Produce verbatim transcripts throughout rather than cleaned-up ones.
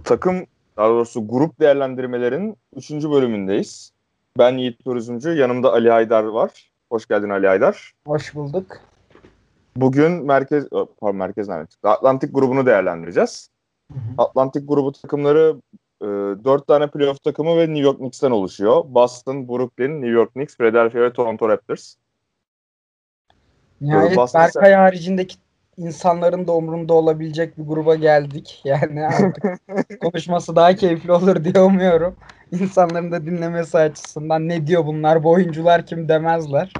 takım, daha doğrusu grup değerlendirmelerin üçüncü bölümündeyiz. Ben Yiğit Turizmci, yanımda Ali Haydar var. Hoş geldin Ali Haydar. Hoş bulduk. Bugün merkez, pardon, merkez nerede çıktı? Atlantik grubunu değerlendireceğiz. Hı hı. Atlantik grubu takımları e, dört tane playoff takımı ve New York Knicks'ten oluşuyor. Boston, Brooklyn, New York Knicks, Philadelphia ve Toronto Raptors. E, Nihayet Boston Berkay haricindeki insanların da umrunda olabilecek bir gruba geldik. Yani artık konuşması daha keyifli olur diye umuyorum. İnsanların da dinlemesi açısından ne diyor bunlar, bu oyuncular kim demezler.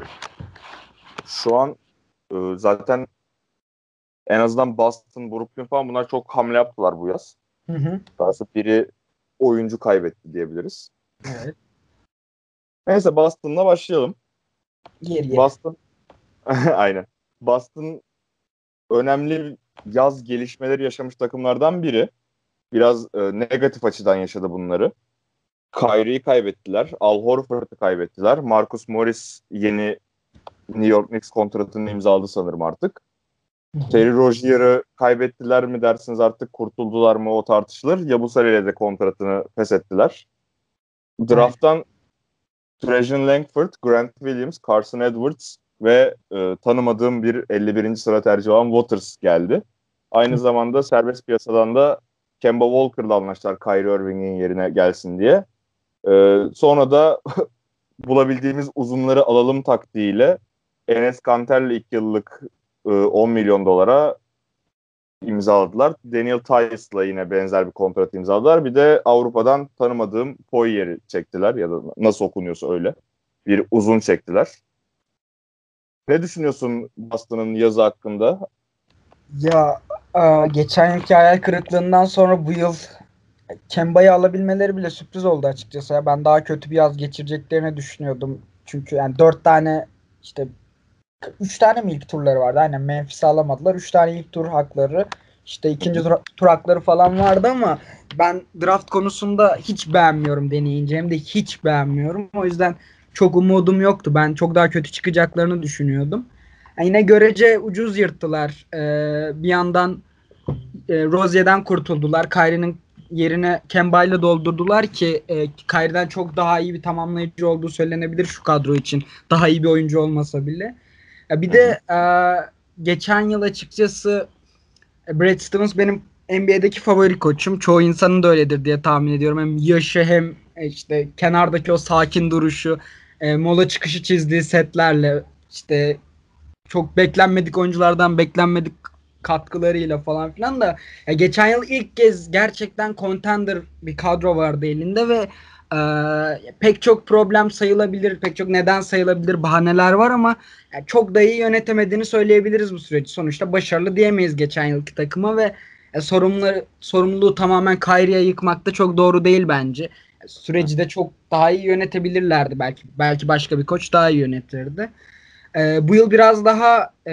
Şu an e, zaten en azından Boston, Brooklyn falan bunlar çok hamle yaptılar bu yaz. Hı hı. Daha biri oyuncu kaybetti diyebiliriz. Evet. Neyse, Boston'la başlayalım. Yer yer. Boston aynen. Boston önemli yaz gelişmeleri yaşamış takımlardan biri. Biraz e, negatif açıdan yaşadı bunları. Kyrie'yi kaybettiler. Al Horford'u kaybettiler. Marcus Morris yeni New York Knicks kontratını imzaladı sanırım artık. Terry Rozier'ı kaybettiler mi dersiniz, artık kurtuldular mı, o tartışılır. Yabusel ile de kontratını feshettiler. Draft'tan Trajan Langford, Grant Williams, Carson Edwards ve e, tanımadığım bir elli birinci sıra tercihi olan Waters geldi. Aynı zamanda serbest piyasadan da Kemba Walker'la anlaştılar Kyrie Irving'in yerine gelsin diye. E, sonra da bulabildiğimiz uzunları alalım taktiğiyle Enes Kanter'le iki yıllık e, on milyon dolara imzaladılar. Daniel Theis'la yine benzer bir kontrat imzaladılar. Bir de Avrupa'dan tanımadığım Poyer'i çektiler, ya da nasıl okunuyorsa öyle. Bir uzun çektiler. Ne düşünüyorsun Boston'ın yazı hakkında? Ya a, geçen yılki hayal kırıklığından sonra bu yıl Kemba'yı alabilmeleri bile sürpriz oldu açıkçası. Ya ben daha kötü bir yaz geçireceklerini düşünüyordum. Çünkü yani dört tane işte üç tane mi ilk turları vardı? Aynen, Memphis'i alamadılar. Üç tane ilk tur hakları, işte ikinci tur, tur hakları falan vardı ama ben draft konusunda hiç beğenmiyorum deneyince. Hem de hiç beğenmiyorum. O yüzden çok umudum yoktu. Ben çok daha kötü çıkacaklarını düşünüyordum. Yani yine görece ucuz yırttılar. Ee, bir yandan e, Rozier'den kurtuldular. Kyrie'nin yerine Kemba ile doldurdular ki e, Kyrie'den çok daha iyi bir tamamlayıcı olduğu söylenebilir şu kadro için. Daha iyi bir oyuncu olmasa bile. Ya bir de e, geçen yıl açıkçası Brad Stevens benim N B A'deki favori koçum. Çoğu insanın da öyledir diye tahmin ediyorum. Hem yaşı hem işte kenardaki o sakin duruşu, e, mola çıkışı çizdiği setlerle, işte çok beklenmedik oyunculardan beklenmedik katkılarıyla falan filan da ya geçen yıl ilk kez gerçekten contender bir kadro vardı elinde ve e, pek çok problem sayılabilir, pek çok neden sayılabilir, bahaneler var ama yani çok da iyi yönetemediğini söyleyebiliriz bu süreci. Sonuçta başarılı diyemeyiz geçen yılki takıma ve e, sorumluları, sorumluluğu tamamen Kyrie'ye yıkmak da çok doğru değil bence. Süreci de çok daha iyi yönetebilirlerdi belki. Belki başka bir koç daha iyi yönetirdi. Ee, bu yıl biraz daha e,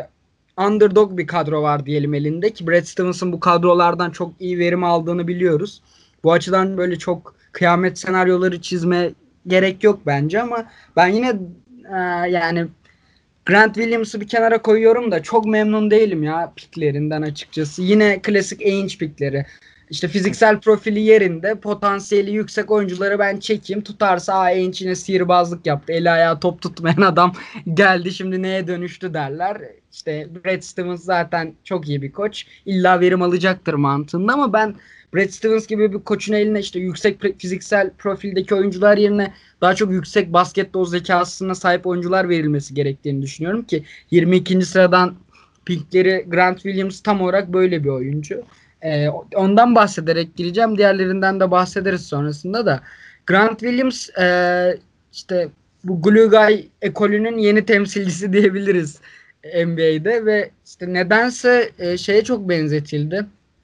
underdog bir kadro var diyelim elinde ki Brad Stevens'ın bu kadrolardan çok iyi verim aldığını biliyoruz. Bu açıdan böyle çok kıyamet senaryoları çizme gerek yok bence ama ben yine e, yani Grant Williams'ı bir kenara koyuyorum da çok memnun değilim ya piklerinden açıkçası. Yine klasik Ainge pikleri. İşte fiziksel profili yerinde, potansiyeli yüksek oyuncuları ben çekeyim. Tutarsa Ainge yine sihirbazlık yaptı. Eli ayağı top tutmayan adam geldi, şimdi neye dönüştü derler. İşte Brad Stevens zaten çok iyi bir koç. İlla verim alacaktır mantığında ama ben Brad Stevens gibi bir koçun eline işte yüksek fiziksel profildeki oyuncular yerine daha çok yüksek basketbol zekasına sahip oyuncular verilmesi gerektiğini düşünüyorum ki yirmi ikinci sıradan pickleri Grant Williams tam olarak böyle bir oyuncu. Ee, ondan bahsederek gireceğim. Diğerlerinden de bahsederiz sonrasında da. Grant Williams e, işte bu Glue Guy ekolünün yeni temsilcisi diyebiliriz N B A'de ve işte nedense e, şeye çok benzetildi.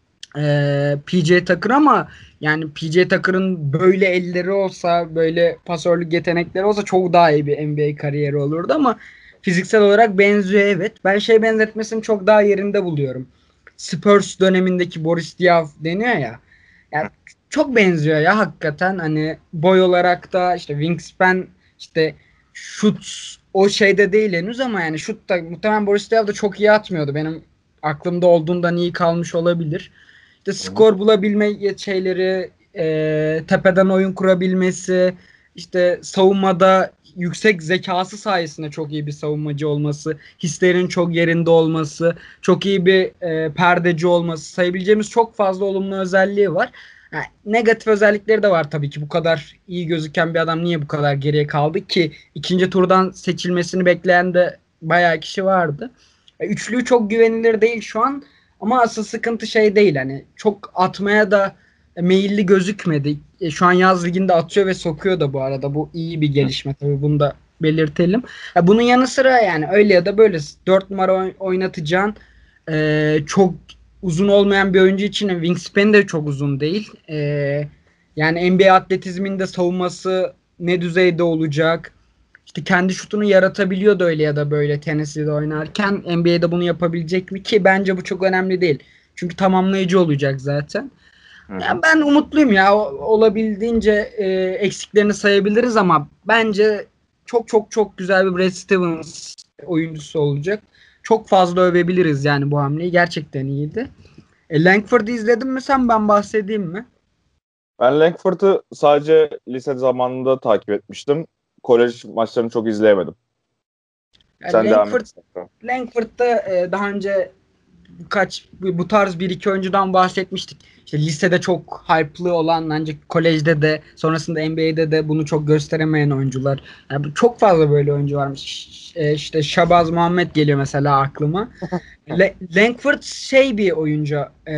E, P J Tucker ama yani P J Tucker'ın böyle elleri olsa, böyle pasörlük yetenekleri olsa çok daha iyi bir N B A kariyeri olurdu ama fiziksel olarak benziyor, evet. Ben şey benzetmesini çok daha yerinde buluyorum. Spurs dönemindeki Boris Diaw deniyor ya. Yani çok benziyor ya hakikaten. Hani boy olarak da işte wingspan, işte şut o şeyde değil henüz ama yani şut da muhtemelen Boris Diaw da çok iyi atmıyordu. Benim aklımda olduğundan iyi kalmış olabilir. İşte skor bulabilme şeyleri, e, tepeden oyun kurabilmesi, işte savunmada yüksek zekası sayesinde çok iyi bir savunmacı olması, hislerin çok yerinde olması, çok iyi bir e, perdeci olması, sayabileceğimiz çok fazla olumlu özelliği var. Yani negatif özellikleri de var tabii ki. Bu kadar iyi gözüken bir adam niye bu kadar geriye kaldı ki? İkinci turdan seçilmesini bekleyen de bayağı kişi vardı. E, üçlüyü çok güvenilir değil şu an. Ama asıl sıkıntı şey değil, hani çok atmaya da meyilli gözükmedi. E, şu an yaz liginde atıyor ve sokuyor da bu arada. Bu iyi bir gelişme tabii, bunu da belirtelim. E, bunun yanı sıra yani öyle ya da böyle dört numara oy- oynatacağın e, çok uzun olmayan bir oyuncu için wingspan de çok uzun değil. E, yani N B A atletizminde savunması ne düzeyde olacak? İşte kendi şutunu yaratabiliyor da öyle ya da böyle Tennessee'de oynarken N B A'de bunu yapabilecek mi ki bence bu çok önemli değil. Çünkü tamamlayıcı olacak zaten. Hı hı. Yani ben umutluyum ya. O- olabildiğince e, eksiklerini sayabiliriz ama bence çok çok çok güzel bir Brad Stevens oyuncusu olacak. Çok fazla övebiliriz yani bu hamleyi. Gerçekten iyiydi. E, Langford'u izledin mi sen? Ben bahsedeyim mi? Ben Langford'u sadece lise zamanında takip etmiştim. Kolej maçlarını çok izleyemedim. Yani Sen devam Langford, et istersen. Langford'da e, daha önce birkaç bu bu tarz bir iki oyuncudan bahsetmiştik. İşte lisede çok hype'lı olan ancak kolejde de sonrasında N B A'de de bunu çok gösteremeyen oyuncular. Yani bu- çok fazla böyle oyuncu varmış. Ş- e, İşte Shabazz Muhammed geliyor mesela aklıma. Le- Langford şey bir oyuncu. E,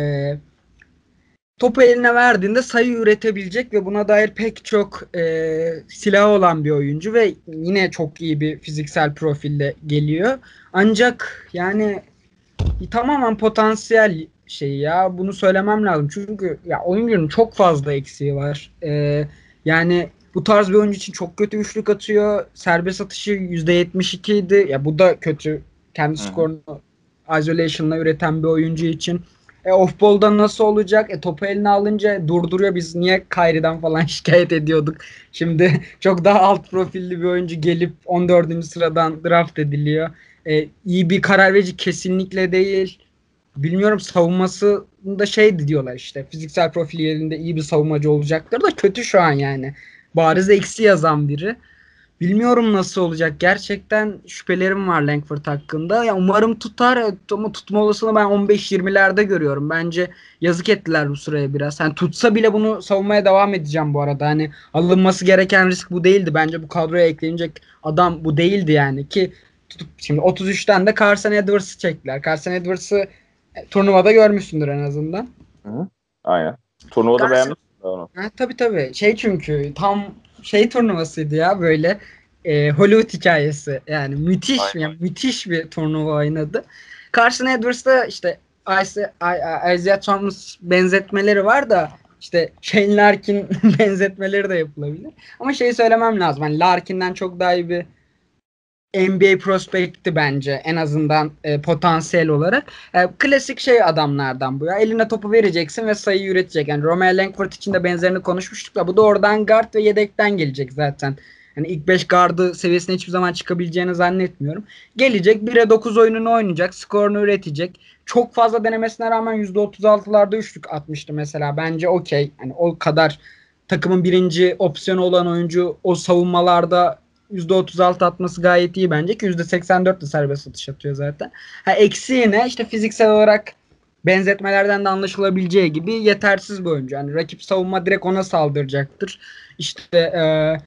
topu eline verdiğinde sayı üretebilecek ve buna dair pek çok e, silahı olan bir oyuncu ve yine çok iyi bir fiziksel profille geliyor. Ancak yani tamamen potansiyel şey ya. Bunu söylemem lazım. Çünkü ya oyuncunun çok fazla eksiği var. Ee, yani bu tarz bir oyuncu için çok kötü üçlük atıyor. Serbest atışı yüzde yetmiş iki idi. Ya bu da kötü. Kendi Hı hı. skorunu isolation'la üreten bir oyuncu için. E, off-ball'da nasıl olacak? E, topu eline alınca durduruyor. Biz niye Kyrie'den falan şikayet ediyorduk? Şimdi çok daha alt profilli bir oyuncu gelip on dördüncü sıradan draft ediliyor. E, iyi bir karar verici kesinlikle değil. Bilmiyorum, savunmasında şeydi diyorlar işte. Fiziksel profili yerinde iyi bir savunmacı olacaktır da kötü şu an yani. Bariz eksi yazan biri. Bilmiyorum nasıl olacak. Gerçekten şüphelerim var Langford hakkında. Ya umarım tutar ama tutma olasılığı ben on beş yirmilerde görüyorum. Bence yazık ettiler bu sıraya biraz. Hani tutsa bile bunu savunmaya devam edeceğim bu arada. Hani alınması gereken risk bu değildi. Bence bu kadroya eklenecek adam bu değildi yani ki tutup şimdi otuz üçten de Carson Edwards'ı çektiler. Carson Edwards'ı e, turnuvada görmüşsündür en azından. Hı hı. Aynen. Turnuvada Carson, beğenmişsin onu. ha, tabii tabii. Şey çünkü tam şey turnuvasıydı ya böyle e, Hollywood hikayesi. Yani müthiş Aynen. yani müthiş bir turnuva oynadı. Carson Edwards'da işte Isaiah Isaiah Thomas benzetmeleri var da işte Shane Larkin benzetmeleri de yapılabilir. Ama şeyi söylemem lazım. Hani Larkin'den çok daha iyi bir N B A prospekti bence en azından e, potansiyel olarak. E, klasik şey adamlardan bu ya. Eline topu vereceksin ve sayı üretecek. Yani Romeo Langford için de benzerini konuşmuştuk da bu da oradan guard ve yedekten gelecek zaten. Yani ilk beş gardı seviyesine hiçbir zaman çıkabileceğini zannetmiyorum. Gelecek bire dokuz oyununu oynayacak. Skorunu üretecek. Çok fazla denemesine rağmen yüzde otuz altılarda üçlük atmıştı mesela. Bence okey. Yani o kadar takımın birinci opsiyonu olan oyuncu o savunmalarda yüzde otuz altı atması gayet iyi bence ki yüzde seksen dört de serbest atış atıyor zaten. Ha, eksiği ne? İşte fiziksel olarak benzetmelerden de anlaşılabileceği gibi yetersiz bir oyuncu. Yani rakip savunma direkt ona saldıracaktır. İşte e,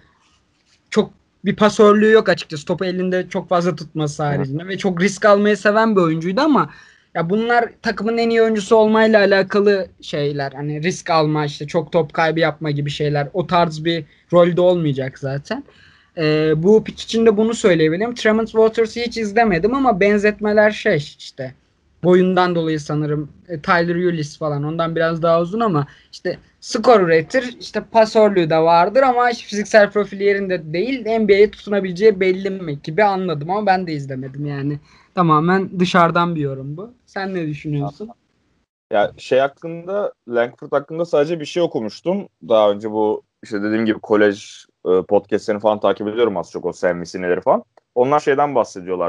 çok bir pasörlüğü yok açıkçası. Topu elinde çok fazla tutması Hı hı. haricinde ve çok risk almayı seven bir oyuncuydu ama ya bunlar takımın en iyi oyuncusu olmayla alakalı şeyler. Hani risk alma, işte çok top kaybı yapma gibi şeyler. O tarz bir rolde olmayacak zaten. Ee, bu pick için de bunu söyleyebilirim. Tremont Waters'ı hiç izlemedim ama benzetmeler şey işte boyundan dolayı sanırım e, Tyler Ulis falan ondan biraz daha uzun ama işte skor üretir, işte pasörlüğü de vardır ama işte fiziksel profili yerinde değil. N B A'ye tutunabileceği belli mi gibi anladım ama ben de izlemedim yani. Tamamen dışarıdan bir yorum bu. Sen ne düşünüyorsun? Ya şey hakkında, Langford hakkında sadece bir şey okumuştum. Daha önce bu işte dediğim gibi kolej e, podcastlerini falan takip ediyorum az çok, o Sam Vicine'leri falan. Onlar şeyden bahsediyorlardı.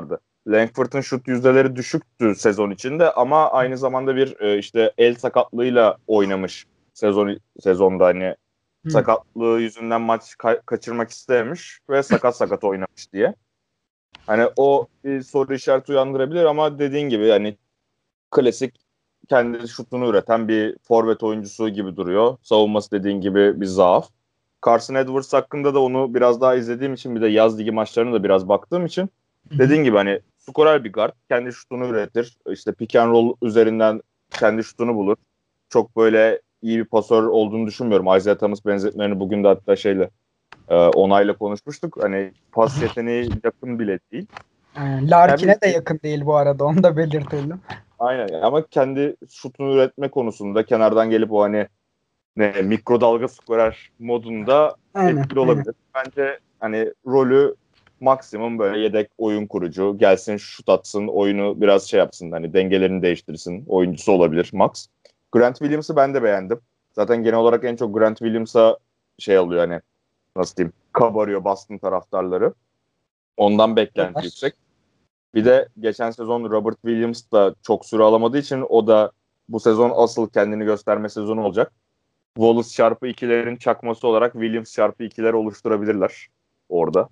Langford'un şut yüzdeleri düşüktü sezon içinde ama aynı zamanda bir e, işte el sakatlığıyla oynamış sezon sezonda hani Hı. sakatlığı yüzünden maç ka- kaçırmak istememiş ve sakat sakat oynamış diye. Hani o bir soru işareti uyandırabilir ama dediğin gibi yani klasik kendi şutunu üreten bir forvet oyuncusu gibi duruyor. Savunması dediğin gibi bir zaaf. Carson Edwards hakkında da onu biraz daha izlediğim için bir de yaz ligi maçlarına da biraz baktığım için Hı hı. dediğin gibi hani skorer bir guard. Kendi şutunu üretir. İşte pick and roll üzerinden kendi şutunu bulur. Çok böyle iyi bir pasör olduğunu düşünmüyorum. Isaiah Thomas benzetmelerini bugün de hatta şeyle e, onayla konuşmuştuk. Hani pas yeteneği yakın bile değil. Yani Yani Larkin'e de bildiğin- yakın değil bu arada. Onu da belirtelim. aynen ama kendi şutunu üretme konusunda kenardan gelip o hani ne mikrodalga skorer modunda Aynen. etkili Aynen. olabilir. Bence hani rolü maksimum böyle yedek oyun kurucu. Gelsin şut atsın, oyunu biraz şey yapsın. Hani dengelerini değiştirsin. Oyuncusu olabilir Max. Grant Williams'ı ben de beğendim. Zaten genel olarak en çok Grant Williams'a şey oluyor hani nasıl diyeyim kabarıyor Boston taraftarları. Ondan beklenti yüksek. Bir de geçen sezon Robert Williams da çok süre alamadığı için o da bu sezon asıl kendini gösterme sezonu olacak. Wallace çarpı ikilerin çakması olarak Williams çarpı ikiler oluşturabilirler orada.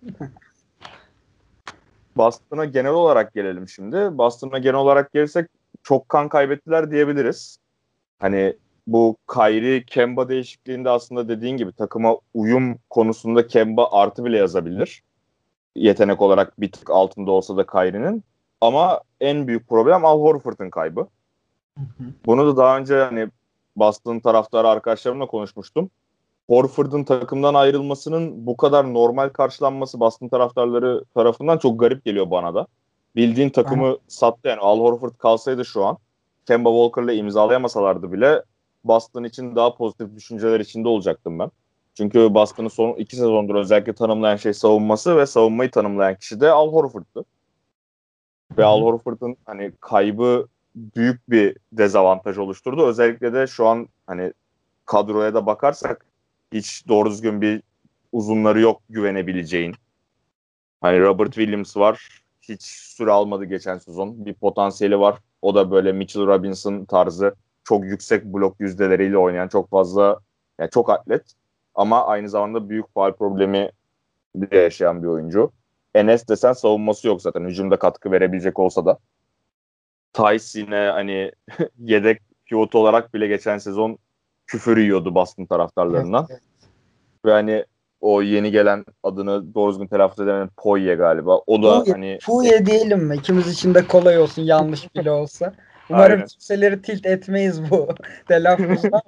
Boston'a genel olarak gelelim şimdi. Boston'a genel olarak gelirsek çok kan kaybettiler diyebiliriz. Hani bu Kyrie Kemba değişikliğinde aslında dediğin gibi takıma uyum konusunda Kemba artı bile yazabilir. Yetenek olarak bir tık altında olsa da Kyrie'nin. Ama en büyük problem Al Horford'un kaybı. Hı hı. Bunu da daha önce hani Boston taraftarı arkadaşlarımla konuşmuştum. Horford'un takımdan ayrılmasının bu kadar normal karşılanması Boston taraftarları tarafından çok garip geliyor bana da. Bildiğin Ben, takımı sattı yani Al Horford kalsaydı şu an Kemba Walker'la imzalayamasalardı bile Boston için daha pozitif düşünceler içinde olacaktım ben. Çünkü Boston'ı son iki sezondur özellikle tanımlayan şey savunması ve savunmayı tanımlayan kişi de Al Horford'tu. Ve Al Horford'un hani kaybı büyük bir dezavantaj oluşturdu. Özellikle de şu an hani kadroya da bakarsak hiç doğru düzgün bir uzunları yok güvenebileceğin. Hani Robert Williams var. Hiç süre almadı geçen sezon. Bir potansiyeli var. O da böyle Mitchell Robinson tarzı çok yüksek blok yüzdeleriyle oynayan çok fazla yani çok atlet ama aynı zamanda büyük faul problemi de yaşayan bir oyuncu. Enes desen savunması yok zaten. Hücumda katkı verebilecek olsa da. Tice yine hani yedek pivot olarak bile geçen sezon küfür yiyordu Boston evet, taraftarlarından. evet. Ve hani o yeni gelen adını doğru düzgün telaffuz edemeyen Poye galiba. O da Puye, hani Puye diyelim mi? İkimiz için de kolay olsun yanlış bile olsa. Umarım aynen kimseleri tilt etmeyiz bu telaffuzda.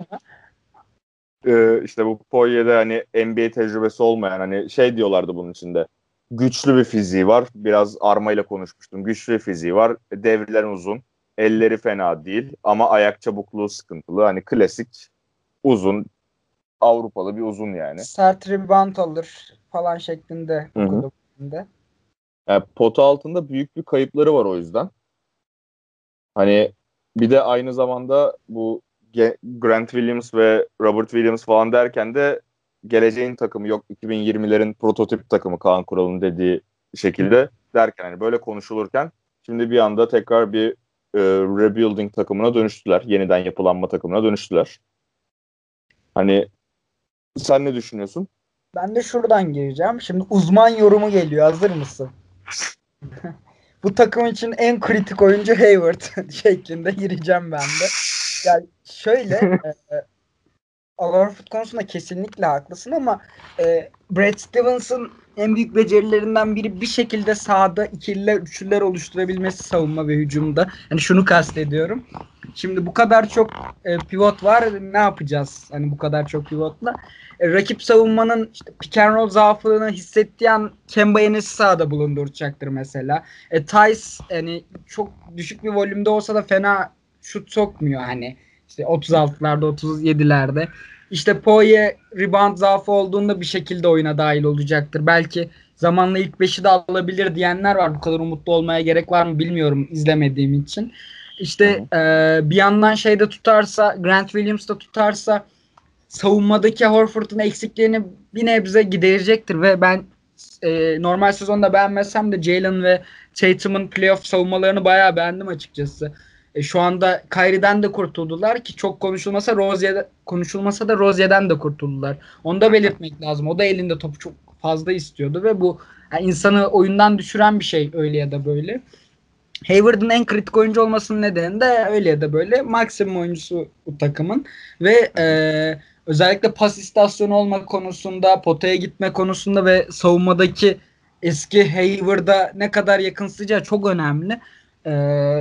Ee, işte bu Poye'de hani N B A tecrübesi olmayan hani şey diyorlardı bunun içinde. Güçlü bir fiziği var. Biraz armayla konuşmuştum. Güçlü bir fiziği var. Devrilen uzun. Elleri fena değil ama ayak çabukluğu sıkıntılı. Hani klasik uzun Avrupalı bir uzun yani. Sert rebound alır falan şeklinde Hı hı. okudum. Ben de. Yani pota altında büyük bir kayıpları var o yüzden. Hani bir de aynı zamanda bu Ge- Grant Williams ve Robert Williams falan derken de geleceğin takımı yok iki bin yirmilerin prototip takımı Kaan Kural'ın dediği şekilde derken hani böyle konuşulurken şimdi bir anda tekrar bir e, rebuilding takımına dönüştüler. Yeniden yapılanma takımına dönüştüler. Hani sen ne düşünüyorsun? Ben de şuradan gireceğim. Şimdi uzman yorumu geliyor. Hazır mısın? Bu takım için en kritik oyuncu Hayward şeklinde gireceğim ben de. Yani şöyle e, Al Horford konusunda kesinlikle haklısın ama e, Brad Stevens'ın en büyük becerilerinden biri bir şekilde sahada ikililer, üçlüler oluşturabilmesi savunma ve hücumda. Hani şunu kastediyorum. Şimdi bu kadar çok e, pivot var. Ne yapacağız? Hani bu kadar çok pivotla. E, rakip savunmanın işte pick and roll zaafını hissettiği an Kemba Enes'i sahada bulunduracaktır mesela. E, Tice hani çok düşük bir volümde olsa da fena şut sokmuyor hani. İşte otuz altılarda otuz yedilerde. İşte Poye rebound zaafı olduğunda bir şekilde oyuna dahil olacaktır. Belki zamanla ilk beşi de alabilir diyenler var. Bu kadar umutlu olmaya gerek var mı bilmiyorum izlemediğim için. Hı İşte hı. e, bir yandan şeyde tutarsa Grant Williams da tutarsa savunmadaki Horford'un eksikliğini bir nebze giderecektir ve ben e, normal sezonda beğenmesem de Jalen ve Tatum'un playoff savunmalarını bayağı beğendim açıkçası. E, şu anda Kyrie'den de kurtuldular ki çok konuşulmasa Rozier'de konuşulmasa da Rozier'den de kurtuldular. Onu da belirtmek lazım. O da elinde topu çok fazla istiyordu ve bu yani insanı oyundan düşüren bir şey öyle ya da böyle. Hayward'ın en kritik oyuncu olmasının nedeni de öyle ya da böyle maksimum oyuncusu bu takımın ve e, özellikle pas istasyonu olma konusunda, potaya gitme konusunda ve savunmadaki eski Hayward'a ne kadar yakınsayacağı çok önemli. E,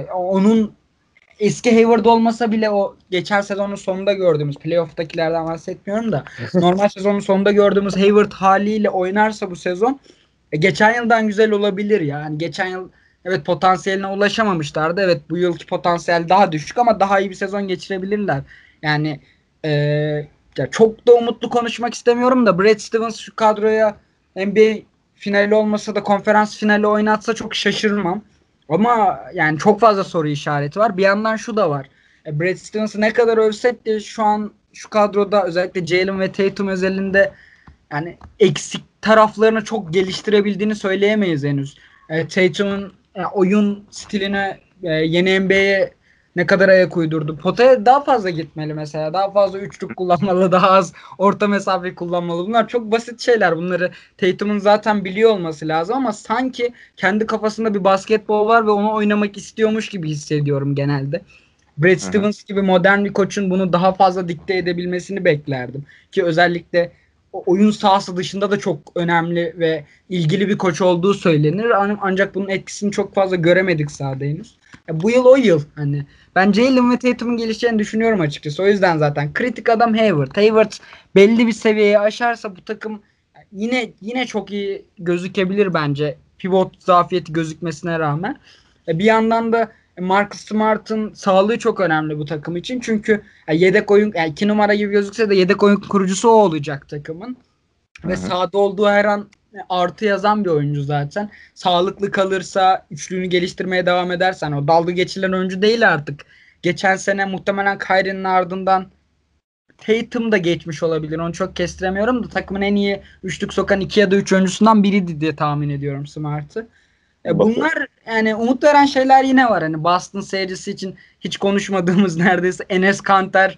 onun eski Hayward olmasa bile o geçen sezonun sonunda gördüğümüz playoff'takilerden bahsetmiyorum da normal sezonun sonunda gördüğümüz Hayward haliyle oynarsa bu sezon e, geçen yıldan güzel olabilir ya. Yani geçen yıl evet potansiyeline ulaşamamışlardı. Evet bu yılki potansiyel daha düşük ama daha iyi bir sezon geçirebilirler. Yani e, ya çok da umutlu konuşmak istemiyorum da Brad Stevens şu kadroya N B A finali olmasa da konferans finali oynatsa çok şaşırmam. Ama yani çok fazla soru işareti var. Bir yandan şu da var. E, Brad Stevens'ı ne kadar övsek de şu an şu kadroda özellikle Jalen ve Tatum özelinde yani eksik taraflarını çok geliştirebildiğini söyleyemeyiz henüz. E, Tatum'un e, oyun stiline e, yeni N B A'ye ne kadar ayak uydurdu. Potaya daha fazla gitmeli mesela. Daha fazla üçlük kullanmalı, daha az orta mesafe kullanmalı. Bunlar çok basit şeyler. Bunları Tatum'un zaten biliyor olması lazım ama sanki kendi kafasında bir basketbol var ve onu oynamak istiyormuş gibi hissediyorum genelde. Brad Hı hı. Stevens gibi modern bir koçun bunu daha fazla dikte edebilmesini beklerdim. Ki özellikle o oyun sahası dışında da çok önemli ve ilgili bir koç olduğu söylenir. Ancak bunun etkisini çok fazla göremedik sahada henüz. Ya bu yıl o yıl hani ben Jalen ve Tatum'un gelişeceğini düşünüyorum açıkçası. O yüzden zaten kritik adam Hayward. Hayward belli bir seviyeyi aşarsa bu takım yine yine çok iyi gözükebilir bence. Pivot zafiyeti gözükmesine rağmen. E, Bir yandan da Marcus Smart'ın sağlığı çok önemli bu takım için. Çünkü yani yedek oyun yani iki numara gibi gözükse de yedek oyun kurucusu o olacak takımın. Hı Ve hı. sahada olduğu her an artı yazan bir oyuncu zaten. Sağlıklı kalırsa, üçlüğünü geliştirmeye devam edersen o dalga geçilen oyuncu değil artık. Geçen sene muhtemelen Kyrie'nin ardından Tatum da geçmiş olabilir. Onu çok kestiremiyorum da takımın en iyi üçlük sokan iki ya da üç oyuncusundan biriydi diye tahmin ediyorum Smart'ı. E, Bakın. bunlar yani umut veren şeyler yine var. Hani Boston seyircisi için hiç konuşmadığımız neredeyse Enes Kanter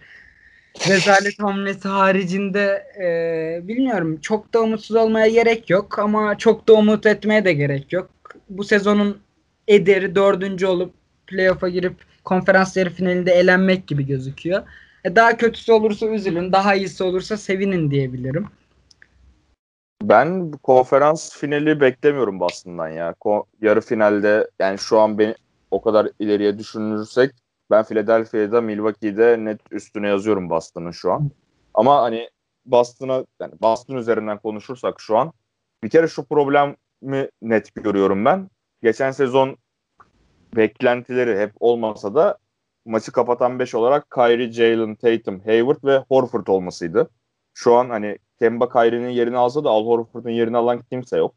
rezalet hamlesi haricinde e, bilmiyorum. Çok da umutsuz olmaya gerek yok ama çok da umut etmeye de gerek yok. Bu sezonun ederi dördüncü olup playoff'a girip konferans yarı finalinde elenmek gibi gözüküyor. E, daha kötüsü olursa üzülün, daha iyisi olursa sevinin diyebilirim. Ben bu konferans finali beklemiyorum Boston'dan ya. Ko- yarı finalde yani şu an beni o kadar ileriye düşünürsek ben Philadelphia'da Milwaukee'de net üstüne yazıyorum Boston'ın şu an. Ama hani Boston'a yani Boston üzerinden konuşursak şu an bir kere şu problemi net görüyorum ben. Geçen sezon beklentileri hep olmasa da maçı kapatan beş olarak Kyrie, Jalen, Tatum, Hayward ve Horford olmasıydı. Şu an hani Kemba Kyrie'nin yerini alsa da Al Horford'un yerini alan kimse yok.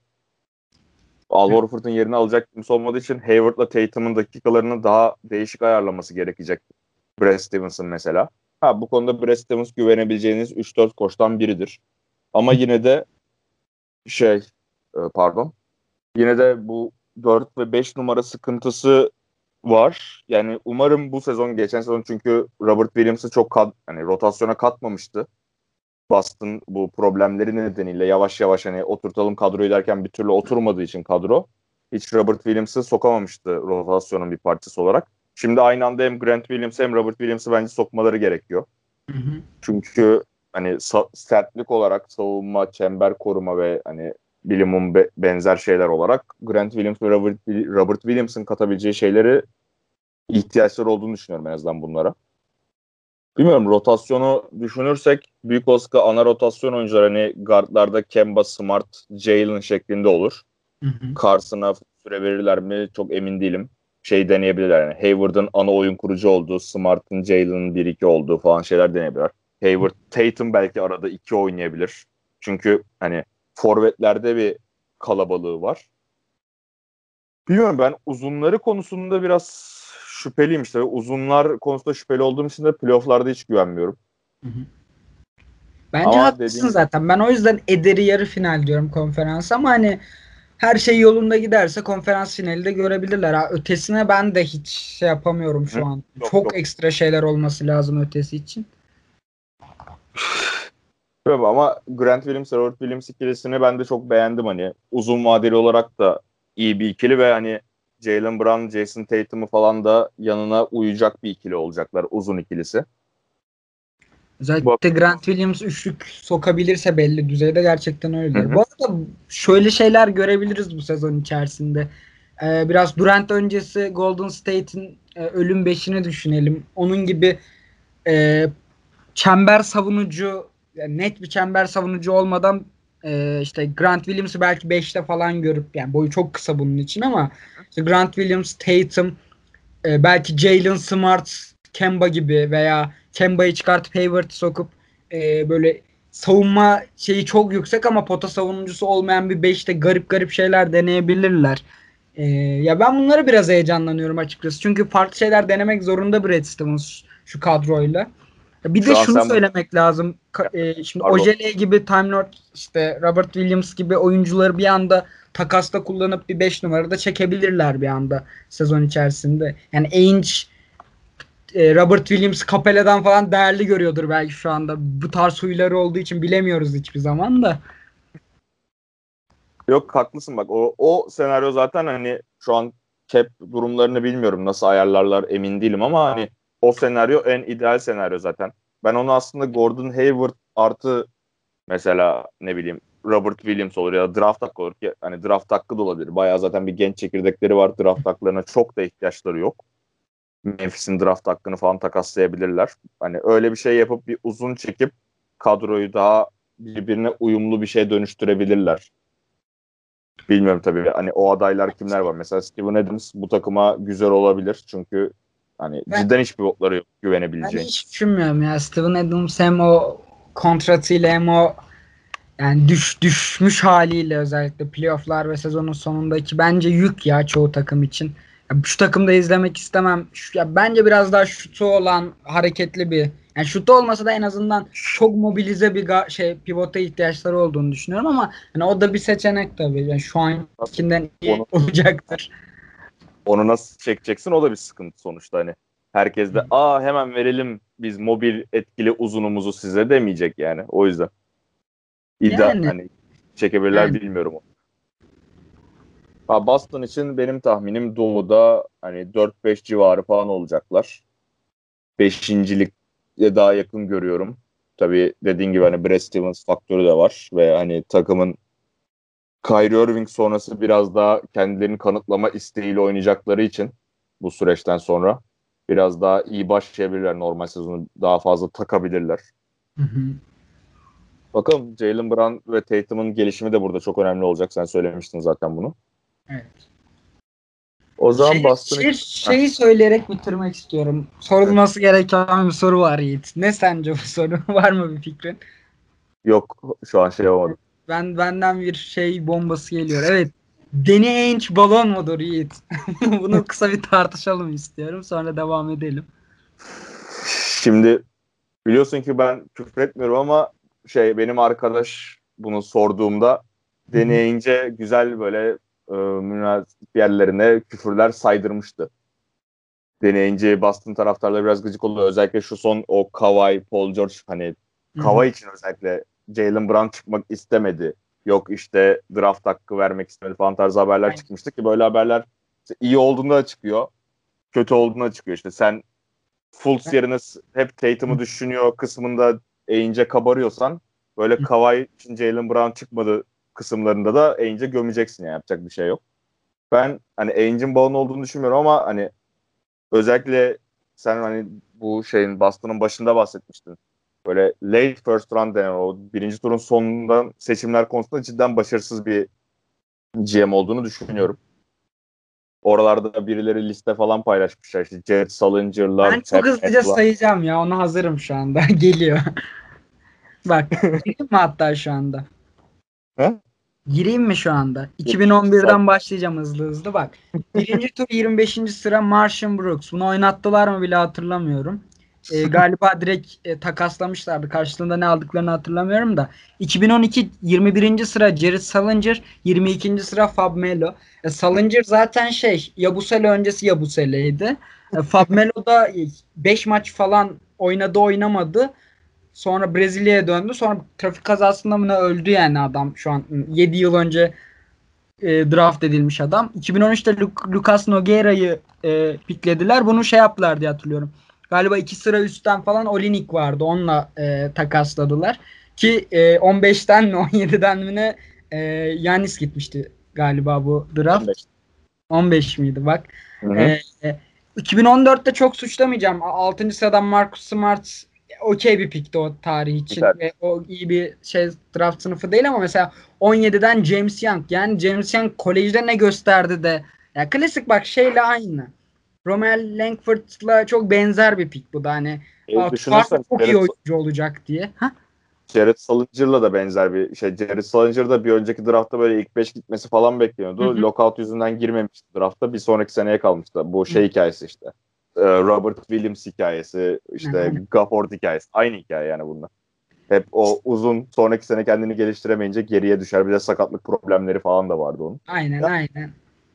Al Horford'un yerini alacak kimse olmadığı için Hayward'la Tatum'un dakikalarını daha değişik ayarlaması gerekecek. Brad Stevens'ın mesela. Ha, bu konuda Brad Stevens güvenebileceğiniz üç dört koçtan biridir. Ama yine de şey e, pardon. Yine de bu dört ve beş numara sıkıntısı var. Yani umarım bu sezon, geçen sezon çünkü Robert Williams'ı çok kat, hani rotasyona katmamıştı. Boston bu problemleri nedeniyle yavaş yavaş hani oturtalım kadroyu derken bir türlü oturmadığı için kadro hiç Robert Williams'ı sokamamıştı rotasyonun bir parçası olarak. Şimdi aynı anda hem Grant Williams'ı hem Robert Williams'ı bence sokmaları gerekiyor. Hı hı. Çünkü hani sa- sertlik olarak savunma, çember koruma ve hani bilimum be- benzer şeyler olarak Grant Williams ve Robert, Robert Williams'ın katabileceği şeyleri ihtiyaçları olduğunu düşünüyorum en azından bunlara. Bilmiyorum, rotasyonu düşünürsek büyük olasılıkla ana rotasyon oyuncular hani guardlarda Kemba, Smart, Jalen şeklinde olur. Hı hı. Carson'a süre verirler mi çok emin değilim. Şey deneyebilirler yani Hayward'ın ana oyun kurucu olduğu, Smart'ın, Jalen'ın bir iki olduğu falan şeyler deneyebilirler. Hayward, Tatum belki arada iki oynayabilir. Çünkü hani forvetlerde bir kalabalığı var. Bilmiyorum, ben uzunları konusunda biraz şüpheliyim işte. Uzunlar konusunda şüpheli olduğum için de playoff'larda hiç güvenmiyorum. Hı hı. Bence Ama haklısın dediğin zaten. Ben o yüzden Eder'i yarı final diyorum konferans, ama hani her şey yolunda giderse konferans finali de görebilirler. Ha, ötesine ben de hiç şey yapamıyorum Hı? şu an. Yok Çok yok. ekstra şeyler olması lazım ötesi için. Tabii ama Grant Williams, Robert Williams ikilisini ben de çok beğendim hani. Uzun vadeli olarak da iyi bir ikili ve hani Jaylen Brown, Jason Tatum'u falan da yanına uyacak bir ikili olacaklar. Uzun ikilisi. Bak. Özellikle Grant Williams üçlük sokabilirse belli düzeyde gerçekten Hı öyledir. hı. Bu arada şöyle şeyler görebiliriz bu sezon içerisinde. Ee, biraz Durant öncesi Golden State'in e, ölüm beşini düşünelim. Onun gibi e, çember savunucu, yani net bir çember savunucu olmadan e, işte Grant Williams'ı belki beşte falan görüp, yani boyu çok kısa bunun için, ama işte Grant Williams, Tatum, e, belki Jalen Smart, Kemba gibi, veya Kemba'yı çıkartıp Hayward'ı sokup e, böyle savunma şeyi çok yüksek ama pota savunucusu olmayan bir beşte garip garip şeyler deneyebilirler. E, ya ben bunları biraz heyecanlanıyorum açıkçası. Çünkü farklı şeyler denemek zorunda Brad Stevens şu kadroyla. Bir de Şu an şunu sen bu söylemek lazım. Ka- e, şimdi pardon. Ojele gibi, Time Lord, işte Robert Williams gibi oyuncuları bir anda takasta kullanıp bir beş numarada çekebilirler bir anda sezon içerisinde. Yani Ainge e, Robert Williams Capella'dan falan değerli görüyordur belki şu anda. Bu tarz huyları olduğu için bilemiyoruz hiçbir zaman da. Yok haklısın bak o, o senaryo zaten hani şu an cap durumlarını bilmiyorum nasıl ayarlarlar emin değilim ama hani o senaryo en ideal senaryo zaten. Ben onu aslında Gordon Hayward artı mesela ne bileyim Robert Williams olur ya da draft hakkı olur ki hani draft hakkı da olabilir. Bayağı zaten bir genç çekirdekleri var. Draft haklarına çok da ihtiyaçları yok. Memphis'in draft hakkını falan takaslayabilirler. Hani öyle bir şey yapıp bir uzun çekip kadroyu daha birbirine uyumlu bir şeye dönüştürebilirler. Bilmiyorum tabii hani o adaylar kimler var. Mesela Steven Adams bu takıma güzel olabilir. Çünkü hani Ben, cidden hiçbir botları yok ben güvenebileceğin. hiç düşünmüyorum ya. Steven Adams hem o kontratıyla hem o yani düş düşmüş haliyle, özellikle playofflar ve sezonun sonundaki, bence yük ya çoğu takım için. Ya şu takımda izlemek istemem. Şu, ya bence biraz daha şutu olan, hareketli bir, yani şutu olmasa da en azından çok mobilize bir ga- şey pivota ihtiyaçları olduğunu düşünüyorum, ama hani o da bir seçenek tabii. Yani şu ankinden iyi Onu olacaktır. onu nasıl çekeceksin o da bir sıkıntı sonuçta hani. Herkes de aa hemen verelim biz mobil etkili uzunumuzu size demeyecek yani. O yüzden İda Yani hani çekebilirler yani bilmiyorum. Ha, Boston için benim tahminim Doğu'da hani dört beş civarı falan olacaklar. Beşincilikle daha yakın görüyorum. Tabii dediğin gibi hani Brad Stevens faktörü de var ve hani takımın Kyrie Irving sonrası biraz daha kendilerini kanıtlama isteğiyle oynayacakları için bu süreçten sonra biraz daha iyi başlayabilirler. Normal sezonu daha fazla takabilirler. hı hı. Bakalım Jaylen Brown ve Tatum'un gelişimi de burada çok önemli olacak. Sen söylemiştin zaten bunu. Evet. O Şey, zaman Boston şey, için... Heh, şeyi söyleyerek bitirmek istiyorum. evet. Sorulması gereken bir soru var Yiğit. Ne sence bu soru? Var mı bir fikrin? Yok şu an şey olmadı. Ben benden bir şey bombası geliyor. Evet. Danny Ainge balon mudur Yiğit? Bunu kısa bir tartışalım istiyorum. Sonra devam edelim. Şimdi biliyorsun ki ben küfür etmiyorum ama şey benim arkadaş bunu sorduğumda Hı hı. deneyince güzel böyle e, münasip yerlerine küfürler saydırmıştı. Deneyince Boston taraftarları biraz gıcık oluyor. Özellikle şu son o Kawhi, Paul George hani Hı hı. Kawhi için özellikle Jaylen Brown çıkmak istemedi. Yok işte draft hakkı vermek istemedi falan tarzı haberler Aynen. çıkmıştı ki böyle haberler işte iyi olduğunda da çıkıyor. Kötü olduğunda da çıkıyor. İşte sen Fultz yerine hep Tatum'u düşünüyor kısmında Ainge'e kabarıyorsan böyle Kawhi için Jaylen Brown çıkmadı kısımlarında da Ainge'e gömeceksin yani yapacak bir şey yok. Ben hani Ainge'in balon olduğunu düşünmüyorum ama hani özellikle sen hani bu şeyin Boston'ın başında bahsetmiştin. Böyle late first round denen o birinci turun sonundan seçimler konusunda cidden başarısız bir G M olduğunu düşünüyorum. Oralarda birileri liste falan paylaşmışlar. İşte Jared Salinger'lar, Ben çok Fab hızlıca Map'lar. sayacağım ya. Ona hazırım şu anda. Geliyor. Bak. Gireyim mi hatta şu anda? He? Gireyim mi şu anda? Say. iki bin on birden başlayacağım hızlı hızlı bak. Birinci tur yirmi beşinci sıra Marshall Brooks. Bunu oynattılar mı bile hatırlamıyorum. e, galiba direkt e, takaslamışlardı. Karşılığında ne aldıklarını hatırlamıyorum da. iki bin on iki yirmi birinci sıra Jared Salinger, yirmi ikinci sıra Fab Melo. E, Salinger zaten şey Yabusele öncesi Yabusele'ydi. E, Fab Melo da beş maç falan oynadı oynamadı. Sonra Brezilya'ya döndü. Sonra trafik kazasında mı ne öldü yani adam şu an. yedi yıl önce e, draft edilmiş adam. iki bin on üçte Lu- Lucas Nogueira'yı e, piklediler. Bunu şey yaptılar diye hatırlıyorum. Galiba iki sıra üstten falan Olinik vardı. Onunla e, takasladılar. Ki e, on beşten mi on yediden mi ne e, Yanis gitmişti galiba bu draft. on beş. on beş miydi bak. Hı hı. E, e, iki bin on dörtte çok suçlamayacağım. altıncı sıradan Marcus Smart okey bir pikti o tarih için. Güzel. Ve o iyi bir şey draft sınıfı değil ama mesela on yediden James Young. Yani James Young kolejde ne gösterdi de. Ya klasik bak şeyle aynı. Romel Langford'la çok benzer bir pik bu da hani. E, Tutarsa düşünürsen çok iyi Jared, oyuncu olacak diye. Ha? Jared Salinger'la da benzer bir şey. Jared Salinger da bir önceki draftta böyle ilk beş gitmesi falan Hı bekleniyordu. hı. Lockout yüzünden girmemişti drafta. Bir sonraki seneye kalmıştı. Bu Hı. şey hikayesi işte. Ee, Robert Williams hikayesi, işte Yani, Gafford hikayesi. Aynı hikaye yani bunlar. Hep o uzun sonraki sene kendini geliştiremeyince geriye düşer. Bir de sakatlık problemleri falan da vardı onun. aynen Ya, aynen.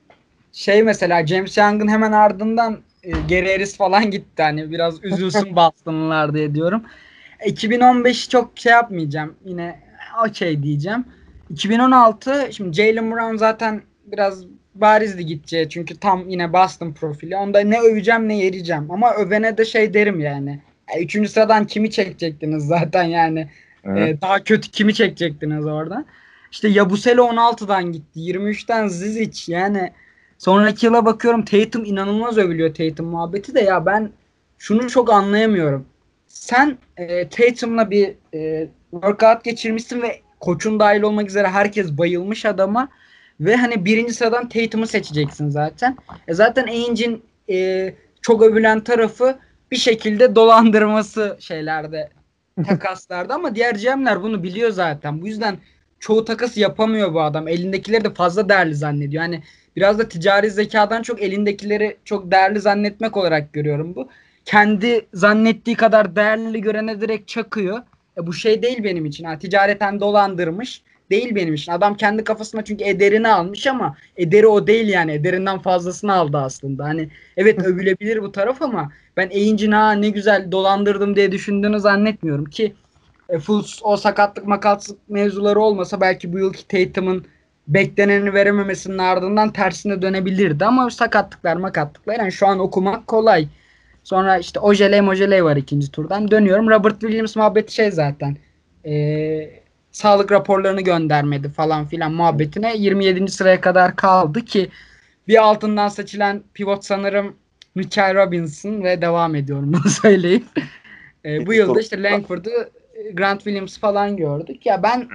Şey mesela James Young'ın hemen ardından e, Gary Harris falan gitti. Hani biraz üzülsün Boston'lılar diye diyorum. iki bin on beşi çok şey yapmayacağım. Yine okey diyeceğim. iki bin on altı şimdi Jaylen Brown zaten biraz barizdi gideceği. Çünkü tam yine Boston profili. Onda ne öveceğim ne yereceğim. Ama övene de şey derim yani. E, Üçüncü sıradan kimi çekecektiniz zaten yani. hı. E, daha kötü kimi çekecektiniz orada. İşte Yabusele on altıdan gitti. yirmi üçten Zizic yani. Sonraki yıla bakıyorum Tatum inanılmaz övülüyor Tatum muhabbeti de ya ben şunu çok anlayamıyorum. Sen e, Tatum'la bir e, workout geçirmişsin ve koçun dahil olmak üzere herkes bayılmış adama ve hani birinci sıradan Tatum'u seçeceksin zaten. E, zaten Ainge'in e, çok övülen tarafı bir şekilde dolandırması şeylerde takaslarda ama diğer G M'ler bunu biliyor zaten. Bu yüzden çoğu takası yapamıyor bu adam. Elindekileri de fazla değerli zannediyor. Yani biraz da ticari zekadan çok elindekileri çok değerli zannetmek olarak görüyorum bu. Kendi zannettiği kadar değerli görene direkt çakıyor. E bu şey değil benim için. Ha, ticareten dolandırmış. Değil benim için. Adam kendi kafasına çünkü ederini almış ama ederi o değil yani. Ederinden fazlasını aldı aslında. Hani evet övülebilir bu taraf ama ben Ainge'in ha ne güzel dolandırdım diye düşündüğünü zannetmiyorum ki e, full o sakatlık makatlık mevzuları olmasa belki bu yılki Tatum'un bekleneni verememesinin ardından tersine dönebilirdi ama sakatlıklar makatlıklar yani şu an okumak kolay. Sonra işte Ojeley Mojeley var ikinci turdan. Dönüyorum. Robert Williams muhabbeti şey zaten. Ee, sağlık raporlarını göndermedi falan filan muhabbetine yirmi yedinci sıraya kadar kaldı ki bir altından seçilen pivot sanırım Mitchell Robinson ve devam ediyorum bunu söyleyip. Ee, bu İki tur. yılda işte Langford'u Grant Williams falan gördük. Ya ben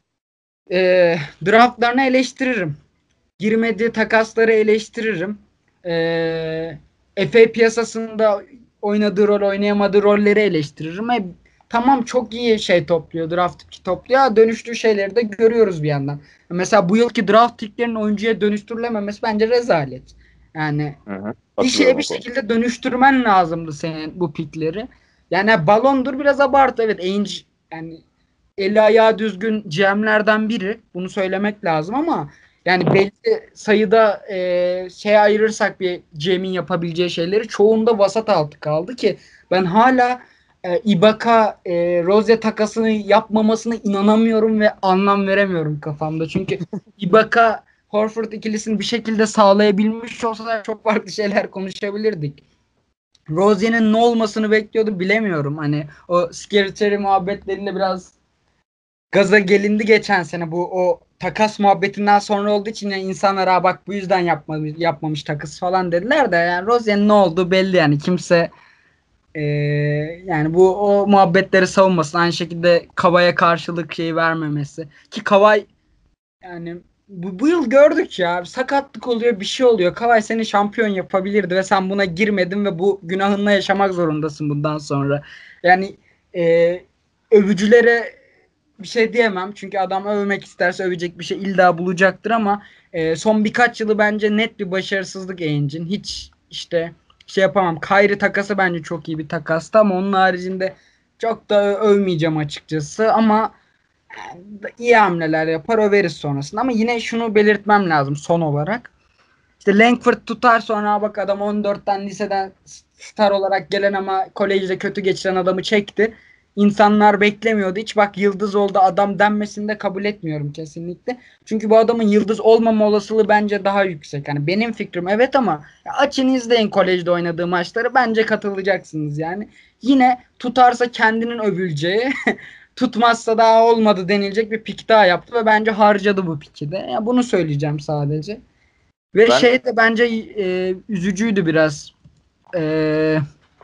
e, draftlarını eleştiririm. Girmediği takasları eleştiririm. Ee, F A piyasasında oynadığı rol, oynayamadığı rolleri eleştiririm. E, tamam çok iyi şey topluyor, draft pick topluyor. Dönüştüğü şeyleri de görüyoruz bir yandan. Mesela bu yılki draft picklerin oyuncuya dönüştürülememesi bence rezalet. Yani Hı hı. bir şeye Katılıyorum bir o konuda. şekilde dönüştürmen lazımdı senin bu pickleri. Yani balondur biraz abartı. Evet Ainge yani eli ayağı düzgün G M'lerden biri. Bunu söylemek lazım ama yani belli sayıda e, şey ayırırsak bir G M'in yapabileceği şeyleri çoğunda vasat altı kaldı ki ben hala e, Ibaka e, Rose takasını yapmamasına inanamıyorum ve anlam veremiyorum kafamda. Çünkü Ibaka Horford ikilisini bir şekilde sağlayabilmiş olsa çok farklı şeyler konuşabilirdik. Rozier'in ne olmasını bekliyordu bilemiyorum. Hani o Scary muhabbetlerinde biraz gaza gelindi geçen sene bu o takas muhabbetinden sonra olduğu için yani insanlar bak bu yüzden yapmamış, yapmamış takas falan dediler de yani Rozier'in ne olduğu belli yani kimse ee, yani bu o muhabbetleri savunmasın aynı şekilde Kavai'ye karşılık şeyi vermemesi ki Kavai yani bu, bu yıl gördük ya sakatlık oluyor bir şey oluyor Kavai seni şampiyon yapabilirdi ve sen buna girmedin ve bu günahınla yaşamak zorundasın bundan sonra yani e, övücülere bir şey diyemem. Çünkü adam övmek isterse övecek bir şey illa bulacaktır ama e, son birkaç yılı bence net bir başarısızlık Ainge'in. Hiç işte şey yapamam. Kyrie takası bence çok iyi bir takastı ama onun haricinde çok da övmeyeceğim açıkçası ama iyi hamleler yapar överiz sonrasında. Ama yine şunu belirtmem lazım son olarak. İşte Langford tutar, sonra bak adam on dörtten liseden star olarak gelen ama kolejde kötü geçiren adamı çekti. İnsanlar beklemiyordu. Hiç bak yıldız oldu adam denmesini de kabul etmiyorum kesinlikle. Çünkü bu adamın yıldız olmama olasılığı bence daha yüksek. Yani benim fikrim evet ama ya açın izleyin kolejde oynadığı maçları, bence katılacaksınız yani. Yine tutarsa kendinin övüleceği, tutmazsa daha olmadı denilecek bir pik daha yaptı ve bence harcadı bu piki de. Ya bunu söyleyeceğim sadece. Ve Ben şey de bence e, üzücüydü biraz. E,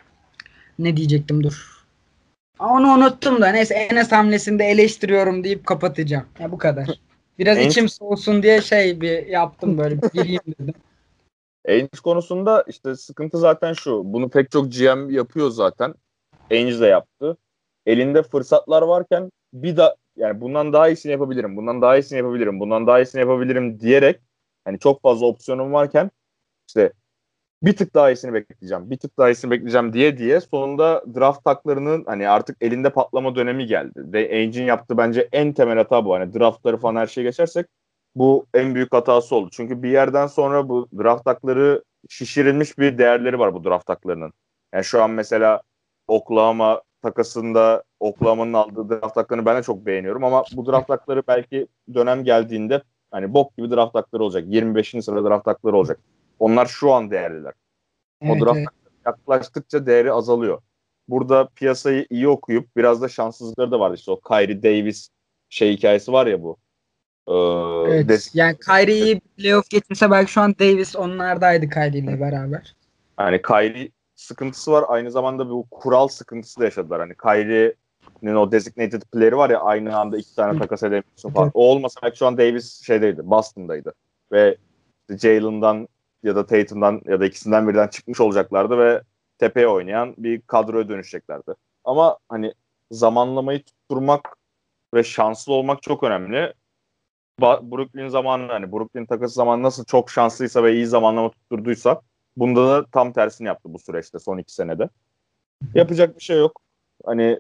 ne diyecektim dur. Onu unuttum da neyse, Enes hamlesinde eleştiriyorum deyip kapatacağım. Ya bu kadar. Biraz Ainge, içim soğusun diye şey bir yaptım, böyle bir gireyim dedim. Ainge konusunda işte sıkıntı zaten şu. Bunu pek çok G M yapıyor zaten. Ainge de yaptı. Elinde fırsatlar varken bir da yani bundan daha iyisini yapabilirim. Bundan daha iyisini yapabilirim. Bundan daha iyisini yapabilirim diyerek hani çok fazla opsiyonum varken işte bir tık daha iyisini bekleyeceğim. Bir tık daha iyisini bekleyeceğim diye diye sonunda draft taklarının hani artık elinde patlama dönemi geldi. Ve Ainge'in yaptığı bence en temel hata bu. Hani draftları falan her şeye geçersek bu en büyük hatası oldu. Çünkü bir yerden sonra bu draft takları şişirilmiş bir değerleri var bu draft taklarının. Yani şu an mesela Oklahoma takasında Oklahoma'nın aldığı draft taklarını ben de çok beğeniyorum ama bu draft takları belki dönem geldiğinde hani bok gibi draft takları olacak. yirmi beşinci sırada draft takları olacak. Onlar şu an değerliler. O Evet, draft evet. yaklaştıkça değeri azalıyor. Burada piyasayı iyi okuyup biraz da şanssızlıkları da vardı. İşte o Kyrie Davis şey hikayesi var ya bu. Ee, Evet. des- Yani Kyrie'yi playoff geçirse belki şu an Davis onlardaydı Kyrie ile beraber. Yani Kyrie sıkıntısı var. Aynı zamanda bu kural sıkıntısı da yaşadılar. Hani Kyrie'nin o designated player'i var ya, aynı anda iki tane takas edemiyorsun falan. Evet. O olmasa belki şu an Davis şeydeydi. Boston'daydı. Ve işte Jalen'dan ya da Tatum'dan ya da ikisinden birinden çıkmış olacaklardı ve tepeye oynayan bir kadroya dönüşeceklerdi. Ama hani zamanlamayı tutturmak ve şanslı olmak çok önemli. Ba- Brooklyn zamanı hani Brooklyn takası zamanı nasıl çok şanslıysa ve iyi zamanlama tutturduysa bunda da tam tersini yaptı bu süreçte son iki senede. Yapacak bir şey yok. Hani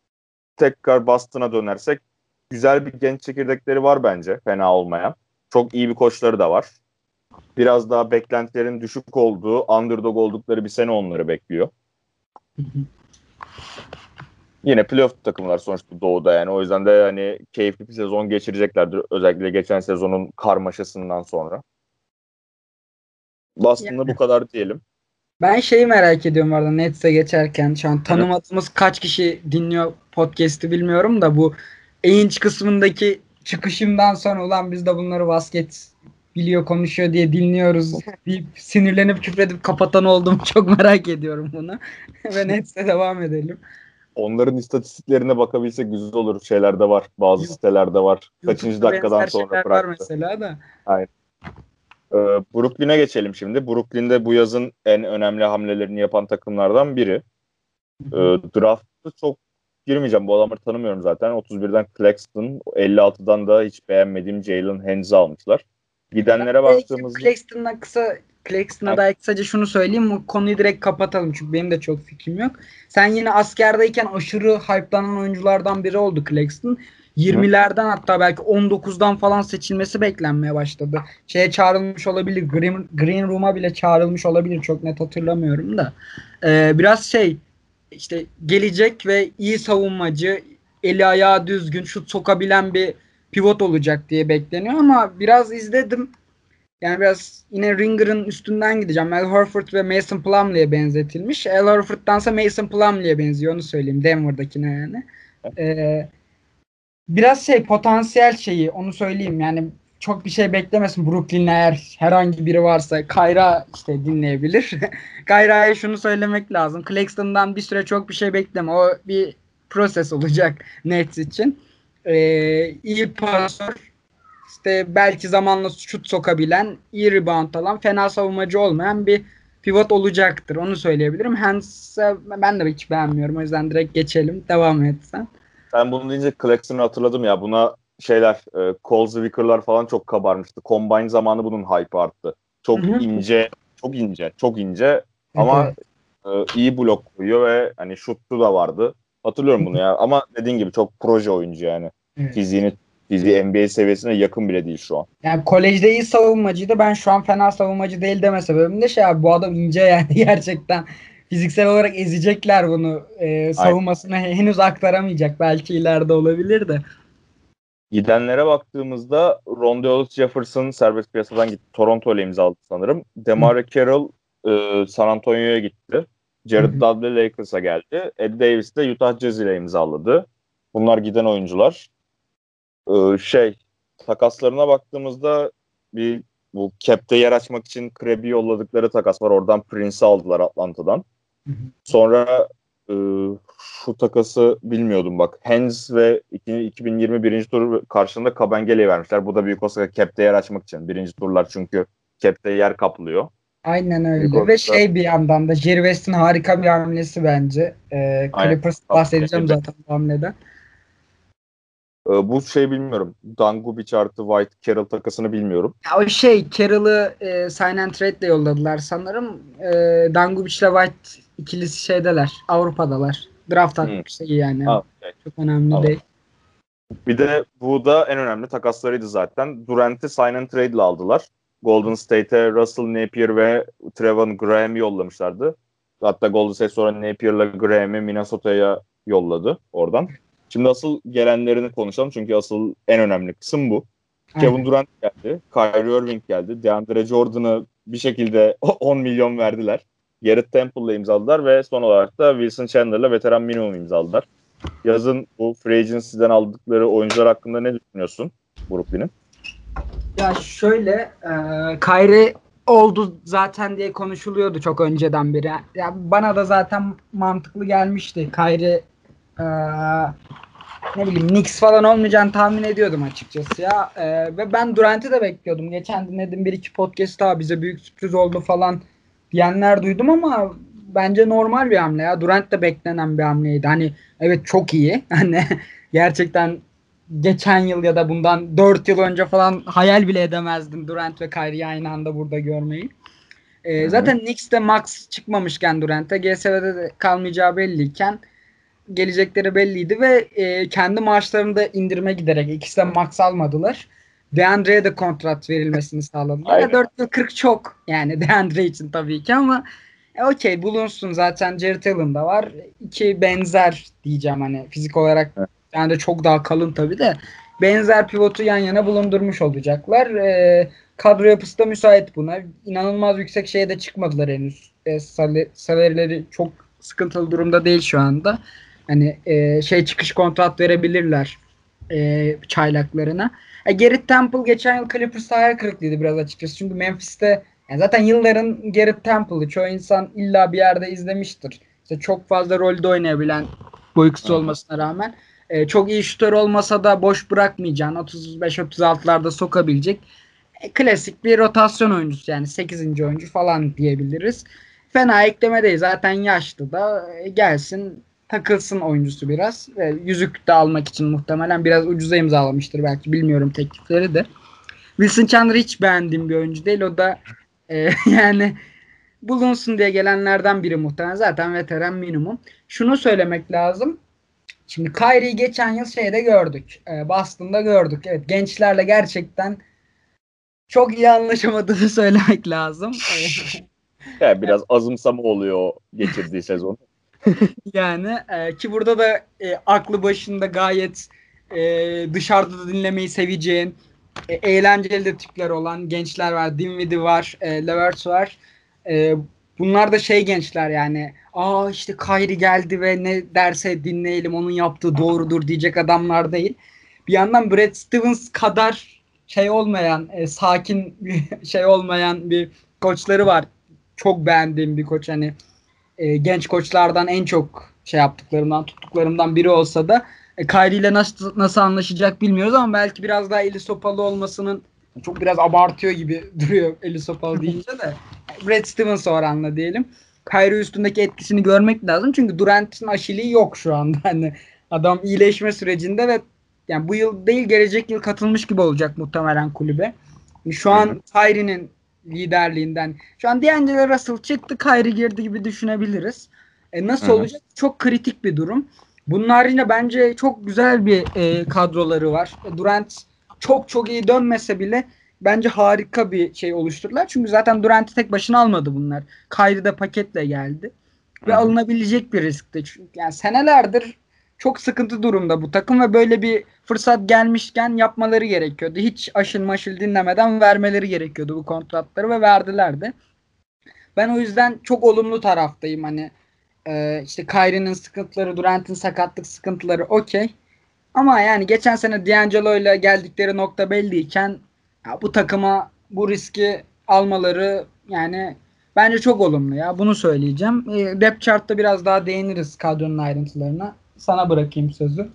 tekrar Boston'a dönersek güzel bir genç çekirdekleri var bence, fena olmayan. Çok iyi bir koçları da var. Biraz daha beklentilerin düşük olduğu, underdog oldukları bir sene onları bekliyor. Yine playoff takımlar sonuçta Doğu'da yani. O yüzden de hani keyifli bir sezon geçireceklerdir. Özellikle geçen sezonun karmaşasından sonra. Boston'da bu kadar diyelim. Ben şeyi merak ediyorum orada Nets'e geçerken, şu an Hı hı. tanımadığımız kaç kişi dinliyor podcast'i bilmiyorum da, bu Ainge kısmındaki çıkışımdan sonra ulan biz de bunları basket biliyor konuşuyor diye dinliyoruz deyip sinirlenip küfredip kapatan oldum. Çok merak ediyorum bunu. Ve Nets'e devam edelim. Onların istatistiklerine bakabilsek güzel olur. Şeylerde var. Bazı Yu- sitelerde var. Kaçıncı YouTube'da dakikadan benzer sonra şeyler var bıraktı. mesela da. Aynen. Ee, Brooklyn'e geçelim şimdi. Brooklyn'de bu yazın en önemli hamlelerini yapan takımlardan biri. Ee, draft'ı çok girmeyeceğim. Bu adamları tanımıyorum zaten. otuz birden Claxton, elli altıdan da hiç beğenmediğim Jalen Hands'i almışlar. Ben Gidenlere de işte baktığımızda Claxton'a kısa Claxton'a dair kısaca şunu söyleyeyim. Bu konuyu direkt kapatalım çünkü benim de çok fikrim yok. Sen yine askerdeyken aşırı hype'lanan oyunculardan biri oldu Claxton. hı, yirmilerden hatta belki on dokuzdan falan seçilmesi beklenmeye başladı. Şeye çağrılmış olabilir. Green, Green Room'a bile çağrılmış olabilir. Çok net hatırlamıyorum da. Ee, biraz şey işte gelecek ve iyi savunmacı, eli ayağı düzgün, şut sokabilen bir pivot olacak diye bekleniyor ama biraz izledim. Yani biraz yine Ringer'ın üstünden gideceğim. Al Horford ve Mason Plumlee'ye benzetilmiş. Al Horford'dansa Mason Plumlee'ye benziyor, onu söyleyeyim. Denver'dakine yani. Ee, biraz şey potansiyel şeyi onu söyleyeyim. Yani çok bir şey beklemesin Brooklyn'le, eğer herhangi biri varsa Kayra işte dinleyebilir. Kayra'ya şunu söylemek lazım. Claxton'dan bir süre çok bir şey bekleme. O bir proses olacak Nets için. Ee, iyi pasör, işte belki zamanla şut sokabilen, iyi rebound alan, fena savunmacı olmayan bir pivot olacaktır. Onu söyleyebilirim. Hans'ı ben de hiç beğenmiyorum. O yüzden direkt geçelim. Devam et sen. ben bunu deyince Claxton'ı hatırladım ya. Buna şeyler, e, Coles Wicker'lar falan çok kabarmıştı. Combine zamanı bunun hype arttı. Hı Çok hı. ince, çok ince, çok ince. Evet, Ama evet. e, iyi blok koyuyor ve hani şutlu da vardı. Hatırlıyorum bunu ya. Ama dediğin gibi çok proje oyuncu yani. Evet. Fiziğini fiziği N B A seviyesine yakın bile değil şu an. Yani kolejde iyi savunmacıydı. Ben şu an fena savunmacı değil deme sebebim de şey abi, bu adam ince yani gerçekten. Fiziksel olarak ezecekler bunu. Ee, Aynen. savunmasını henüz aktaramayacak. Belki ileride olabilir de. Gidenlere baktığımızda Rondell Jefferson serbest piyasadan gitti. Toronto ile imzaladı sanırım. Hı DeMar Carroll e, San Antonio'ya gitti. hı. Jared Hı. Dudley Lakers'a geldi. Eddie Davis de Utah Jazz ile imzaladı. Bunlar giden oyuncular. E, şey takaslarına baktığımızda bir bu cap'te yer açmak için Krebs'i yolladıkları takas var. Oradan Prince'i aldılar Atlanta'dan. Hı. Sonra e, şu takası bilmiyordum bak. Hens ve iki- 2020 birinci tur karşılığında Kabengele'yi vermişler. Bu da büyük olasılıkla cap'te yer açmak için. Birinci turlar çünkü cap'te yer kaplıyor. Aynen Büyük öyle. Ve olasılıkla şey, bir yandan da Jerry West'in harika bir hamlesi bence. Ee, aynen. Clippers bahsedeceğim zaten bu hamleden. E, bu şey bilmiyorum. Dangubic artı White Carroll takasını bilmiyorum. Ya o şey, Carroll'ı e, sign and trade ile yolladılar sanırım. E, Dangubic'le White ikilisi şeydeler. Avrupa'dalar. Draft Hmm. hakkı şeyi yani. Ha, okay. Çok önemli Tamam. değil. Bir de bu da en önemli takaslarıydı zaten. Durant'i sign and trade ile aldılar. Golden State'e Russell Napier ve Trevon Graham'i yollamışlardı. Hatta Golden State sonra Napier'la Graham'i Minnesota'ya yolladı oradan. Şimdi asıl gelenlerini konuşalım çünkü asıl en önemli kısım bu. Kevin Aynen. Durant geldi. Kyrie Irving geldi. DeAndre Jordan'ı bir şekilde on milyon verdiler. Garrett Temple'la imzaladılar ve son olarak da Wilson Chandler'la veteran minimum imzaladılar. Yazın bu free agency'den aldıkları oyuncular hakkında ne düşünüyorsun Brooklyn'in? Ya şöyle, e, Kyrie oldu zaten diye konuşuluyordu çok önceden beri. Ya bana da zaten mantıklı gelmişti. Kyrie e, ne bileyim Knicks falan olmayacağını tahmin ediyordum açıkçası ya. Ee, ve ben Durant'i de bekliyordum. Geçen dinledim bir iki podcast daha, bize büyük sürpriz oldu falan diyenler duydum ama bence normal bir hamle ya. Durant de beklenen bir hamleydi. Hani evet, çok iyi. Hani gerçekten geçen yıl ya da bundan dört yıl önce falan hayal bile edemezdim Durant ve Kyrie'yi aynı anda burada görmeyi. Hı Ee, hı. zaten Knicks'te Max çıkmamışken Durant'e G S V'de de kalmayacağı belliyken gelecekleri belliydi ve e, kendi maaşlarını da indirime giderek ikisi de max almadılar. DeAndre'ye de kontrat verilmesini sağladılar. Ya Aynen. dört yıl kırk çok yani DeAndre için tabii ki ama e, okey bulunsun, zaten Jared Allen da var. İki benzer diyeceğim, hani fizik olarak Hı. yani çok daha kalın tabii de benzer pivotu yan yana bulundurmuş olacaklar. E, kadro yapısı da müsait buna. İnanılmaz yüksek şeye de çıkmadılar henüz. E, sal- salarileri çok sıkıntılı durumda değil şu anda. Hani e, şey, çıkış kontrat verebilirler e, çaylaklarına. E, Garrett Temple geçen yıl Clippers'ta hayal kırıklığıydı biraz açıkçası. Çünkü Memphis'te yani zaten yılların Garrett Temple'ı çoğu insan illa bir yerde izlemiştir. İşte çok fazla rolde oynayabilen, boy Hı kısa hı. olmasına rağmen e, çok iyi şutör olmasa da boş bırakmayacağın otuz beş otuz altılarda sokabilecek e, klasik bir rotasyon oyuncusu, yani sekizinci oyuncu falan diyebiliriz. Fena ekleme değil. Zaten yaşlı da e, gelsin takılsın oyuncusu biraz. Ve yüzük de almak için muhtemelen biraz ucuza imzalamıştır belki. Bilmiyorum teklifleri de. Wilson Chandler hiç beğendiğim bir oyuncu değil. O da e, yani bulunsun diye gelenlerden biri muhtemelen. Zaten veteran minimum. Şunu söylemek lazım. Şimdi Kyrie'yi geçen yıl şeyde gördük. E, Boston'da gördük. Evet, gençlerle gerçekten çok iyi anlaşamadığını söylemek lazım. E, Yani biraz azımsama oluyor o geçirdiği sezon. Yani e, ki burada da e, aklı başında gayet e, dışarıda da dinlemeyi seveceğin e, eğlenceli de tipler olan gençler var. Dinwiddie var, e, Levert var. E, bunlar da şey gençler yani. Aa işte Kyrie geldi ve ne derse dinleyelim, onun yaptığı doğrudur diyecek adamlar değil. Bir yandan Brad Stevens kadar şey olmayan, e, sakin bir şey olmayan bir koçları var. Çok beğendiğim bir koç, hani e, genç koçlardan en çok şey yaptıklarımdan, tuttuklarımdan biri olsa da e, Kyrie ile nasıl nasıl anlaşacak bilmiyoruz ama belki biraz daha eli sopalı olmasının, çok biraz abartıyor gibi duruyor eli sopalı deyince de, Brad Stevens oranla diyelim. Kyrie üstündeki etkisini görmek lazım. Çünkü Durant'in aşiliği yok şu anda. Hani adam iyileşme sürecinde ve yani bu yıl değil gelecek yıl katılmış gibi olacak muhtemelen kulübe. Şu Hı hı. an Kyrie'nin liderliğinden. Şu an D'Angelo Russell çıktı, Kyrie girdi gibi düşünebiliriz. E, Hı nasıl hı. olacak? Çok kritik bir durum. Bunlar yine bence çok güzel bir e, kadroları var. E, Durant çok çok iyi dönmese bile bence harika bir şey oluşturdular. Çünkü zaten Durant'i tek başına almadı bunlar. Kyrie de paketle geldi. Hı Ve hı. alınabilecek bir riskti. Çünkü yani senelerdir çok sıkıntı durumda bu takım ve böyle bir fırsat gelmişken yapmaları gerekiyordu. Hiç aşıl maşıl dinlemeden vermeleri gerekiyordu bu kontratları ve verdiler de. Ben o yüzden çok olumlu taraftayım. Hani e, işte Kyrie'nin sıkıntıları, Durant'in sakatlık sıkıntıları okey. Ama yani geçen sene D'Angelo ile geldikleri nokta belliyken ya bu takıma bu riski almaları yani bence çok olumlu ya. Bunu söyleyeceğim. E, depth chart'ta biraz daha değiniriz kadronun ayrıntılarına. Sana bırakayım sözü.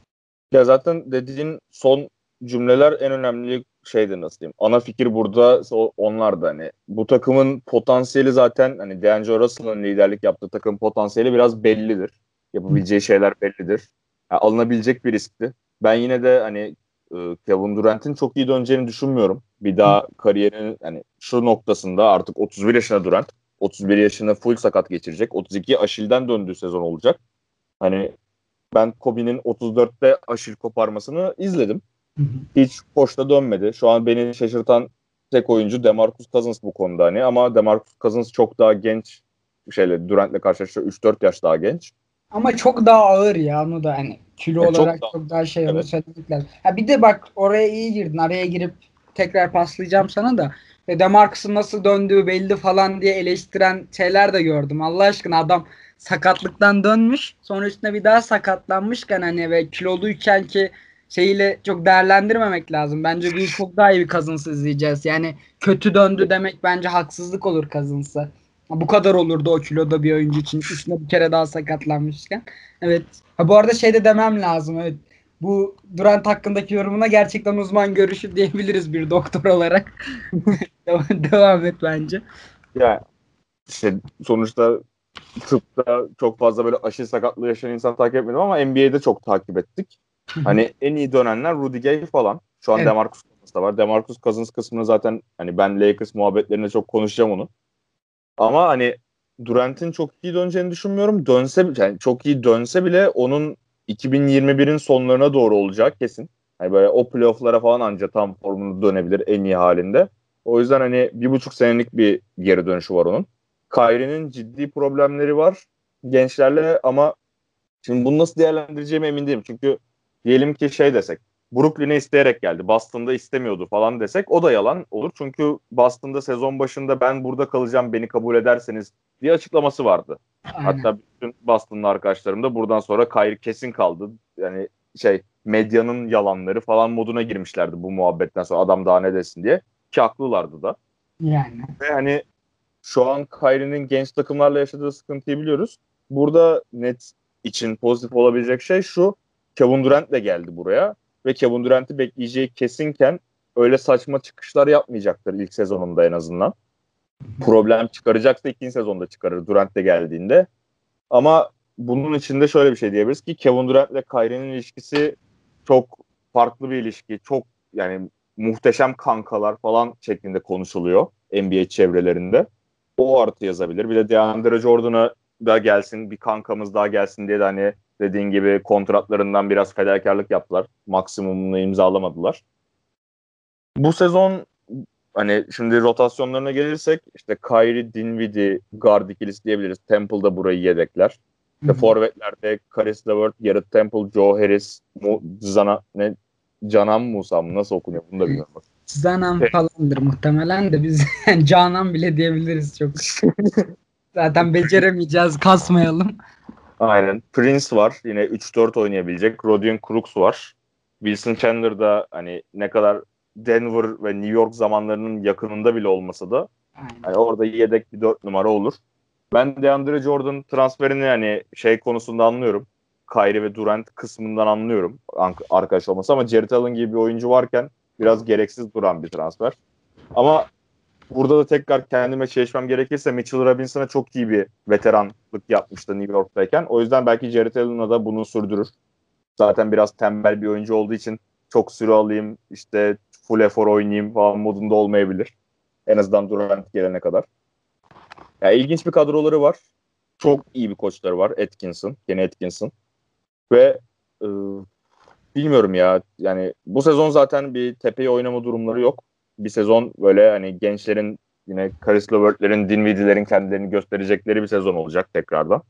Ya zaten dediğin son cümleler en önemli şeydi, nasıl diyeyim. Ana fikir burada o- onlar da hani bu takımın potansiyeli zaten hani D'Angelo Russell'ın liderlik yaptığı takım potansiyeli biraz bellidir. Yapabileceği şeyler bellidir. Yani alınabilecek bir riskti. Ben yine de hani e, Kevin Durant'in çok iyi döneceğini düşünmüyorum. Bir daha kariyerinin hani şu noktasında artık otuz bir yaşına Durant. otuz bir yaşında full sakat geçirecek. otuz iki Aşil'den döndüğü sezon olacak. Hani ben Kobe'nin otuz dörtte Aşil koparmasını izledim. Hiç hoşta dönmedi. Şu an beni şaşırtan tek oyuncu DeMarcus Cousins bu konuda hani, ama DeMarcus Cousins çok daha genç, şeyle Durant'le karşılaştırınca üç dört yaş daha genç. Ama çok daha ağır ya, onu da hani kilo Yani çok olarak daha, çok daha şey, onu evet. söylemek lazım. Ha bir de bak, oraya iyi girdin. Araya girip tekrar paslayacağım sana da. E, Demarcus'un nasıl döndüğü belli falan diye eleştiren şeyler de gördüm. Allah aşkına, adam sakatlıktan dönmüş. Sonra üstüne bir daha sakatlanmışken hani ve kiloluyken ki şeyiyle çok değerlendirmemek lazım. Bence bu yıl çok daha iyi bir Cousins izleyeceğiz. Yani kötü döndü demek bence haksızlık olur Cousins'a. Bu kadar olurdu o kiloda bir oyuncu için. Üstüne bir kere daha sakatlanmışken. Evet. Ha, bu arada şey de demem lazım. Evet. Bu Durant hakkındaki yorumuna gerçekten uzman görüşü diyebiliriz bir doktor olarak. Devam, devam et bence. Yani işte sonuçta tıpta çok fazla böyle aşırı sakatlığı yaşayan insan takip etmedim ama N B A'de çok takip ettik. Hani en iyi dönenler Rudy Gay falan. Şu an Evet. DeMarcus Cousins da var. DeMarcus Cousins kısmını zaten hani ben Lakers muhabbetlerinde çok konuşacağım onu. Ama hani Durant'in çok iyi döneceğini düşünmüyorum. Dönse, yani çok iyi dönse bile onun iki bin yirmi birin sonlarına doğru olacak kesin. Hani böyle o playoff'lara falan anca tam formunu dönebilir en iyi halinde. O yüzden hani bir buçuk senelik bir geri dönüşü var onun. Kyrie'nin ciddi problemleri var gençlerle, ama şimdi bunu nasıl değerlendireceğime emin değilim. Çünkü diyelim ki şey desek, Brooklyn'e isteyerek geldi, Boston'da istemiyordu falan desek, o da yalan olur. Çünkü Boston'da sezon başında ben burada kalacağım, beni kabul ederseniz diye açıklaması vardı. Aynen. Hatta bütün Boston'lı arkadaşlarım da buradan sonra Kyrie kesin kaldı. Yani şey, medyanın yalanları falan moduna girmişlerdi bu muhabbetten sonra, adam daha ne desin diye. Ki haklılardı da. Yani. Ve hani şu an Kyrie'nin genç takımlarla yaşadığı sıkıntıyı biliyoruz. Burada net için pozitif olabilecek şey şu: Kevin Durant de geldi buraya ve Kevin Durant'i bekleyeceği kesinken öyle saçma çıkışlar yapmayacaktır ilk sezonunda en azından. Problem çıkaracaksa ikinci sezonda çıkarır Durant de geldiğinde. Ama bunun içinde şöyle bir şey diyebiliriz ki Kevin Durant ile Kyrie'nin ilişkisi çok farklı bir ilişki. Çok yani muhteşem kankalar falan şeklinde konuşuluyor N B A çevrelerinde. O artı yazabilir. Bir de DeAndre Jordan'a da gelsin, bir kankamız daha gelsin diye de hani dediğin gibi kontratlarından biraz fedakarlık yaptılar. Maksimumunu imzalamadılar. Bu sezon hani şimdi rotasyonlarına gelirsek işte Kyrie, Dinwiddie, guard ikilisi diyebiliriz. Temple da burayı yedekler. Hı İşte hı. forvetlerde Caris LeVert, Garrett Temple, Joe Harris, Mu, Zana, ne, Canan Musa mı nasıl okunuyor bunu da bilmiyorum. Bak. Zanan Şey, falandır muhtemelen de biz yani Canan bile diyebiliriz çok. Zaten beceremeyeceğiz, kasmayalım. aynen. Prince var. Yine üç dört oynayabilecek. Rodion Crooks var. Wilson Chandler da hani ne kadar Denver ve New York zamanlarının yakınında bile olmasa da Aynen. hani orada yedek bir dört numara olur. Ben DeAndre Jordan transferini hani şey konusunda anlıyorum. Kyrie ve Durant kısmından anlıyorum arkadaş olması, ama Jared Allen gibi bir oyuncu varken biraz gereksiz duran bir transfer. Ama burada da tekrar kendime çelişmem gerekirse Mitchell Robinson'a çok iyi bir veteranlık yapmıştı New York'tayken. O yüzden belki Jared Allen'a da bunu sürdürür. Zaten biraz tembel bir oyuncu olduğu için çok süre alayım, işte full efor oynayayım falan modunda olmayabilir. En azından Durant gelene kadar. Yani ilginç bir kadroları var. Çok iyi bir koçları var. Atkinson, Kenny Atkinson. Ve e, bilmiyorum ya. Yani bu sezon zaten bir tepeye oynama durumları yok. Bir sezon böyle hani gençlerin yine Caris LeVert'lerin, Dinwiddie'lerin kendilerini gösterecekleri bir sezon olacak tekrardan.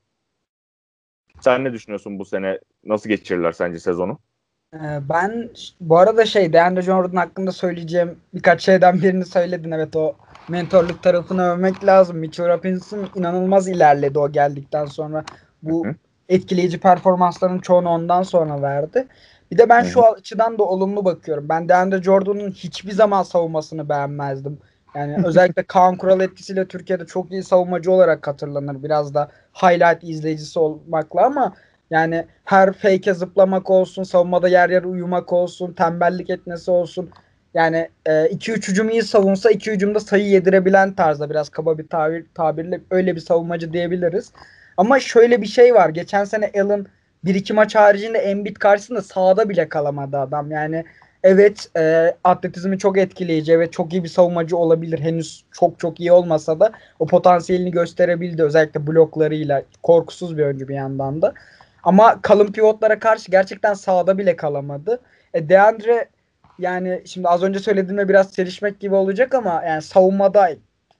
Sen ne düşünüyorsun bu sene? Nasıl geçirirler sence sezonu? Ee, Ben bu arada şey DeAndre Jordan hakkında söyleyeceğim birkaç şeyden birini söyledin. Evet, o mentorluk tarafını övmek lazım. Mitchell Robinson inanılmaz ilerledi o geldikten sonra. Hı Bu hı, etkileyici performansların çoğunu ondan sonra verdi. Bir de ben hı hı, şu açıdan da olumlu bakıyorum. Ben DeAndre Jordan'ın hiçbir zaman savunmasını beğenmezdim. Yani özellikle Kaan Kural etkisiyle Türkiye'de çok iyi savunmacı olarak hatırlanır. Biraz da highlight izleyicisi olmakla ama yani her fake'e zıplamak olsun, savunmada yer yer uyumak olsun, tembellik etmesi olsun. Yani iki üç hücum iyi savunsa iki hücumda sayı yedirebilen tarzda, biraz kaba bir tabir, tabirle öyle bir savunmacı diyebiliriz. Ama şöyle bir şey var. Geçen sene Allen bir iki maç haricinde Embiid karşısında sahada bile kalamadı adam. Yani evet, e, atletizmi çok etkileyici. Evet, çok iyi bir savunmacı olabilir. Henüz çok çok iyi olmasa da o potansiyelini gösterebildi. Özellikle bloklarıyla. Korkusuz bir oyuncu bir yandan da. Ama kalın pivotlara karşı gerçekten sahada bile kalamadı. E, DeAndre, yani şimdi az önce söylediğimde biraz çelişmek gibi olacak ama yani savunmada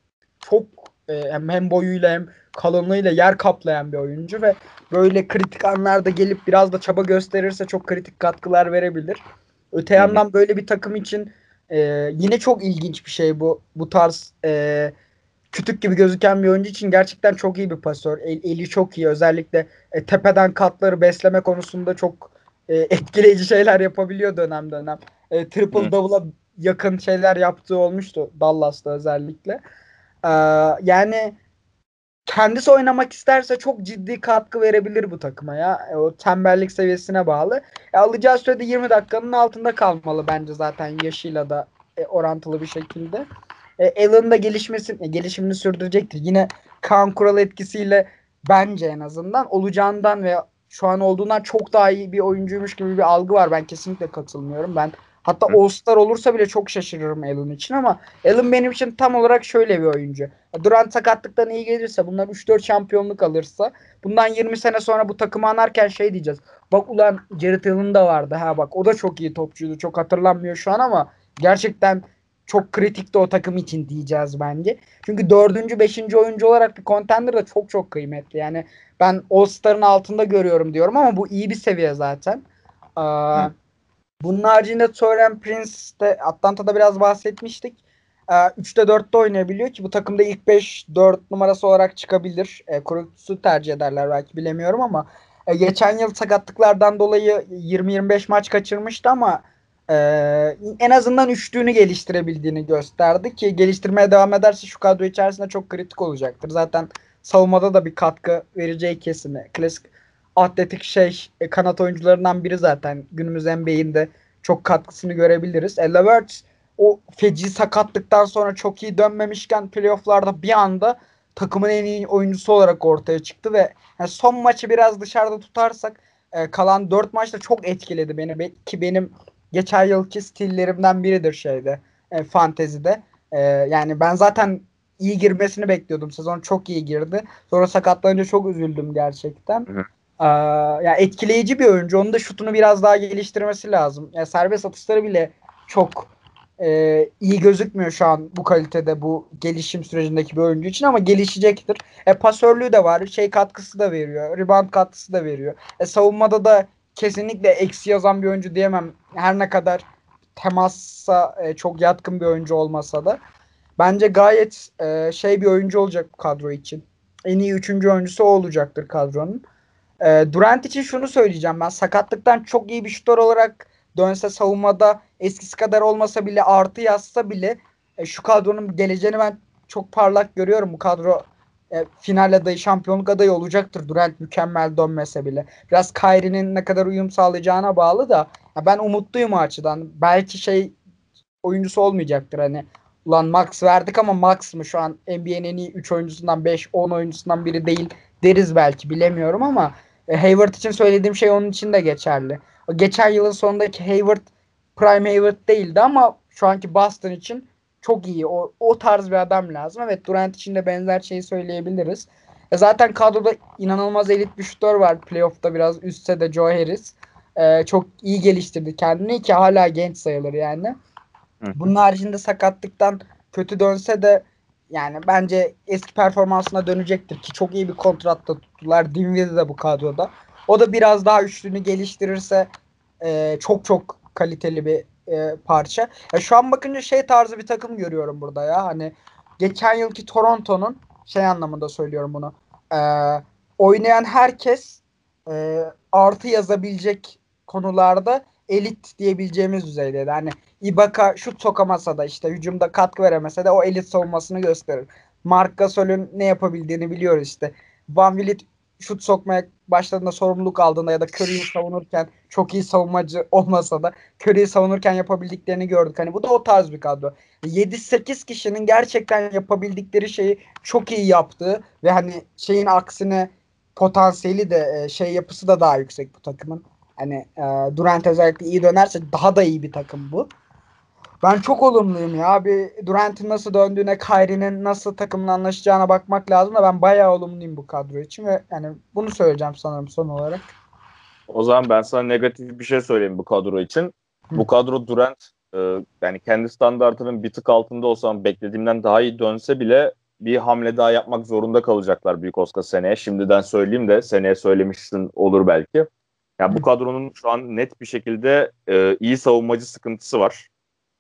çok e, hem, hem boyuyla hem kalınlığıyla yer kaplayan bir oyuncu ve böyle kritik anlarda gelip biraz da çaba gösterirse çok kritik katkılar verebilir. Öte hı hı, yandan böyle bir takım için e, yine çok ilginç bir şey bu. Bu tarz e, kütük gibi gözüken bir oyuncu için gerçekten çok iyi bir pasör. El, eli çok iyi. Özellikle e, tepeden katları besleme konusunda çok e, etkileyici şeyler yapabiliyor dönem dönem. E, triple hı double'a yakın şeyler yaptığı olmuştu Dallas'ta özellikle. Ee, Yani kendisi oynamak isterse çok ciddi katkı verebilir bu takıma ya. E, o tembellik seviyesine bağlı. E, alacağı sürede yirmi dakikanın altında kalmalı bence, zaten yaşıyla da e, orantılı bir şekilde. E, Allen da gelişmesini, e, gelişimini sürdürecektir. Yine Kaan Kural etkisiyle bence en azından olacağından ve şu an olduğundan çok daha iyi bir oyuncuymuş gibi bir algı var. Ben kesinlikle katılmıyorum. Ben hatta hı. All-Star olursa bile çok şaşırırım Allen için ama Allen benim için tam olarak şöyle bir oyuncu. Durant sakatlıktan iyi gelirse, bunlar üç dört şampiyonluk alırsa, bundan yirmi sene sonra bu takımı anarken şey diyeceğiz. Bak ulan, Jared Allen da vardı ha, bak o da çok iyi topçuydu. Çok hatırlanmıyor şu an ama gerçekten çok kritikti o takım için diyeceğiz bence. Çünkü dördüncü, beşinci oyuncu olarak bir contender da çok çok kıymetli. Yani ben All-Star'ın altında görüyorum diyorum ama bu iyi bir seviye zaten. Aa, Hı. Bunun haricinde Taurean Prince de Atlanta'da biraz bahsetmiştik. Ee, üçte dörtte oynayabiliyor ki bu takımda ilk beş dört numarası olarak çıkabilir. E, kurucusu tercih ederler belki, bilemiyorum ama e, geçen yıl sakatlıklardan dolayı yirmi yirmi beş maç kaçırmıştı ama e, en azından üçlüğünü geliştirebildiğini gösterdi ki geliştirmeye devam ederse şu kadro içerisinde çok kritik olacaktır. Zaten savunmada da bir katkı vereceği kesin. Klasik atletik şey, e, kanat oyuncularından biri zaten. Günümüz N B A'inde çok katkısını görebiliriz. E, Levert o feci sakatlıktan sonra çok iyi dönmemişken playofflarda bir anda takımın en iyi oyuncusu olarak ortaya çıktı ve yani son maçı biraz dışarıda tutarsak e, kalan dört maçta çok etkiledi beni. Be- ki benim geçen yılki stillerimden biridir şeyde, e, fantezide. E, yani ben zaten iyi girmesini bekliyordum. Sezon çok iyi girdi. Sonra sakatlanınca çok üzüldüm gerçekten. Hı hı. Aa, ya etkileyici bir oyuncu. Onun da şutunu biraz daha geliştirmesi lazım. Ya serbest atışları bile çok e, iyi gözükmüyor şu an bu kalitede, bu gelişim sürecindeki bir oyuncu için ama gelişecektir. E, pasörlüğü de var. Şey katkısı da veriyor. Rebound katkısı da veriyor. E, savunmada da kesinlikle eksi yazan bir oyuncu diyemem. Her ne kadar temassa e, çok yatkın bir oyuncu olmasa da. Bence gayet e, şey bir oyuncu olacak bu kadro için. En iyi üçüncü oyuncusu o olacaktır kadronun. E, Durant için şunu söyleyeceğim ben. Sakatlıktan çok iyi bir şutör olarak dönse, savunmada eskisi kadar olmasa bile, artı yazsa bile e, şu kadronun geleceğini ben çok parlak görüyorum. Bu kadro e, final adayı, şampiyonluk adayı olacaktır. Durant mükemmel dönmese bile. Biraz Kyrie'nin ne kadar uyum sağlayacağına bağlı da ya ben umutluyum o açıdan. Belki şey oyuncusu olmayacaktır hani. Ulan Max verdik ama Max mı şu an N B A'nin en iyi üç oyuncusundan, beş on oyuncusundan biri değil deriz belki, bilemiyorum ama e, Hayward için söylediğim şey onun için de geçerli. O geçen yılın sonundaki Hayward Prime Hayward değildi ama şu anki Boston için çok iyi. O, o tarz bir adam lazım. Evet, Durant için de benzer şeyi söyleyebiliriz. E zaten kadroda inanılmaz elit bir şutör var. Playoff'ta biraz üstse de Joe Harris. E, çok iyi geliştirdi kendini ki hala genç sayılır yani. Hı. Bunun haricinde sakatlıktan kötü dönse de yani bence eski performansına dönecektir ki çok iyi bir kontratta tuttular. Dinwiddie de bu kadroda. O da biraz daha üçlünü geliştirirse e, çok çok kaliteli bir e, parça. Ya şu an bakınca şey tarzı bir takım görüyorum burada ya. Hani geçen yılki Toronto'nun şey anlamında söylüyorum bunu. E, oynayan herkes e, artı yazabilecek konularda elit diyebileceğimiz düzeydeydi. Hani Ibaka şut sokamasa da işte hücumda katkı veremese de o elit savunmasını gösterir. Marc Gasol'ün ne yapabildiğini biliyoruz işte. Van Vliet şut sokmaya başladığında sorumluluk aldığında ya da Curry'i savunurken çok iyi savunmacı olmasa da Curry'i savunurken yapabildiklerini gördük. Hani bu da o tarz bir kadro. yedi sekiz kişinin gerçekten yapabildikleri şeyi çok iyi yaptığı ve hani şeyin aksine potansiyeli de e, şey yapısı da daha yüksek bu takımın. Hani e, Durant özellikle iyi dönerse daha da iyi bir takım bu. Ben çok olumluyum ya. Bir Durant'in nasıl döndüğüne, Kyrie'nin nasıl takımla anlaşacağına bakmak lazım da ben bayağı olumluyum bu kadro için ve yani bunu söyleyeceğim sanırım son olarak. O zaman ben sana negatif bir şey söyleyeyim bu kadro için. Hı. Bu kadro Durant e, yani kendi standartının bir tık altında olsam beklediğimden daha iyi dönse bile bir hamle daha yapmak zorunda kalacaklar Büyük Oscar seneye. Şimdiden söyleyeyim de seneye söylemişsin olur belki. Yani bu kadronun şu an net bir şekilde e, iyi savunmacı sıkıntısı var.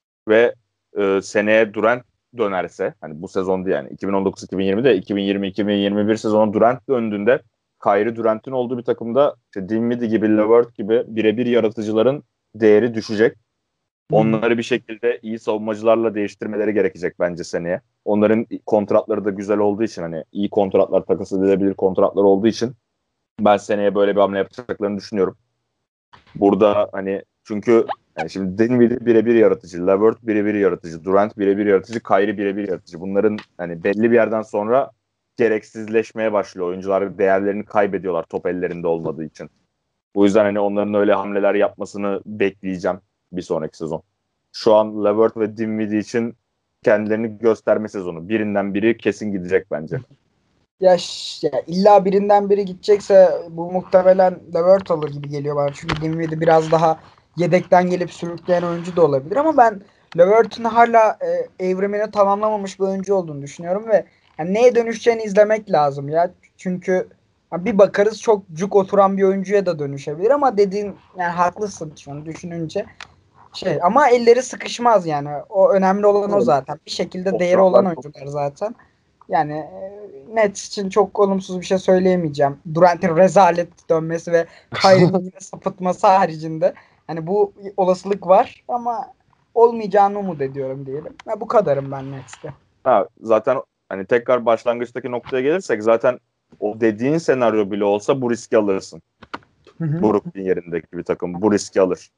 Ve e, seneye Durant dönerse hani bu sezonda yani iki bin on dokuz iki bin yirmide iki bin yirmi iki bin yirmi bir sezonu Durant döndüğünde Kyrie Durant'in olduğu bir takımda işte Dinwiddie gibi Levert gibi birebir yaratıcıların değeri düşecek. Onları bir şekilde iyi savunmacılarla değiştirmeleri gerekecek bence seneye. Onların kontratları da güzel olduğu için hani iyi kontratlar takas edilebilir kontratlar olduğu için ben seneye böyle bir hamle yapacaklarını düşünüyorum. Burada hani çünkü yani şimdi Dinwiddie birebir yaratıcı, Levert birebir yaratıcı, Durant birebir yaratıcı, Kyrie birebir yaratıcı. Bunların hani belli bir yerden sonra gereksizleşmeye başlıyor. Oyuncular değerlerini kaybediyorlar top ellerinde olmadığı için. Bu yüzden hani onların öyle hamleler yapmasını bekleyeceğim bir sonraki sezon. Şu an Levert ve Dinwiddie için kendilerini gösterme sezonu. Birinden biri kesin gidecek bence. Ya, ş- ya illa birinden biri gidecekse bu muhtemelen Levert olur gibi geliyor bana. Çünkü Dinwiddie biraz daha yedekten gelip sürükleyen oyuncu da olabilir ama ben Levert'ün hala e, evrimini tamamlamamış bir oyuncu olduğunu düşünüyorum ve yani neye dönüşeceğini izlemek lazım ya. Çünkü ha, bir bakarız çok cuk oturan bir oyuncuya da dönüşebilir ama dediğin yani haklısın şunu düşününce. Şey ama elleri sıkışmaz yani. O önemli olan o zaten. Bir şekilde değeri olan Kontratlar çok oyuncular zaten. Yani e, Nets için çok olumsuz bir şey söyleyemeyeceğim. Durant'in rezalet dönmesi ve Kyrie'nin yine sapıtması haricinde. Hani bu olasılık var ama olmayacağını umut ediyorum diyelim. Ve bu kadarım ben Nets'te. Ha, zaten hani tekrar başlangıçtaki noktaya gelirsek zaten o dediğin senaryo bile olsa bu riski alırsın. Hı hı. Brooklyn yerindeki bir takım bu riski alır.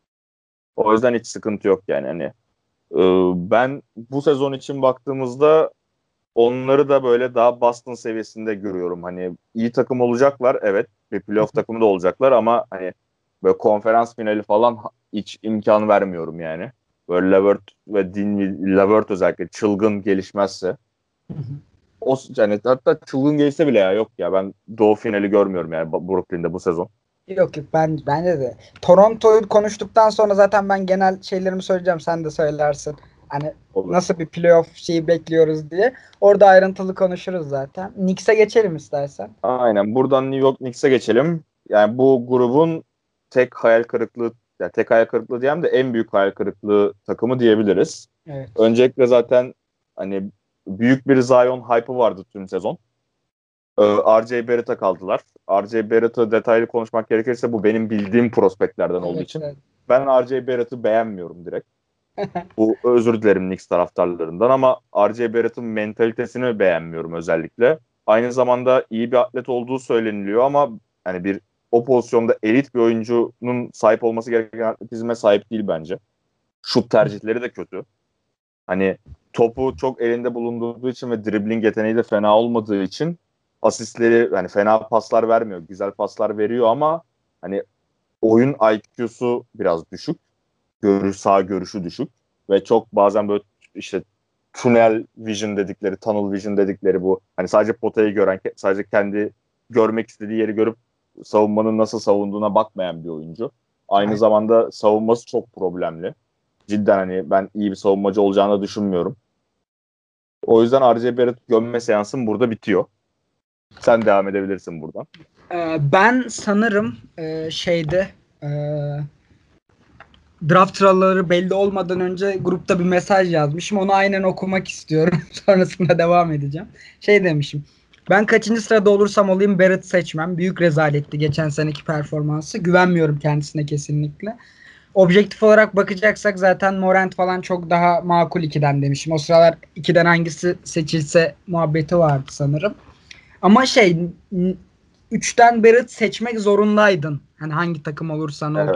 O yüzden hiç sıkıntı yok yani. Hani e, ben bu sezon için baktığımızda onları da böyle daha Boston seviyesinde görüyorum. Hani iyi takım olacaklar evet. Bir playoff takımı da olacaklar ama hani böyle konferans finali falan hiç imkan vermiyorum yani. Böyle Levert ve Dinwiddie, Levert özellikle çılgın gelişmezse o yani hatta çılgın gelişse bile ya yok ya ben Doğu finali görmüyorum yani Brooklyn'de bu sezon. Yok yok ben bence de. Toronto'yu konuştuktan sonra zaten ben genel şeylerimi söyleyeceğim. Sen de söylersin. Hani Olur. nasıl bir playoff şeyi bekliyoruz diye. Orada ayrıntılı konuşuruz zaten. Knicks'e geçelim istersen. Aynen. Buradan New York Knicks'e geçelim. Yani bu grubun tek hayal kırıklığı, yani tek hayal kırıklığı diyeyim de en büyük hayal kırıklığı takımı diyebiliriz. Evet. Öncelikle zaten hani büyük bir Zion hype'ı vardı tüm sezon. Ee, R J Barrett'a kaldılar. R J Barrett'ı detaylı konuşmak gerekirse bu benim bildiğim prospektlerden olduğu Evet. için. Evet. Ben R J Barrett'ı beğenmiyorum direkt. Bu özür dilerim Knicks taraftarlarından ama R J Barrett'ın mentalitesini beğenmiyorum özellikle. Aynı zamanda iyi bir atlet olduğu söyleniliyor ama hani bir o pozisyonda elit bir oyuncunun sahip olması gereken atletizme sahip değil bence. Şut tercihleri de kötü. Hani topu çok elinde bulundurduğu için ve dribbling yeteneği de fena olmadığı için asistleri hani fena paslar vermiyor. Güzel paslar veriyor ama hani oyun I Q'su biraz düşük. Görüş, sağ görüşü düşük ve çok bazen böyle işte tunnel vision dedikleri, tunnel vision dedikleri bu. Hani sadece potayı gören, sadece kendi görmek istediği yeri görüp savunmanın nasıl savunduğuna bakmayan bir oyuncu. Aynı Aynen. zamanda savunması çok problemli. Cidden hani ben iyi bir savunmacı olacağını düşünmüyorum. O yüzden R J Barrett gömme seansım burada bitiyor. Sen devam edebilirsin buradan. Ee, ben sanırım e, şeyde e, draft sıraları belli olmadan önce grupta bir mesaj yazmışım. Onu aynen okumak istiyorum. Sonrasında devam edeceğim. Şey demişim. Ben kaçıncı sırada olursam olayım Barrett seçmem. Büyük rezaletti geçen seneki performansı. Güvenmiyorum kendisine kesinlikle. Objektif olarak bakacaksak zaten Morant falan çok daha makul ikiden demişim. O sıralar ikiden hangisi seçilse muhabbeti vardı sanırım. Ama şey üçten Barrett seçmek zorundaydın. Hani hangi takım olursan ol. Evet.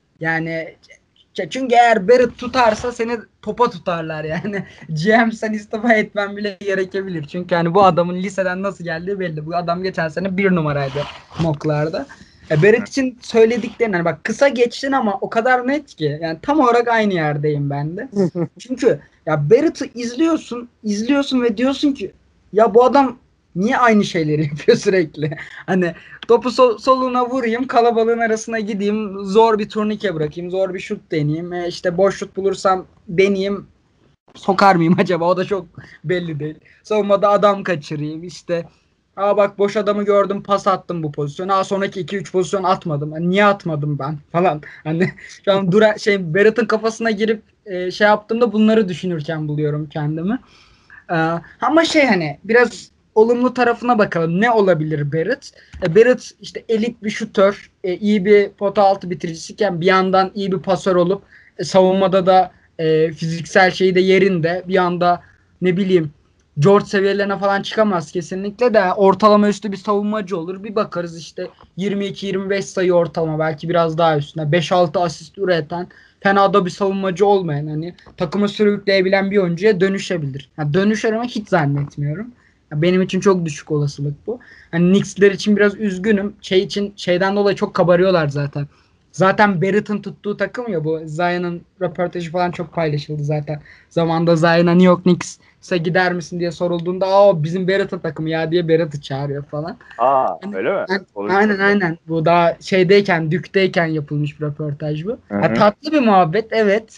Yani çünkü eğer Barrett tutarsa seni topa tutarlar yani. G M sen istifa etmen bile gerekebilir. Çünkü hani bu adamın liseden nasıl geldiği belli. Bu adam geçen sene bir numaraydı mocklarda. E Barrett için söylediklerin hani bak kısa geçtin ama o kadar net ki. Yani tam olarak aynı yerdeyim ben de. Çünkü ya Barrett'ı izliyorsun, izliyorsun ve diyorsun ki ya bu adam niye aynı şeyleri yapıyor sürekli? Hani topu sol, soluna vurayım, kalabalığın arasına gideyim, zor bir turnike bırakayım, zor bir şut deneyeyim. E işte boş şut bulursam deneyeyim, sokar mıyım acaba? O da çok belli değil. Savunmada adam kaçırayım işte. Aa bak boş adamı gördüm, pas attım bu pozisyona. Aa sonraki iki üç pozisyon atmadım. Yani niye atmadım ben falan. Hani şu an Dura şey Berat'ın kafasına girip e, şey yaptığımda bunları düşünürken buluyorum kendimi. Ee, ama şey hani biraz olumlu tarafına bakalım. Ne olabilir Barrett? E, Barrett işte elit bir şutör, e, iyi bir pota altı bitiricisiyken bir yandan iyi bir pasör olup e, savunmada da e, fiziksel şeyi de yerinde. Bir anda ne bileyim George seviyelerine falan çıkamaz kesinlikle de ortalama üstü bir savunmacı olur. Bir bakarız işte yirmi iki yirmi beş sayı ortalama belki biraz daha üstüne beş altı asist üreten fena da bir savunmacı olmayan hani takımı sürükleyebilen bir oyuncuya dönüşebilir. Yani dönüşer ama hiç zannetmiyorum. Yani benim için çok düşük olasılık bu. Hani Knicks'ler için biraz üzgünüm. Şey için şeyden dolayı çok kabarıyorlar zaten. Zaten Barrett'ın tuttuğu takım ya bu. Zion'ın röportajı falan çok paylaşıldı zaten. Zamanında Zion'a New York Knicks'e gider misin diye sorulduğunda aa bizim Barrett'ın takımı ya diye Barrett'ı çağırıyor falan. Aa Hani, öyle mi? yani, Onu aynen bilmiyordum bak. aynen. Bu daha şeydeyken, Dük'teyken yapılmış bir röportaj bu. Hı Ha, hı. tatlı bir muhabbet evet.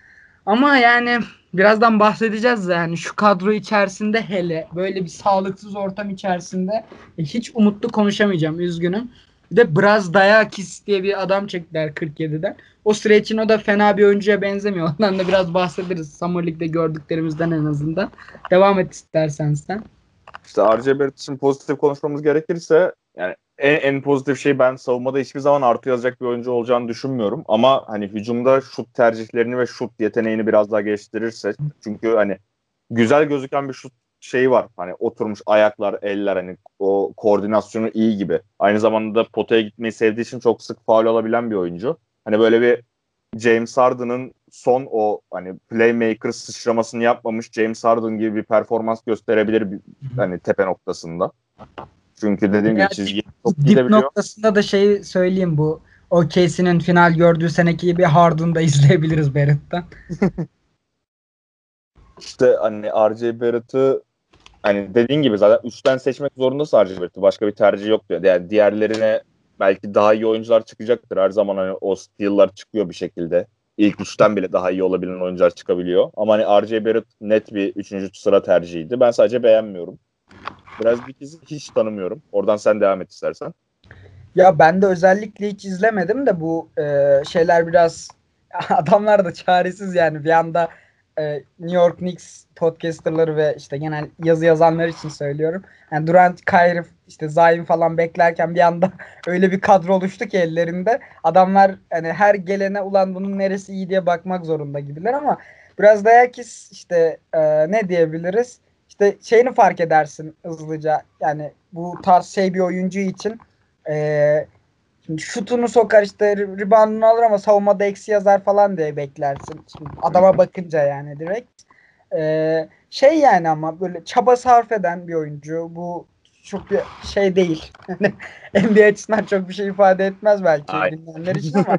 Ama yani birazdan bahsedeceğiz de yani şu kadro içerisinde hele böyle bir sağlıksız ortam içerisinde e, hiç umutlu konuşamayacağım üzgünüm. Bir de Braz Dayakis diye bir adam çektiler kırk yediden. O süre için o da fena bir oyuncuya benzemiyor. Ondan da biraz bahsederiz. Summer League'de gördüklerimizden en azından. Devam et istersen sen. İşte R J Barrett için pozitif konuşmamız gerekirse yani en, en pozitif şey ben savunmada hiçbir zaman artı yazacak bir oyuncu olacağını düşünmüyorum. Ama hani hücumda şut tercihlerini ve şut yeteneğini biraz daha geliştirirse çünkü hani güzel gözüken bir şut şeyi var. Hani oturmuş ayaklar, eller hani o koordinasyonu iyi gibi. Aynı zamanda potaya gitmeyi sevdiği için çok sık faul alabilen bir oyuncu. Hani böyle bir James Harden'ın son o hani playmaker sıçramasını yapmamış James Harden gibi bir performans gösterebilir bir, hani tepe noktasında. Çünkü dediğim gibi Veya çizgiye dip, çok dip gidebiliyor. noktasında da şey söyleyeyim bu O K C'nin final gördüğü seneki gibi Harden'da izleyebiliriz Barrett'tan. İşte hani R J Barrett'ı hani dediğin gibi zaten üçten seçmek zorundasın R J Barrett'ı. Başka bir tercih yok diyor. Yani diğerlerine belki daha iyi oyuncular çıkacaktır. Her zaman hani o steal'lar çıkıyor bir şekilde. İlk üçten bile daha iyi olabilen oyuncular çıkabiliyor. Ama hani R J Barrett net bir üçüncü sıra tercihiydi. Ben sadece beğenmiyorum. Biraz Dikiz'i hiç tanımıyorum. Oradan sen devam et istersen. Ya ben de özellikle hiç izlemedim de bu e, şeyler biraz adamlar da çaresiz yani bir anda e, New York Knicks podcasterları ve işte genel yazı yazanlar için söylüyorum. Yani Durant, Kyrie, işte Zion falan beklerken bir anda öyle bir kadro oluştu ki ellerinde. Adamlar hani her gelene ulan bunun neresi iyi diye bakmak zorunda gibiler ama biraz da Yakis işte e, ne diyebiliriz? İşte şeyini fark edersin hızlıca. Yani bu tarz şey bir oyuncu için ee, şimdi şutunu sokar işte reboundunu alır ama savunmada eksi yazar falan diye beklersin. Şimdi adama bakınca yani direkt. Ee, şey yani ama böyle çaba sarf eden bir oyuncu. Bu çok bir şey değil. N B A açısından çok bir şey ifade etmez belki Aynen. dinleyenler için ama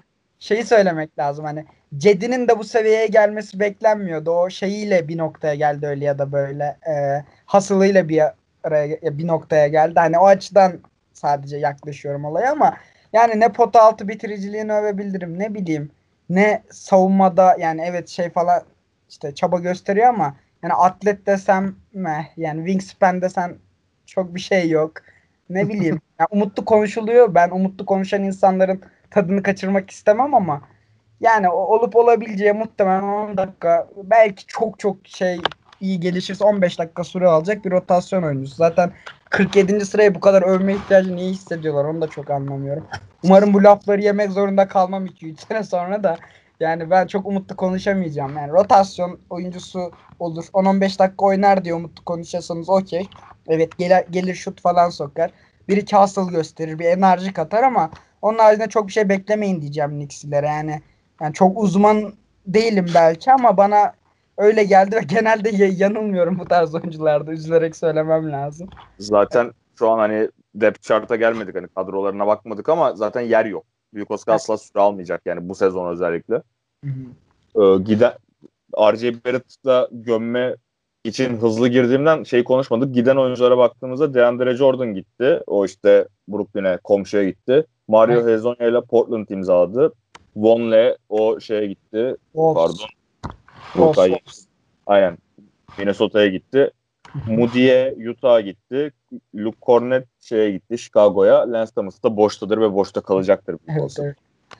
şeyi söylemek lazım. Hani Cedi'nin de bu seviyeye gelmesi beklenmiyordu. O şeyiyle bir noktaya geldi öyle ya da böyle. E, hasılıyla bir araya bir noktaya geldi. Hani o açıdan sadece yaklaşıyorum olaya ama yani ne pota altı bitiriciliğini övebilirim ne bileyim ne savunmada yani evet şey falan işte çaba gösteriyor ama yani atlet desem mi yani wingspan desen çok bir şey yok. Ne bileyim. Ya umutlu konuşuluyor. Ben umutlu konuşan insanların tadını kaçırmak istemem ama yani o- olup olabileceği muhtemelen on dakika belki çok çok şey iyi gelişirse on beş dakika süre alacak bir rotasyon oyuncusu. Zaten kırk yedinci sıraya bu kadar övme ihtiyacı niye hissediyorlar onu da çok anlamıyorum. Umarım bu lafları yemek zorunda kalmam iki üç sene sonra da yani ben çok umutlu konuşamayacağım. Yani rotasyon oyuncusu olur. on on beş dakika oynar diye umutlu konuşursanız okey. Evet gelir, gelir şut falan sokar. Bir iki hustle gösterir, bir enerji katar ama onun haricinde çok bir şey beklemeyin diyeceğim Knicks'lere. Yani yani çok uzman değilim belki ama bana öyle geldi ve genelde y- yanılmıyorum bu tarz oyuncularda. Üzülerek söylemem lazım. Zaten şu an hani depth chart'a gelmedik, hani kadrolarına bakmadık ama zaten yer yok. Büyük Oscar asla süre almayacak yani bu sezon özellikle. Hı hı. Ee, giden R J Barrett'la gömme için hızlı girdiğimden şey konuşmadık. Giden oyunculara baktığımızda DeAndre Jordan gitti. O işte Brooklyn'e, komşuya gitti. Mario Evet. Hezonja ile Portland imzaladı. Vonleh o şeye gitti. Pardon. Wolves. Wolves. Urkay. Wolves. Aynen. Minnesota'ya gitti. Moody'ye Utah'a gitti. Luke Cornett şeye gitti, Chicago'ya. Lance Thomas da boştadır ve boşta kalacaktır büyük Evet, olasılık. evet.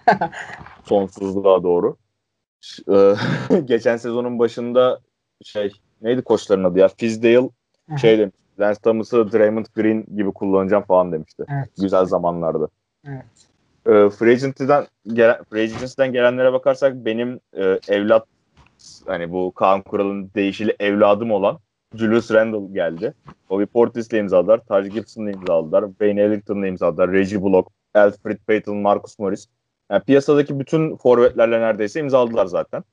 Sonsuzluğa doğru. Ş- e, Geçen sezonun başında şey neydi koçların adı ya? Fizdale Aha, şey demiş. Lance Thomas'ı Draymond Green gibi kullanacağım falan demişti. evet. Güzel zamanlarda. Evet. E, Free Agency'den gelen, Free Agency'den gelenlere bakarsak benim e, evlat, hani bu Kaan Kural'ın deyişiyle evladım olan Julius Randle geldi. Bobby Portis'le imzaladılar. Taj Gibson'la imzaladılar. Wayne Ellington'la imzaladılar. Reggie Bullock, Alfred Payton, Marcus Morris. Yani piyasadaki bütün forvetlerle neredeyse imzaladılar zaten.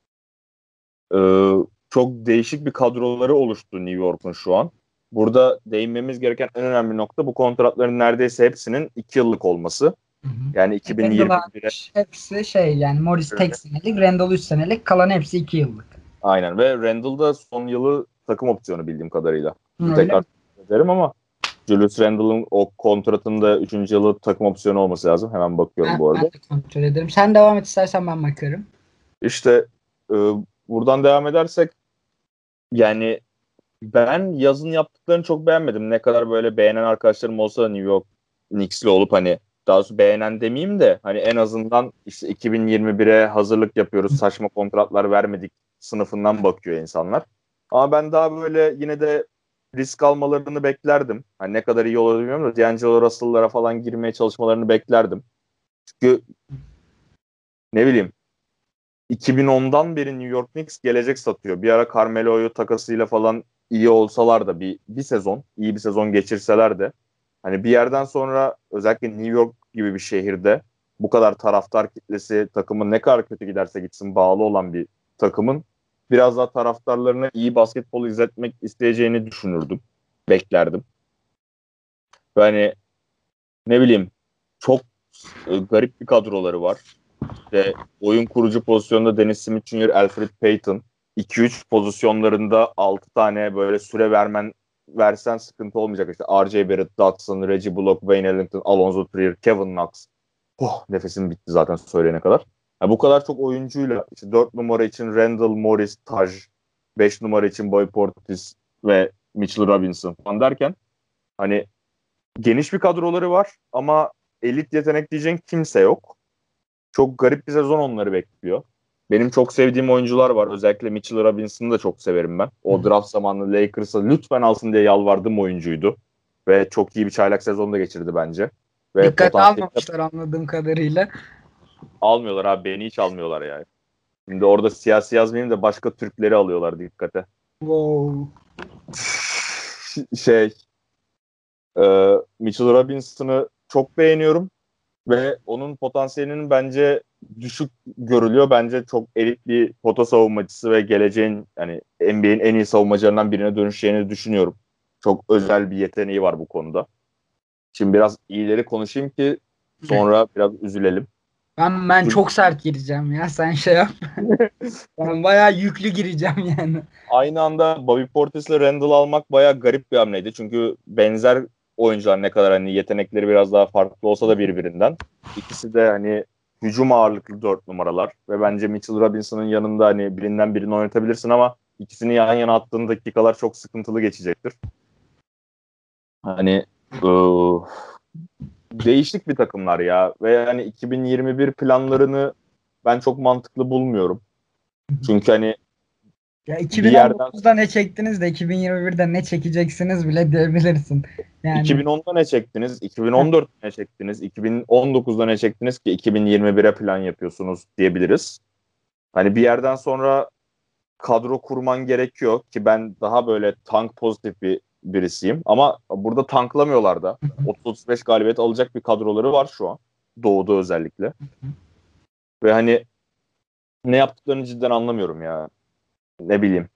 Ee, Çok değişik bir kadroları oluştu New York'un şu an. Burada değinmemiz gereken en önemli nokta bu kontratların neredeyse hepsinin iki yıllık olması. Hı hı. Yani Randall iki bin yirmi bire hariç hepsi şey yani Morris tek senelik, Randall üç senelik, kalan hepsi iki yıllık. aynen, ve Randall'da son yılı takım opsiyonu bildiğim kadarıyla. Hı, Bunu öyle tekrar mi? ederim ama Julius Randle'ın o kontratında üçüncü yılı takım opsiyonu olması lazım. Hemen bakıyorum Ben, bu ben arada. de kontrol ederim. Sen devam et istersen ben bakarım. İşte e, buradan devam edersek yani ben yazın yaptıklarını çok beğenmedim. Ne kadar böyle beğenen arkadaşlarım olsa da New York Knicks'li olup hani daha doğrusu beğenen demeyeyim de hani en azından işte iki bin yirmi bire hazırlık yapıyoruz. Saçma kontratlar vermedik sınıfından bakıyor insanlar. Ama ben daha böyle yine de risk almalarını beklerdim. Hani ne kadar iyi olur bilmiyorum da D'Angelo Russell'lara falan girmeye çalışmalarını beklerdim. Çünkü ne bileyim iki bin ondan beri New York Knicks gelecek satıyor. Bir ara Carmelo'yu takasıyla falan iyi olsalar da bir, bir sezon, iyi bir sezon geçirseler de hani bir yerden sonra özellikle New York gibi bir şehirde bu kadar taraftar kitlesi takımın ne kadar kötü giderse gitsin bağlı olan bir takımın biraz daha taraftarlarına iyi basketbol izletmek isteyeceğini düşünürdüm. Beklerdim. Ve hani ne bileyim çok e, garip bir kadroları var. İşte oyun kurucu pozisyonda Dennis Smith Junior, Alfred Payton. iki üç pozisyonlarında altı tane böyle süre vermen versen sıkıntı olmayacak. İşte R J Barrett, Dotson, Reggie Bullock, Wayne Ellington, Alonzo Trier, Kevin Knox. Oh, nefesim bitti zaten söyleyene kadar. Yani bu kadar çok oyuncuyla işte dört numara için Randall, Morris, Taj, beş numara için Boy Portis ve Mitchell Robinson falan derken hani geniş bir kadroları var ama elit yetenek diyeceğin kimse yok. Çok garip bir sezon onları bekliyor. Benim çok sevdiğim oyuncular var. Özellikle Mitchell Robinson'ı da çok severim ben. Hı O hı. draft zamanı Lakers'a lütfen alsın diye yalvardığım oyuncuydu. Ve çok iyi bir çaylak sezonu da geçirdi bence. Ve Dikkate potansiyeli almamışlar anladığım kadarıyla. almıyorlar abi. Beni hiç almıyorlar yani. Şimdi orada siyasi yazmayayım da başka Türkleri alıyorlar dikkate. Wow. Şey, e, Mitchell Robinson'ı çok beğeniyorum. Ve onun potansiyelinin bence düşük görülüyor. Bence çok elit bir pota savunmacısı ve geleceğin yani N B A'in en iyi savunmacılarından birine dönüşeceğini düşünüyorum. Çok özel bir yeteneği var bu konuda. Şimdi biraz iyileri konuşayım ki sonra biraz üzülelim. Ben ben çok sert gireceğim ya, sen şey yap. Ben bayağı yüklü gireceğim yani. Aynı anda Bobby Portis ile Randall almak bayağı garip bir hamleydi. Çünkü benzer oyuncular, ne kadar hani yetenekleri biraz daha farklı olsa da birbirinden. İkisi de hani hücum ağırlıklı dört numaralar. Ve bence Mitchell Robinson'ın yanında hani birinden birini oynatabilirsin ama ikisini yan yana attığın dakikalar çok sıkıntılı geçecektir. Hani ıı, değişik bir takımlar ya. Ve yani iki bin yirmi bir planlarını ben çok mantıklı bulmuyorum. Çünkü hani Ya bir yerden iki bin on dokuzda ne çektiniz de iki bin yirmi birde ne çekeceksiniz bile diyebilirsin. Yani iki bin onda ne çektiniz? iki bin on dörtte ne çektiniz? iki bin on dokuzda ne çektiniz ki iki bin yirmi bire plan yapıyorsunuz diyebiliriz. Hani bir yerden sonra kadro kurman gerekiyor ki ben daha böyle tank pozitif bir birisiyim. Ama burada tanklamıyorlar da. otuz otuz beş galibiyet alacak bir kadroları var şu an. Doğu'da özellikle. Ve hani ne yaptıklarını cidden anlamıyorum ya. Ne bileyim.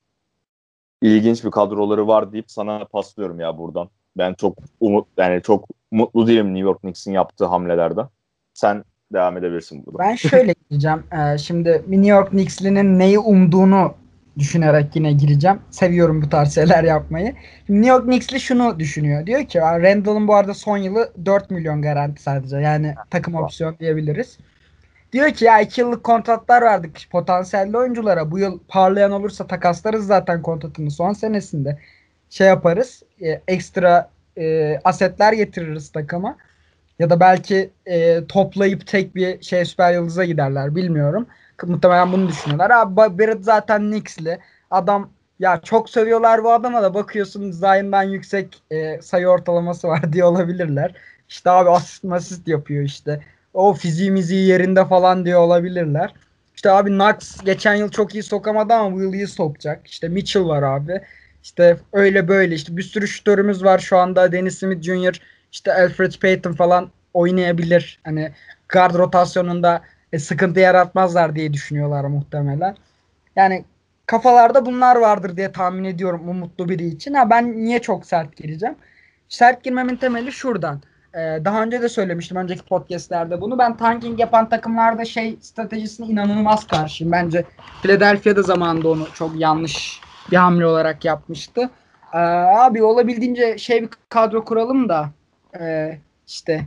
İlginç bir kadroları var deyip sana paslıyorum ya buradan. Ben çok umut yani çok mutlu değilim New York Knicks'in yaptığı hamlelerden. Sen devam edebilirsin burada. ben şöyle gireceğim. Ee, şimdi New York Knicks'linin neyi umduğunu düşünerek yine gireceğim. Seviyorum bu tarz şeyler yapmayı. Şimdi New York Knicks'li şunu düşünüyor. Diyor ki Randall'ın bu arada son yılı dört milyon garanti sadece. Yani takım opsiyon diyebiliriz. Diyor ki ya iki yıllık kontratlar verdik potansiyelli oyunculara. Bu yıl parlayan olursa takaslarız zaten kontratının son senesinde. Şey yaparız. E, ekstra e, asetler getiririz takıma. Ya da belki e, toplayıp tek bir şey süper yıldıza giderler. Bilmiyorum. Muhtemelen bunu düşünüyorlar. Abi Barrett zaten Knicks'li. Adam ya çok seviyorlar bu adama da bakıyorsun Zion'dan yüksek e, sayı ortalaması var diye olabilirler. İşte abi asist masist yapıyor işte. O fiziği miziği yerinde falan diye olabilirler. İşte abi Knox geçen yıl çok iyi sokamadı ama bu yıl iyi sokacak. İşte Mitchell var abi. İşte öyle böyle işte bir sürü şutörümüz var şu anda. Dennis Smith Junior işte Elfrid Payton falan oynayabilir. Hani guard rotasyonunda e, sıkıntı yaratmazlar diye düşünüyorlar muhtemelen. Yani kafalarda bunlar vardır diye tahmin ediyorum umutlu biri için. Ha, ben niye çok sert gireceğim? Sert girmemin temeli şuradan. Ee, daha önce de söylemiştim önceki podcastlerde bunu. Ben tanking yapan takımlarda şey stratejisine inanılmaz karşıyım. Bence Philadelphia'da zamanında onu çok yanlış bir hamle olarak yapmıştı. Ee, abi olabildiğince şey bir kadro kuralım da e, işte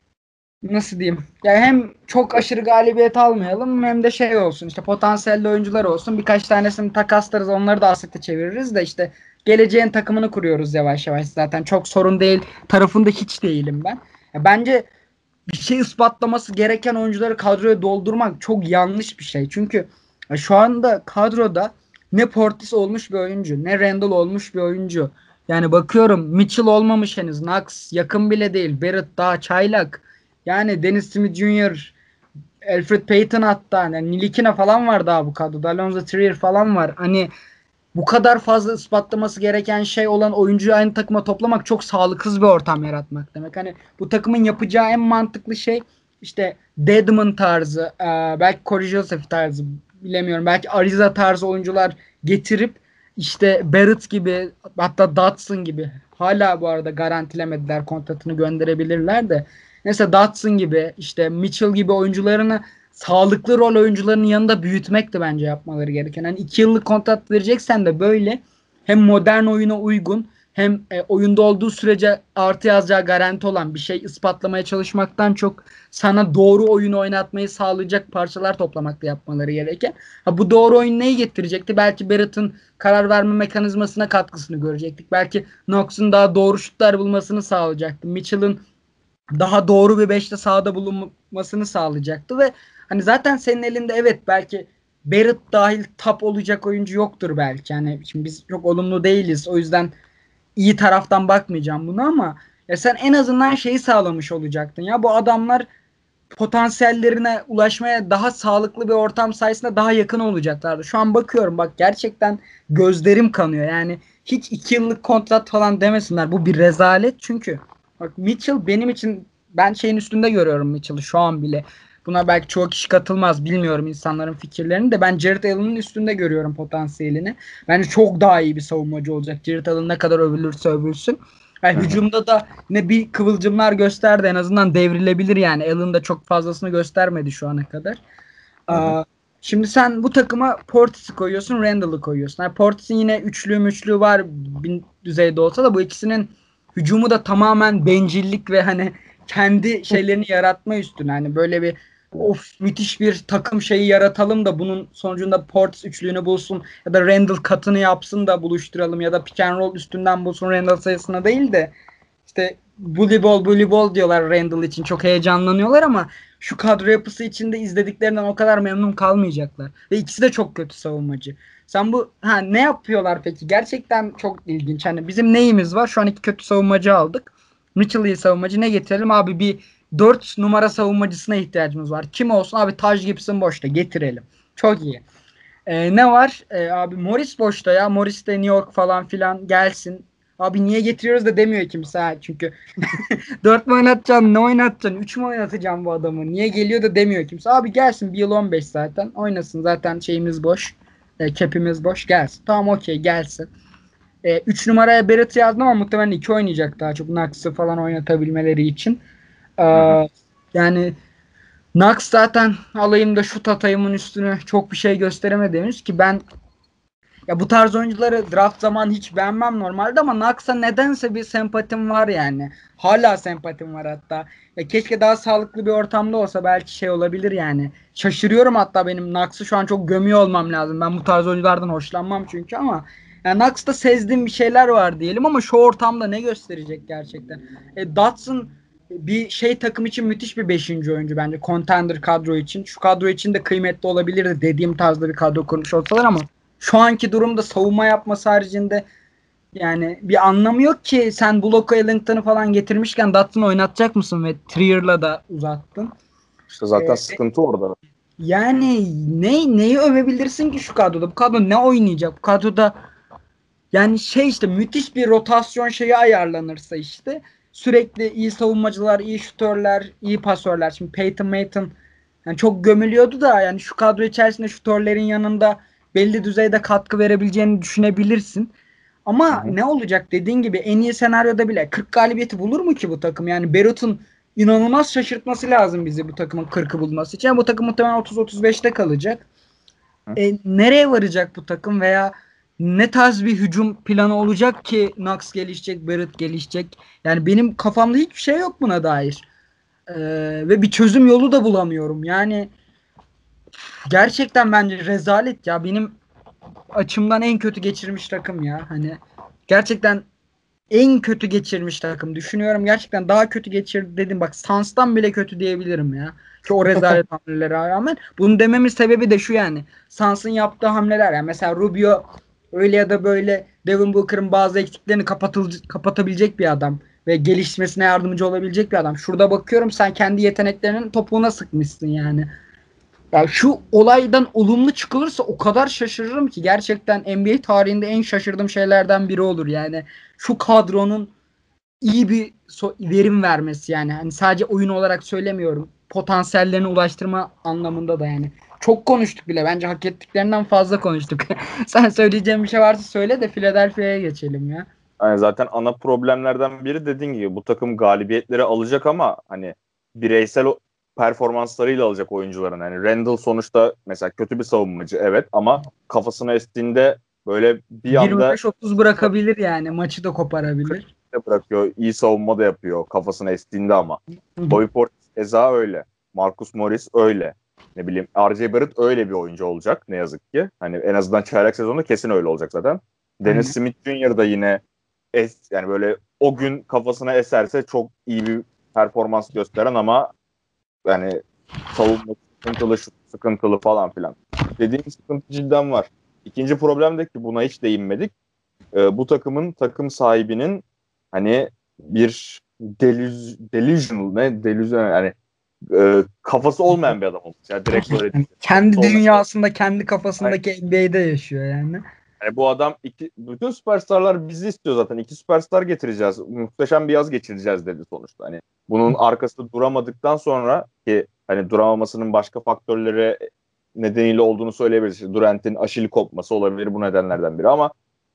nasıl diyeyim? Yani hem çok aşırı galibiyet almayalım hem de şey olsun işte potansiyelli oyuncular olsun. Birkaç tanesini takaslarız onları da asete çeviririz de işte geleceğin takımını kuruyoruz yavaş yavaş zaten. Çok sorun değil tarafında hiç değilim ben. Ya bence bir şey ispatlaması gereken oyuncuları kadroya doldurmak çok yanlış bir şey. Çünkü şu anda kadroda ne Portis olmuş bir oyuncu, ne Randall olmuş bir oyuncu. Yani bakıyorum Mitchell olmamış henüz. Knox yakın bile değil. Barrett daha çaylak. Yani Dennis Smith Junior, Alfred Payton hatta. Yani Nilikina falan var daha bu kadroda. Alonzo Trier falan var. Hani bu kadar fazla ispatlaması gereken şey olan oyuncuyu aynı takıma toplamak çok sağlıksız bir ortam yaratmak demek. Hani bu takımın yapacağı en mantıklı şey işte Dedmon tarzı, e, belki Corey Joseph tarzı bilemiyorum. Belki Ariza tarzı oyuncular getirip işte Barrett gibi hatta Dotson gibi hala bu arada garantilemediler kontratını gönderebilirler de mesela Dotson gibi işte Mitchell gibi oyuncularını sağlıklı rol oyuncularının yanında büyütmek de bence yapmaları gereken. Yani iki yıllık kontrat vereceksen de böyle hem modern oyuna uygun hem e, oyunda olduğu sürece artı yazacağı garanti olan bir şey ispatlamaya çalışmaktan çok sana doğru oyunu oynatmayı sağlayacak parçalar toplamakta yapmaları gereken. Ha, bu doğru oyun neyi getirecekti? Belki Barrett'ın karar verme mekanizmasına katkısını görecektik. Belki Knox'un daha doğru şutlar bulmasını sağlayacaktı. Mitchell'ın daha doğru bir beşte sahada bulunmasını sağlayacaktı ve hani zaten senin elinde evet belki Barrett dahil top olacak oyuncu yoktur belki. Yani şimdi biz çok olumlu değiliz. O yüzden iyi taraftan bakmayacağım buna ama ya sen en azından şeyi sağlamış olacaktın. Ya bu adamlar potansiyellerine ulaşmaya daha sağlıklı bir ortam sayesinde daha yakın olacaklardı. Şu an bakıyorum bak gerçekten gözlerim kanıyor. Yani hiç iki yıllık kontrat falan demesinler. Bu bir rezalet çünkü. Bak Mitchell benim için ben şeyin üstünde görüyorum Mitchell'ı şu an bile. Buna belki çoğu kişi katılmaz. Bilmiyorum insanların fikirlerini de ben Jared Allen'ın üstünde görüyorum potansiyelini. Bence çok daha iyi bir savunmacı olacak. Jared Allen ne kadar övülürse övülsün. Yani hücumda da ne bir kıvılcımlar gösterdi, en azından devrilebilir yani. Allen da çok fazlasını göstermedi şu ana kadar. Hı hı. Aa, şimdi sen bu takıma Portis'i koyuyorsun, Randall'ı koyuyorsun. Yani Portis'in yine üçlü müçlü var bir düzeyde olsa da bu ikisinin hücumu da tamamen bencillik ve hani kendi şeylerini yaratma üstüne. Hani böyle bir of müthiş bir takım şeyi yaratalım da bunun sonucunda Portis üçlüğünü bulsun ya da Randall katını yapsın da buluşturalım ya da pick and roll üstünden bulsun Randall sayısına değil de işte bully ball bully ball diyorlar Randall için, çok heyecanlanıyorlar ama şu kadro yapısı içinde izlediklerinden o kadar memnun kalmayacaklar. Ve ikisi de çok kötü savunmacı. Sen bu ha ne yapıyorlar peki? Gerçekten çok ilginç. Hani bizim neyimiz var? Şu an iki kötü savunmacı aldık. Mitchell iyi savunmacı. Ne getirelim? Abi bir dört numara savunmacısına ihtiyacımız var. Kim olsun? Abi Taj Gibson boşta. Getirelim. Çok iyi. Ee, ne var? Ee, abi Morris boşta ya. Morris de New York falan filan gelsin. Abi niye getiriyoruz da demiyor kimse ha. Çünkü dört mü oynatacaksın, ne oynatacaksın, üç mü oynatacağım bu adamı? Niye geliyor da demiyor kimse. Abi gelsin bir yıl on beş zaten. Oynasın zaten şeyimiz boş. E, cap'imiz boş. Gelsin. Tamam okey gelsin. E, üç numaraya Barrett yazdım ama muhtemelen iki oynayacak daha çok. Knox'ı falan oynatabilmeleri için. E, Hı hı. yani Knox zaten alayım da şut atayımın üstüne çok bir şey gösteremediğimiz ki ben ya bu tarz oyuncuları draft zamanı hiç beğenmem normalde ama Knox'a nedense bir sempatim var yani. Hala sempatim var hatta. Ya keşke daha sağlıklı bir ortamda olsa belki şey olabilir yani. Şaşırıyorum hatta benim Knox'ı şu an çok gömüyor olmam lazım. Ben bu tarz oyunculardan hoşlanmam çünkü ama yani Knox'ta sezdiğim bir şeyler var diyelim ama şu ortamda ne gösterecek gerçekten? E, Dotson bir şey takım için müthiş bir beşinci oyuncu bence. Contender kadro için. Şu kadro için de kıymetli olabilirdi dediğim tarzda bir kadro kurmuş olsalar ama şu anki durumda savunma yapması haricinde yani bir anlamı yok ki. Sen Bloko Ellington'ı falan getirmişken Dotson'ı oynatacak mısın ve Trier'la da uzattın. İşte zaten Ee, sıkıntı orada. yani ne neyi övebilirsin ki şu kadroda? Bu kadro ne oynayacak? Bu kadroda yani şey işte müthiş bir rotasyon şeyi ayarlanırsa işte sürekli iyi savunmacılar, iyi şutörler, iyi pasörler. Şimdi Peyton Manning yani çok gömülüyordu da yani şu kadro içerisinde şutörlerin yanında belli düzeyde katkı verebileceğini düşünebilirsin. Hı Ama hı. ne olacak dediğin gibi en iyi senaryoda bile kırk galibiyeti bulur mu ki bu takım? Yani Berut'un inanılmaz şaşırtması lazım bizi bu takımın kırkı bulması için. Yani bu takım muhtemelen otuz otuz beşte kalacak. Hı. E, nereye varacak bu takım veya ne tarz bir hücum planı olacak ki Knox gelişecek, Barrett gelişecek? Yani benim kafamda hiçbir şey yok buna dair. E, ve bir çözüm yolu da bulamıyorum. Yani gerçekten bence rezalet ya. Benim açımdan en kötü geçirmiş takım ya. Hani gerçekten en kötü geçirmiş takım. Düşünüyorum gerçekten daha kötü geçirdi dedim. Bak Suns'tan bile kötü diyebilirim ya. Ki o rezalet hamlelere rağmen. Bunun dememin sebebi de şu yani. Suns'ın yaptığı hamleler. Yani mesela Rubio öyle ya da böyle Devin Booker'ın bazı eksiklerini kapatıl kapatabilecek bir adam. Ve gelişmesine yardımcı olabilecek bir adam. Şurada bakıyorum sen kendi yeteneklerinin topuğuna sıkmışsın yani. Ya şu olaydan olumlu çıkılırsa o kadar şaşırırım ki gerçekten N B A tarihinde en şaşırdığım şeylerden biri olur yani. Şu kadronun iyi bir so- verim vermesi yani. Hani sadece oyun olarak söylemiyorum. Potansiyellerine ulaştırma anlamında da yani. Çok konuştuk bile. Bence hak ettiklerinden fazla konuştuk. Sen söyleyeceğin bir şey varsa söyle de Philadelphia'ya geçelim ya. Yani zaten ana problemlerden biri dediğin gibi bu takım galibiyetleri alacak ama hani bireysel o- performanslarıyla alacak oyuncuların. Yani Randall sonuçta mesela kötü bir savunmacı evet ama kafasına estiğinde böyle bir anda yirmi beş otuz bırakabilir yani. Maçı da koparabilir. de bırakıyor. İyi savunma da yapıyor kafasına estiğinde ama. Hı hı. Bobby Portis keza öyle. Marcus Morris öyle. Ne bileyim R J Barrett öyle bir oyuncu olacak ne yazık ki. Hani en azından çaylak sezonda kesin öyle olacak zaten. Dennis Aynen. Smith Junior da yine es, yani böyle o gün kafasına eserse çok iyi bir performans gösteren ama yani savunma sıkıntılı, şut sıkıntılı falan filan. Dediğim sıkıntı cidden var. İkinci problem de ki buna hiç değinmedik. Ee, bu takımın takım sahibinin hani bir delüz, delusional ne delusional yani e, kafası olmayan bir adam olmuş. Yani direkt böyle Yani diyeyim. kendi Kafası olmayan. dünyasında, kendi kafasındaki N B A'de yaşıyor yani. Yani bu adam iki, bütün süperstarlar bizi istiyor zaten. İki süperstar getireceğiz. Muhteşem bir yaz geçireceğiz dedi sonuçta. Hani bunun arkasında duramadıktan sonra ki hani duramamasının başka faktörleri nedeniyle olduğunu söyleyebiliriz. İşte Durant'in Aşil kopması olabilir bu nedenlerden biri ama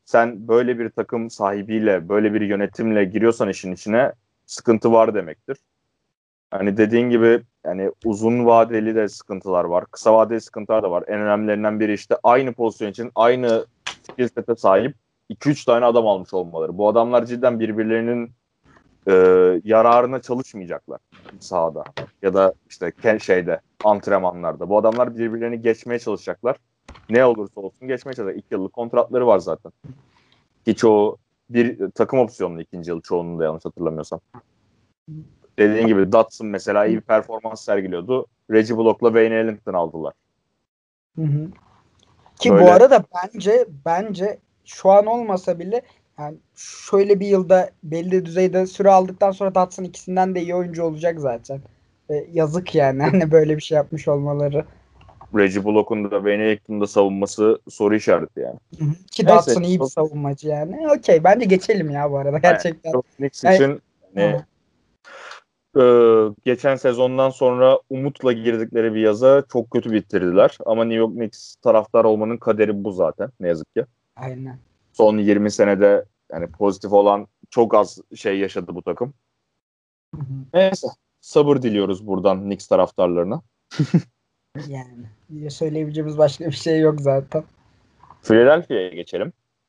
sen böyle bir takım sahibiyle, böyle bir yönetimle giriyorsan işin içine sıkıntı var demektir. Hani dediğin gibi yani uzun vadeli de sıkıntılar var. Kısa vadeli sıkıntılar da var. En önemlilerinden biri işte aynı pozisyon için aynı skill set'e sahip iki üç tane adam almış olmaları. Bu adamlar cidden birbirlerinin e, yararına çalışmayacaklar sahada ya da işte şeyde antrenmanlarda. Bu adamlar birbirlerini geçmeye çalışacaklar. Ne olursa olsun geçmeye çalışacak. İki yıllık kontratları var zaten. Ki çoğu bir takım opsiyonlu ikinci yıl çoğunun da yanlış hatırlamıyorsam. Dediğin gibi Dotson mesela iyi bir performans sergiliyordu. Reggie Block'la Wayne Ellington aldılar. Hı hı. Ki Böyle... bu arada bence bence şu an olmasa bile yani şöyle bir yılda belli düzeyde süre aldıktan sonra Dotson ikisinden de iyi oyuncu olacak zaten. E, yazık yani hani böyle bir şey yapmış olmaları. Reggie Block'un da Wayne Ellington'un da savunması soru işareti yani. Hı hı. Ki Neyse. Dotson iyi bir savunmacı yani. Okey bence geçelim ya bu arada Aynen. gerçekten. Knicks Yani, için hani, e, geçen sezondan sonra umutla girdikleri bir yaza çok kötü bitirdiler. Ama New York Knicks taraftar olmanın kaderi bu zaten ne yazık ki. aynen. Son yirmi senede yani pozitif olan çok az şey yaşadı bu takım. Hı hı. Neyse. Sabır diliyoruz buradan Knicks taraftarlarına. Yani söyleyebileceğimiz başka bir şey yok zaten. Philadelphia'ya geçelim.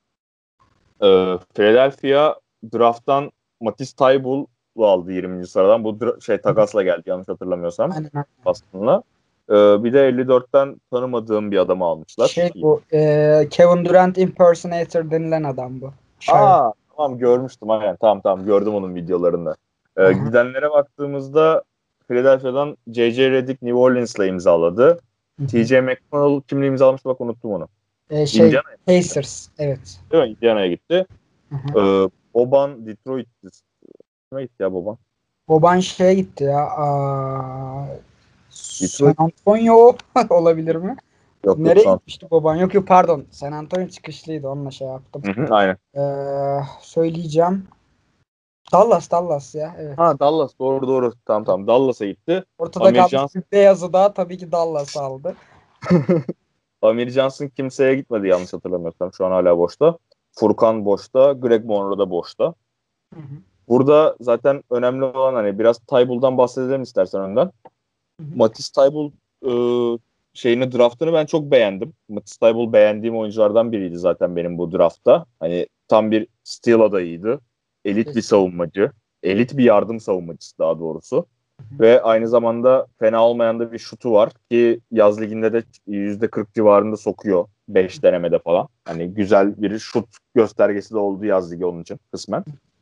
Ee, Philadelphia draft'tan Matisse Thybulle aldı yirminci sıradan. Bu dra- şey takasla geldi yanlış hatırlamıyorsam. Aynen. Aynen. Boston'la. Ee, bir de elli dörtten tanımadığım bir adamı almışlar. Şey bu e, Kevin Durant impersonator denilen adam bu. Şair. Aa tamam görmüştüm aynen. Tamam tamam gördüm onun videolarında. Ee, Aha. gidenlere baktığımızda Philadelphia'dan J J Redick New Orleans'la imzaladı. Hı hı. T J McConnell kimle imzalamıştı bak unuttum onu. E, şey Indiana'ya gitti. Pacers. Evet. Değil mi? Indiana'ya gitti. Hı hı. Ee, Boban Detroit. Kime gitti ya Boban? Boban şeye gitti ya. Aa, San Detroit Antonio olabilir mi? yok yok Nereye son. gitmişti Boban? Yok yok pardon. San Antonio çıkışlıydı. Onunla şey yaptım. Hı hı, aynen. Ee, söyleyeceğim. Dallas Dallas ya. Evet. Ha Dallas doğru doğru. Tamam tamam Dallas'a gitti. Ortada Amir kalmış Johnson, bir beyazı da tabii ki Dallas aldı. Amir Johnson kimseye gitmedi yanlış hatırlamıyorsam. Şu an hala boşta. Furkan boşta. Greg Monroe da boşta. Hı hı. Burada zaten önemli olan hani biraz Tybull'dan bahsedelim istersen önden. Hı hı. Matisse Thybulle e, şeyini draftını ben çok beğendim. Matisse Thybulle beğendiğim oyunculardan biriydi zaten benim bu draftta. Hani tam bir steal adayıydı. Elit bir Kesin. savunmacı. Elit bir yardım savunmacısı daha doğrusu. Hı hı. Ve aynı zamanda fena olmayan da bir şutu var ki yaz liginde de yüzde kırk civarında sokuyor beş denemede falan. Hani güzel bir şut göstergesi de oldu yaz ligi onun için kısmen.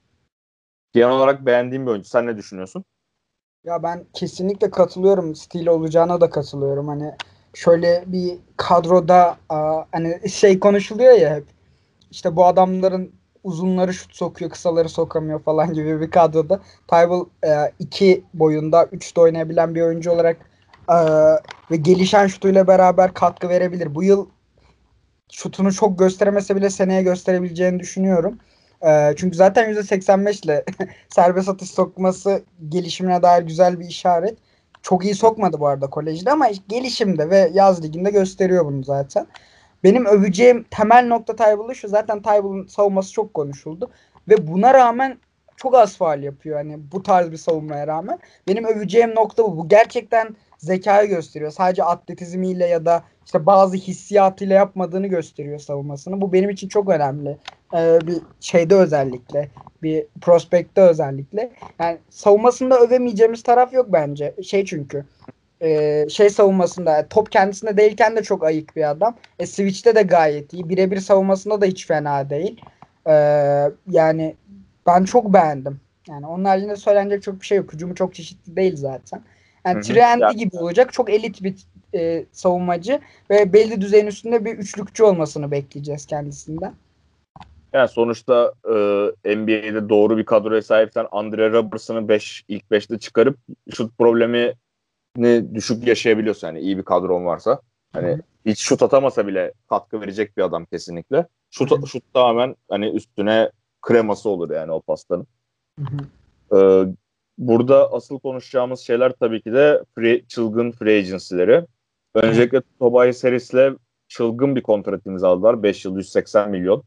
Genel olarak beğendiğim bir oyuncu. Sen ne düşünüyorsun? Ya ben kesinlikle katılıyorum. Stil olacağına da katılıyorum. Hani şöyle bir kadroda aa, hani şey konuşuluyor ya hep. İşte bu adamların uzunları şut sokuyor, kısaları sokamıyor falan gibi bir kadroda. Tybal e, iki boyunda, üçte oynayabilen bir oyuncu olarak e, ve gelişen şutuyla beraber katkı verebilir. Bu yıl şutunu çok gösteremese bile seneye gösterebileceğini düşünüyorum. E, çünkü zaten yüzde seksen beş ile serbest atış sokması gelişimine dair güzel bir işaret. Çok iyi sokmadı bu arada kolejde ama gelişimde ve yaz liginde gösteriyor bunu zaten. Benim öveceğim temel nokta Tybal'ı şu. Zaten Tybal'ın savunması çok konuşuldu. Ve buna rağmen çok az faul yapıyor. Hani bu tarz bir savunmaya rağmen. Benim öveceğim nokta bu. Bu gerçekten zekayı gösteriyor. Sadece atletizmiyle ya da işte bazı hissiyatıyla yapmadığını gösteriyor savunmasını. Bu benim için çok önemli. Ee, bir şeyde özellikle. Bir prospekte özellikle. Yani savunmasında övemeyeceğimiz taraf yok bence. Şey çünkü e, şey savunmasında top kendisinde değilken de çok ayık bir adam. E, Switch'te de gayet iyi. Birebir savunmasında da hiç fena değil. E, yani ben çok beğendim. Yani onun haricinde söylenecek çok bir şey yok. Hücumu çok çeşitli değil zaten. Hı Yani hı. Ya, Trendy gibi olacak. Çok elit bir e, savunmacı ve belli düzeyin üstünde bir üçlükçü olmasını bekleyeceğiz kendisinden. yani sonuçta e, N B A'de doğru bir kadroya sahipsen Andre Robertson'ı beş ilk beşte çıkarıp şut problemini düşük yaşayabiliyorsun. Yani iyi bir kadron varsa. Hı Hani hı. hiç şut atamasa bile katkı verecek bir adam kesinlikle. Şut, Aynen. şut tamamen hani üstüne kreması olur yani o pastanın. Hı hı. Ee, burada asıl konuşacağımız şeyler tabii ki de free, çılgın free agency'leri. Evet. Öncelikle Tobias Harris'le çılgın bir kontrat imzaladılar. beş yıl yüz seksen milyon.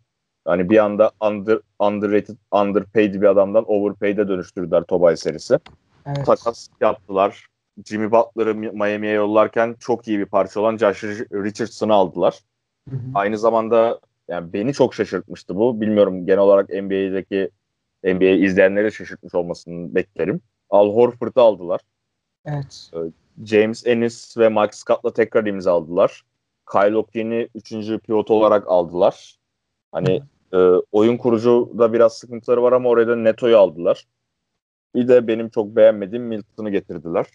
Hani bir anda under, underrated, underpaid bir adamdan overpaid'e dönüştürdüler Tobias Harris'i. Evet. Takas yaptılar. Jimmy Butler'ı Miami'ye yollarken çok iyi bir parça olan Josh Richardson'ı aldılar. Hı hı. Aynı zamanda yani beni çok şaşırtmıştı bu. Bilmiyorum, genel olarak N B A'deki N B A izleyenleri şaşırtmış olmasını beklerim. Al Horford'u aldılar. Evet. James Ennis ve Mike Scott'la tekrar imzaladılar. Kyle O'Quinn'i üçüncü pivot olarak aldılar. Hani e, oyun kurucuda biraz sıkıntıları var ama oraya da Neto'yu aldılar. Bir de benim çok beğenmediğim Milton'u getirdiler.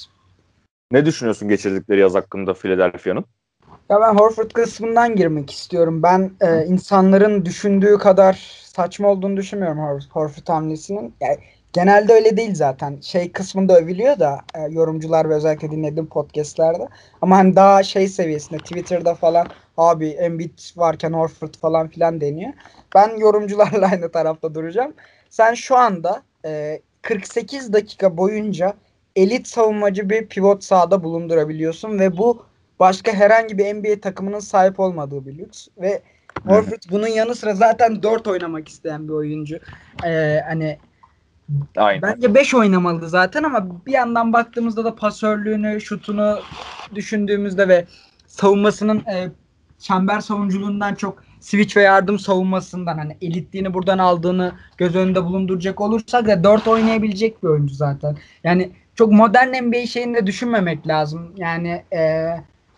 Ne düşünüyorsun geçirdikleri yaz hakkında Philadelphia'nın? Ya ben Horford kısmından girmek istiyorum. Ben e, insanların düşündüğü kadar saçma olduğunu düşünmüyorum Hor- Horford hamlesinin. Yani genelde öyle değil zaten. Şey kısmında övülüyor da e, yorumcular ve özellikle dinlediğim podcastlerde. Ama hani daha şey seviyesinde Twitter'da falan abi Embiid varken Horford falan filan deniyor. Ben yorumcularla aynı tarafta duracağım. Sen şu anda e, kırk sekiz dakika boyunca elit savunmacı bir pivot sahada bulundurabiliyorsun ve bu başka herhangi bir N B A takımının sahip olmadığı bir lüks ve Horford bunun yanı sıra zaten dört oynamak isteyen bir oyuncu. Ee, hani Aynen. bence beş oynamalı zaten ama bir yandan baktığımızda da pasörlüğünü, şutunu düşündüğümüzde ve savunmasının e, çember savunuculuğundan çok switch ve yardım savunmasından hani elitliğini buradan aldığını göz önünde bulunduracak olursak da dört oynayabilecek bir oyuncu zaten. Yani çok modern N B A şeyini de düşünmemek lazım. Yani e,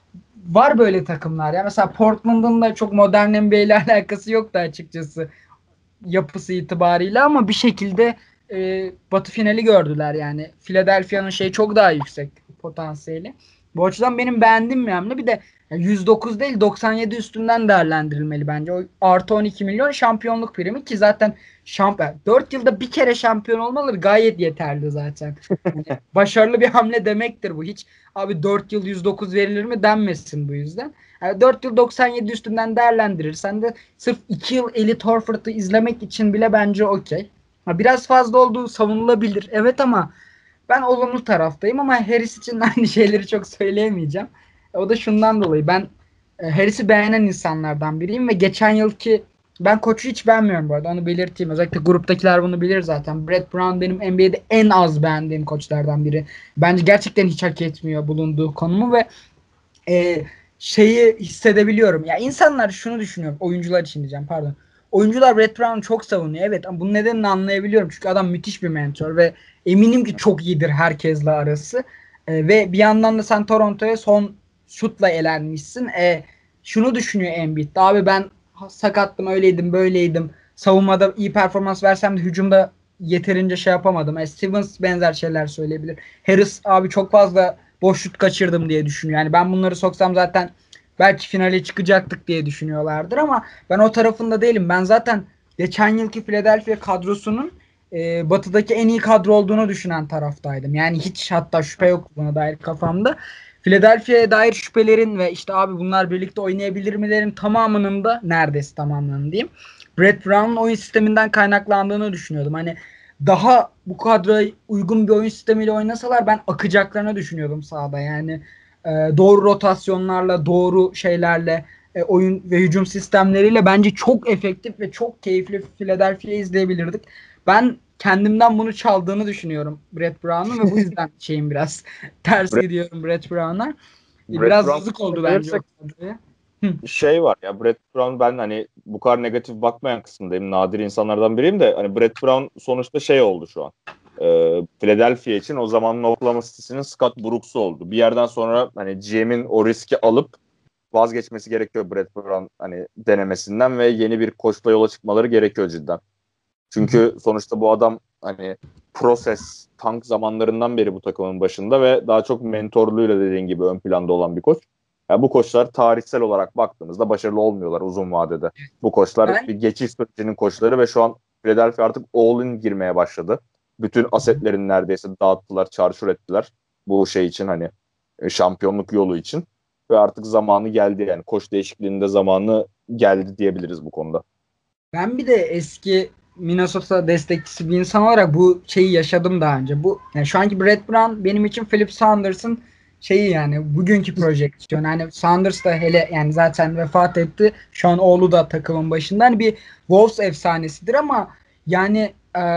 var böyle takımlar ya. Mesela Portland'ın da çok modern N B A ile alakası yoktu açıkçası yapısı itibariyle ama bir şekilde e, Batı finali gördüler yani. Philadelphia'nın şey çok daha yüksek potansiyeli. Bu açıdan benim beğendiğim bir hamle. Bir de yüz dokuz değil doksan yedi üstünden değerlendirilmeli bence. O artı on iki milyon şampiyonluk primi ki zaten şampiyon dört yılda bir kere şampiyon olmaları gayet yeterli zaten. Yani başarılı bir hamle demektir bu. Hiç abi dört yıl yüz dokuz verilir mi denmesin bu yüzden. Yani dört yıl doksan yedi üstünden değerlendirirsen de sırf iki yıl Elite Horford'u izlemek için bile bence okey. Biraz fazla olduğu savunulabilir. Evet ama ben olumlu taraftayım ama Harris için aynı şeyleri çok söyleyemeyeceğim. O da şundan dolayı ben e, Harris'i beğenen insanlardan biriyim ve geçen yılki ben koçu hiç beğenmiyorum bu arada onu belirteyim. Özellikle gruptakiler bunu bilir zaten. Brett Brown benim N B A'de en az beğendiğim koçlardan biri. Bence gerçekten hiç hak etmiyor bulunduğu konumu ve e, şeyi hissedebiliyorum. Ya insanlar şunu düşünüyor. Oyuncular için diyeceğim pardon. Oyuncular Brett Brown'u çok savunuyor. Evet ama bunun nedenini anlayabiliyorum. Çünkü adam müthiş bir mentor ve eminim ki çok iyidir herkesle arası. E, ve bir yandan da sen Toronto'ya son şutla elenmişsin. E, şunu düşünüyor Embiid. Abi ben sakattım, öyleydim, böyleydim. Savunmada iyi performans versem de hücumda yeterince şey yapamadım. E, Stevens benzer şeyler söyleyebilir. Harris abi çok fazla boş şut kaçırdım diye düşünüyor. Yani ben bunları soksam zaten belki finale çıkacaktık diye düşünüyorlardır ama ben o tarafında değilim. Ben zaten geçen yılki Philadelphia kadrosunun e, batıdaki en iyi kadro olduğunu düşünen taraftaydım. Yani hiç hatta şüphe yok buna dair kafamda. Philadelphia'ya dair şüphelerin ve işte abi bunlar birlikte oynayabilir milerin tamamının da neredeyse tamamının diyeyim. Brett Brown'un oyun sisteminden kaynaklandığını düşünüyordum. Hani daha bu kadroya uygun bir oyun sistemiyle oynasalar ben akacaklarını düşünüyordum sahada. Yani e, doğru rotasyonlarla, doğru şeylerle, e, oyun ve hücum sistemleriyle bence çok efektif ve çok keyifli Philadelphia'yı izleyebilirdik. Ben kendimden bunu çaldığını düşünüyorum Brett Brown'un ve bu yüzden şeyim biraz ters Brett, gidiyorum Brett Brown'a. Brett Biraz Brown yazık oldu bence o gelirsek kadroya. şey var ya, Brett Brown, ben hani bu kadar negatif bakmayan kısımdayım. Nadir insanlardan biriyim de hani Brett Brown sonuçta şey oldu şu an. Ee, Philadelphia için o zamanın Oklahoma City'sinin Scott Brooks'u oldu. Bir yerden sonra hani G M'in o riski alıp vazgeçmesi gerekiyor Brett Brown hani denemesinden ve yeni bir koçla yola çıkmaları gerekiyor cidden. Çünkü sonuçta bu adam hani proses tank zamanlarından beri bu takımın başında ve daha çok mentorluğuyla dediğin gibi ön planda olan bir koç. Yani bu koçlar tarihsel olarak baktığımızda başarılı olmuyorlar uzun vadede. Bu koçlar Ben bir geçiş sürecinin koçları ve şu an Philadelphia artık all-in girmeye başladı. Bütün asetlerini neredeyse dağıttılar, çarçur ettiler. Bu şey için hani şampiyonluk yolu için. Ve artık zamanı geldi yani. Koç değişikliğinde zamanı geldi diyebiliriz bu konuda. Ben bir de eski Minnesota destekçisi bir insan olarak bu şeyi yaşadım daha önce. Bu yani şu anki Brett Brown benim için Philip Saunders'ın şeyi yani bugünkü projeksiyon. Hani Sanders da hele yani zaten vefat etti. Şu an oğlu da takımın başında. Hani bir Wolves efsanesidir ama yani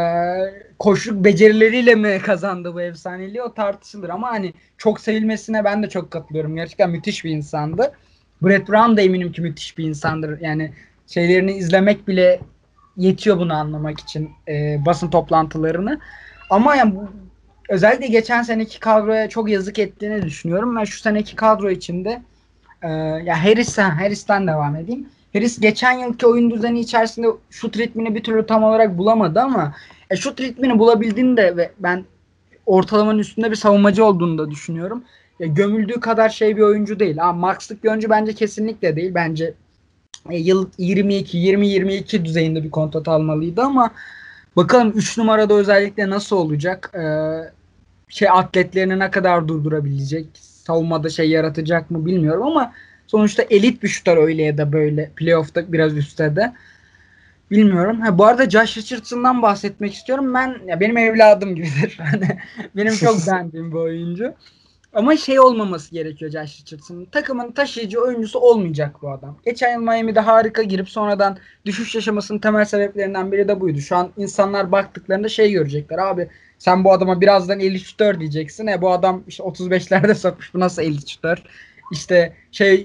eee koşu becerileriyle mi kazandı bu efsaneliği o tartışılır ama hani çok sevilmesine ben de çok katılıyorum. Gerçekten müthiş bir insandı. Brett Brown da eminim ki müthiş bir insandır. Yani şeylerini izlemek bile yetiyor bunu anlamak için eee, basın toplantılarını. Ama yani bu, özellikle geçen seneki kadroya çok yazık ettiğini düşünüyorum. Ben şu seneki kadro içinde e, ya Harris'ten Harris'ten devam edeyim. Harris geçen yılki oyun düzeni içerisinde şut ritmini bir türlü tam olarak bulamadı ama e, şut ritmini bulabildiğinde ve ben ortalamanın üstünde bir savunmacı olduğunu da düşünüyorum. Ya, gömüldüğü kadar şey bir oyuncu değil. Ha, Max'lık bir oyuncu bence kesinlikle değil. Bence e, yıl yirmi iki yirmi yirmi iki düzeyinde bir kontrat almalıydı ama bakalım üç numarada özellikle nasıl olacak? Ee, şey atletlerini ne kadar durdurabilecek? Savunmada şey yaratacak mı bilmiyorum ama sonuçta elit bir şutör öyle ya da böyle. Playoff'ta biraz üstte de. Bilmiyorum. Ha, bu arada Josh Richardson'dan bahsetmek istiyorum. Ben ya benim evladım gibidir. Hani benim çok beğendiğim bir oyuncu. Ama şey olmaması gerekiyor Josh Richardson'ın. Takımın taşıyıcı oyuncusu olmayacak bu adam. Geçen yıl Miami'de harika girip sonradan düşüş yaşamasının temel sebeplerinden biri de buydu. Şu an insanlar baktıklarında şey görecekler. Abi sen bu adama birazdan elli şutör diyeceksin. E bu adam işte otuz beşlerde sokmuş. Bu nasıl elli şutör? İşte şey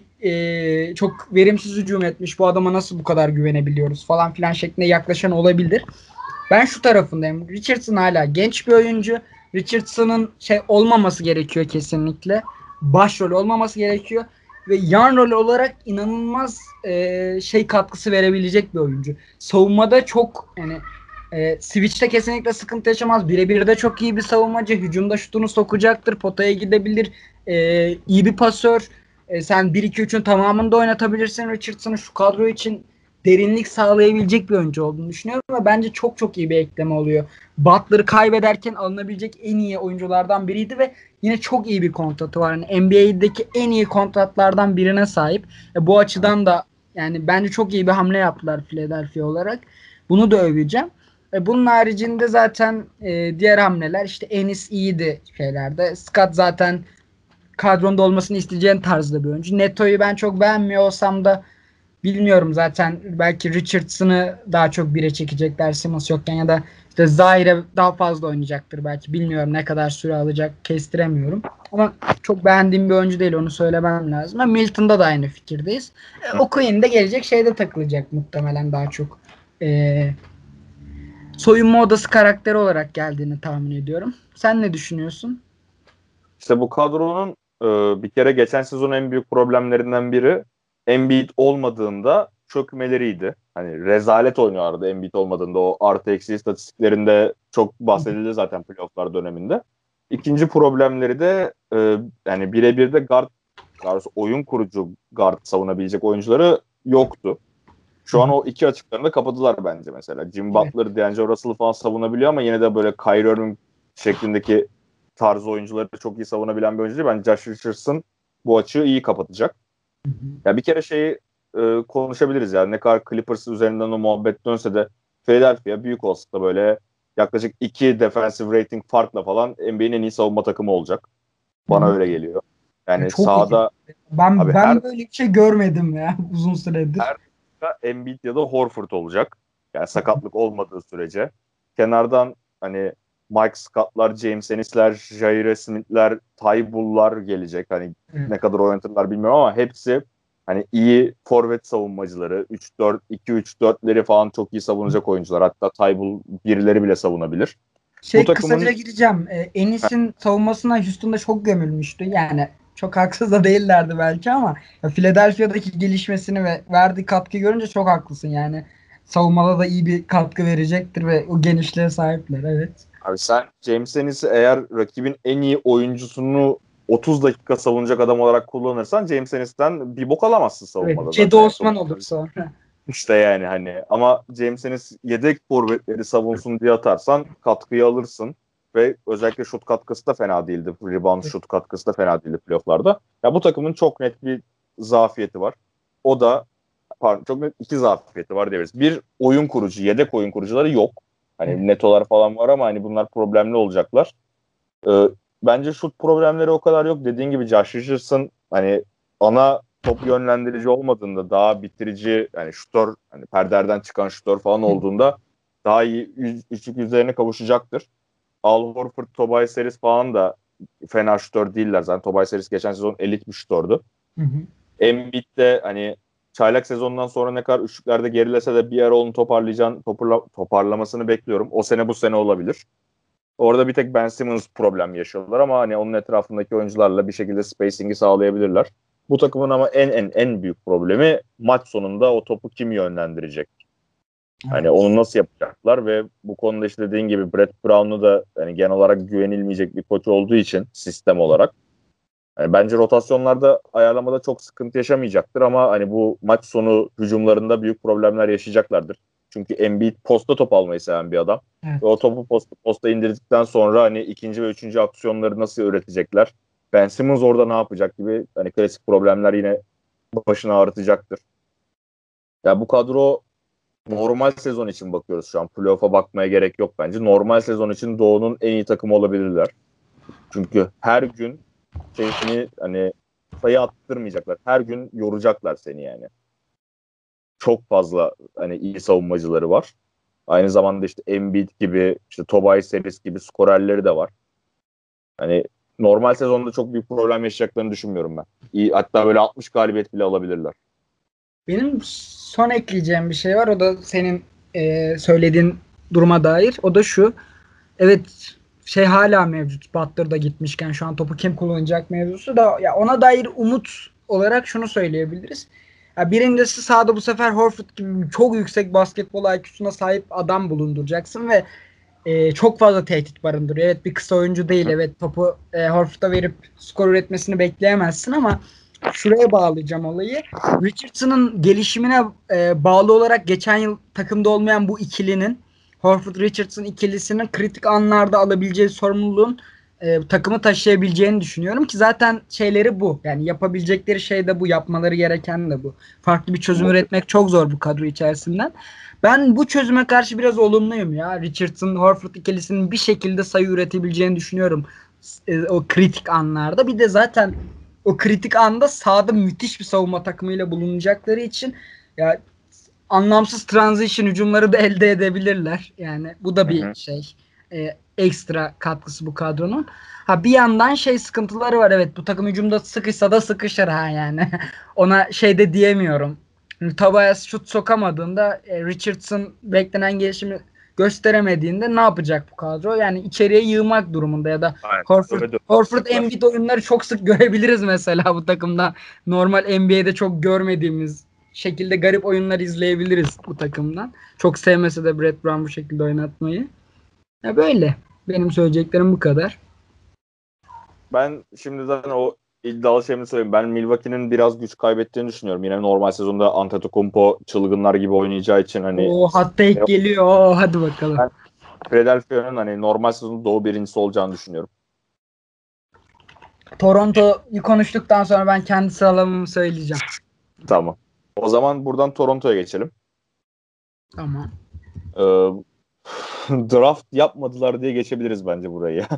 e, çok verimsiz hücum etmiş. Bu adama nasıl bu kadar güvenebiliyoruz falan filan şeklinde yaklaşan olabilir. Ben şu tarafındayım. Richardson hala genç bir oyuncu. Richardson'ın şey olmaması gerekiyor kesinlikle. Başrol olmaması gerekiyor. Ve yan rol olarak inanılmaz e, şey katkısı verebilecek bir oyuncu. Savunmada çok yani e, switch'te kesinlikle sıkıntı yaşamaz. Birebir de çok iyi bir savunmacı. Hücumda şutunu sokacaktır. Potaya gidebilir. E, iyi bir pasör. E, sen bir iki üçün tamamını da oynatabilirsin Richardson'ı şu kadro için derinlik sağlayabilecek bir oyuncu olduğunu düşünüyorum ve bence çok çok iyi bir ekleme oluyor. Butler'ı kaybederken alınabilecek en iyi oyunculardan biriydi ve yine çok iyi bir kontratı var. Yani N B A'deki en iyi kontratlardan birine sahip. E, bu açıdan da yani bence çok iyi bir hamle yaptılar Philadelphia olarak. Bunu da öveceğim. E, bunun haricinde zaten e, diğer hamleler işte Enis iyiydi şeylerde. Scott zaten kadronda olmasını isteyeceğin tarzda bir oyuncu. Neto'yu ben çok beğenmiyor olsam da bilmiyorum zaten belki Richardson'ı daha çok bire çekecekler Simmons yokken ya da işte Zaire daha fazla oynayacaktır belki. Bilmiyorum ne kadar süre alacak kestiremiyorum. Ama çok beğendiğim bir oyuncu değil onu söylemem lazım. Ama Milton'da da aynı fikirdeyiz. E, Okuyun da gelecek şeyde takılacak muhtemelen daha çok. E, soyunma odası karakteri olarak geldiğini tahmin ediyorum. Sen ne düşünüyorsun? İşte bu kadronun e, bir kere geçen sezon en büyük problemlerinden biri Embiid olmadığında çökmeleriydi. Hani rezalet oynuyorlardı Embiid olmadığında. O artı eksi istatistiklerinde çok bahsedildi zaten playofflar döneminde. İkinci problemleri de e, yani birebir de guard, daha doğrusu oyun kurucu guard savunabilecek oyuncuları yoktu. Şu an o iki açıklarını kapadılar bence mesela. Jim Evet. Butler, D'Angelo Russell'ı falan savunabiliyor ama yine de böyle Kyrie Irving şeklindeki tarzı oyuncuları çok iyi savunabilen bir oyuncu değil. Bence Josh Richardson bu açığı iyi kapatacak. Ya bir kere şeyi e, konuşabiliriz ya. Ne kadar Clippers üzerinden o muhabbet dönse de Philadelphia büyük olasılıkla böyle yaklaşık iki defensive rating farkla falan N B A'nin en iyi savunma takımı olacak. Bana öyle geliyor. Ya Yani çok iyi. sahada abi Ben her ben böyle bir şey görmedim ya uzun süredir. her dakika Embiid ya da Horford olacak. Yani sakatlık olmadığı sürece. Kenardan hani Mike Scott'lar, James Ennis'ler, Jair Smith'ler, Ty Bull'lar gelecek. Hani Evet. ne kadar oynatırlar bilmiyorum ama hepsi hani iyi forvet savunmacıları. üç dört iki üç dörtleri falan çok iyi savunacak oyuncular. Hatta Ty Bull birileri bile savunabilir. Bu Şey kısaca takımın gireceğim. Ee, Enis'in savunmasına Houston'da çok gömülmüştü. Yani çok haksız da değillerdi belki ama ya Philadelphia'daki gelişmesini ve verdiği katkı görünce çok haklısın yani. Savunmada da iyi bir katkı verecektir ve o genişliğe sahipler. Evet. abi sen James Ennis'i eğer rakibin en iyi oyuncusunu otuz dakika savunacak adam olarak kullanırsan James Ennis'ten bir bok alamazsın Evet. savunmada Cedi zaten. Yani Osman sonuçta olur sonra. işte yani hani ama James Ennis yedek forvetleri savunsun diye atarsan katkıyı alırsın ve özellikle şut katkısı da fena değildi. Rebound şut katkısı da fena değildi playofflarda. Ya bu takımın çok net bir zafiyeti var. O da pardon, çok net iki zafiyeti var diyebiliriz. Bir oyun kurucu, yedek oyun kurucuları yok. Hani netolar falan var ama hani bunlar problemli olacaklar. Ee, bence şut problemleri o kadar yok. Dediğin gibi Josh Richardson hani ana top yönlendirici olmadığında, daha bitirici, yani şutör, hani perderden çıkan şutör falan olduğunda daha iyi yüz, üçlük yüzlerine kavuşacaktır. Al Horford, Tobias Harris falan da fena şutör değiller zaten. Tobias Harris geçen sezon elit bir şutördü. Hı hı. Embiid de hani çaylak sezonundan sonra ne kadar üçlüklerde gerilese de bir ara onu toparlayacağını, toparla, toparlamasını bekliyorum. O sene bu sene olabilir. Orada bir tek Ben Simmons problem yaşıyorlar ama hani onun etrafındaki oyuncularla bir şekilde spacing'i sağlayabilirler. Bu takımın ama en en en büyük problemi maç sonunda o topu kim yönlendirecek? Hani Evet. onu nasıl yapacaklar ve bu konuda işte dediğin gibi Brett Brown'u da hani genel olarak güvenilmeyecek bir koç olduğu için sistem olarak yani bence rotasyonlarda ayarlamada çok sıkıntı yaşamayacaktır ama hani bu maç sonu hücumlarında büyük problemler yaşayacaklardır. Çünkü Embiid posta top almayı seven bir adam. Ve o Evet. topu posta, posta indirdikten sonra hani ikinci ve üçüncü aksiyonları nasıl üretecekler? Ben Simmons orada ne yapacak gibi hani klasik problemler yine başını ağrıtacaktır. Ya bu kadro normal sezon için bakıyoruz şu an. Playoff'a bakmaya gerek yok bence. Normal sezon için Doğu'nun en iyi takımı olabilirler. Çünkü her gün seni hani sayı attırmayacaklar. Her gün yoracaklar seni yani. Çok fazla hani iyi savunmacıları var. Aynı zamanda işte Embiid gibi, işte Tobias Harris gibi skorerleri de var. Hani normal sezonda çok büyük problem yaşayacaklarını düşünmüyorum ben. İyi, hatta böyle altmış galibiyet bile alabilirler. Benim son ekleyeceğim bir şey var. O da senin e, söylediğin duruma dair. O da şu. Evet, şey hala mevcut. Butler'da gitmişken şu an topu kim kullanacak mevzusu da, ya ona dair umut olarak şunu söyleyebiliriz. Ya birincisi, sahada bu sefer Horford gibi çok yüksek basketbol I Q'suna sahip adam bulunduracaksın ve e, çok fazla tehdit barındırıyor. Evet, bir kısa oyuncu değil. Evet, topu e, Horford'a verip skor üretmesini bekleyemezsin ama şuraya bağlayacağım olayı. Richardson'ın gelişimine e, bağlı olarak geçen yıl takımda olmayan bu ikilinin, Horford Richardson ikilisinin kritik anlarda alabileceği sorumluluğun e, takımı taşıyabileceğini düşünüyorum ki zaten şeyleri bu. Yani yapabilecekleri şey de bu, yapmaları gereken de bu. Farklı bir çözüm üretmek çok zor bu kadro içerisinden. Ben bu çözüme karşı biraz olumluyum ya. Richardson Horford ikilisinin bir şekilde sayı üretebileceğini düşünüyorum. E, o kritik anlarda. Bir de zaten o kritik anda sahada müthiş bir savunma takımıyla bulunacakları için ya anlamsız transition hücumları da elde edebilirler. Yani bu da Hı bir hı. şey. E, ekstra katkısı bu kadronun. Ha, bir yandan şey sıkıntıları var. Evet, bu takım hücumda sıkışsa da sıkışır ha yani. Ona şey de diyemiyorum. Tobias şut sokamadığında e, Richardson beklenen gelişimi gösteremediğinde ne yapacak bu kadro? Yani içeriye yığmak durumunda ya da Aynen. Horford Döve döve Horford atacaklar. Embiid oyunları çok sık görebiliriz mesela bu takımda. Normal N B A'de çok görmediğimiz şekilde garip oyunlar izleyebiliriz bu takımdan. Çok sevmese de Brett Brown bu şekilde oynatmayı. Ya böyle. Benim söyleyeceklerim bu kadar. Ben şimdi zaten o iddialı şeyimi söyleyeyim. Ben Milwaukee'nin biraz güç kaybettiğini düşünüyorum. Yine normal sezonda Antetokounmpo çılgınlar gibi oynayacağı için hani O hatta ilk geliyor. Oo, hadi bakalım. ben Philadelphia'nın hani normal sezonda doğu birincisi olacağını düşünüyorum. Toronto'yu konuştuktan sonra ben kendi sıralamamı söyleyeceğim. Tamam. O zaman buradan Toronto'ya geçelim. Tamam. Ee, draft yapmadılar diye geçebiliriz bence burayı ya.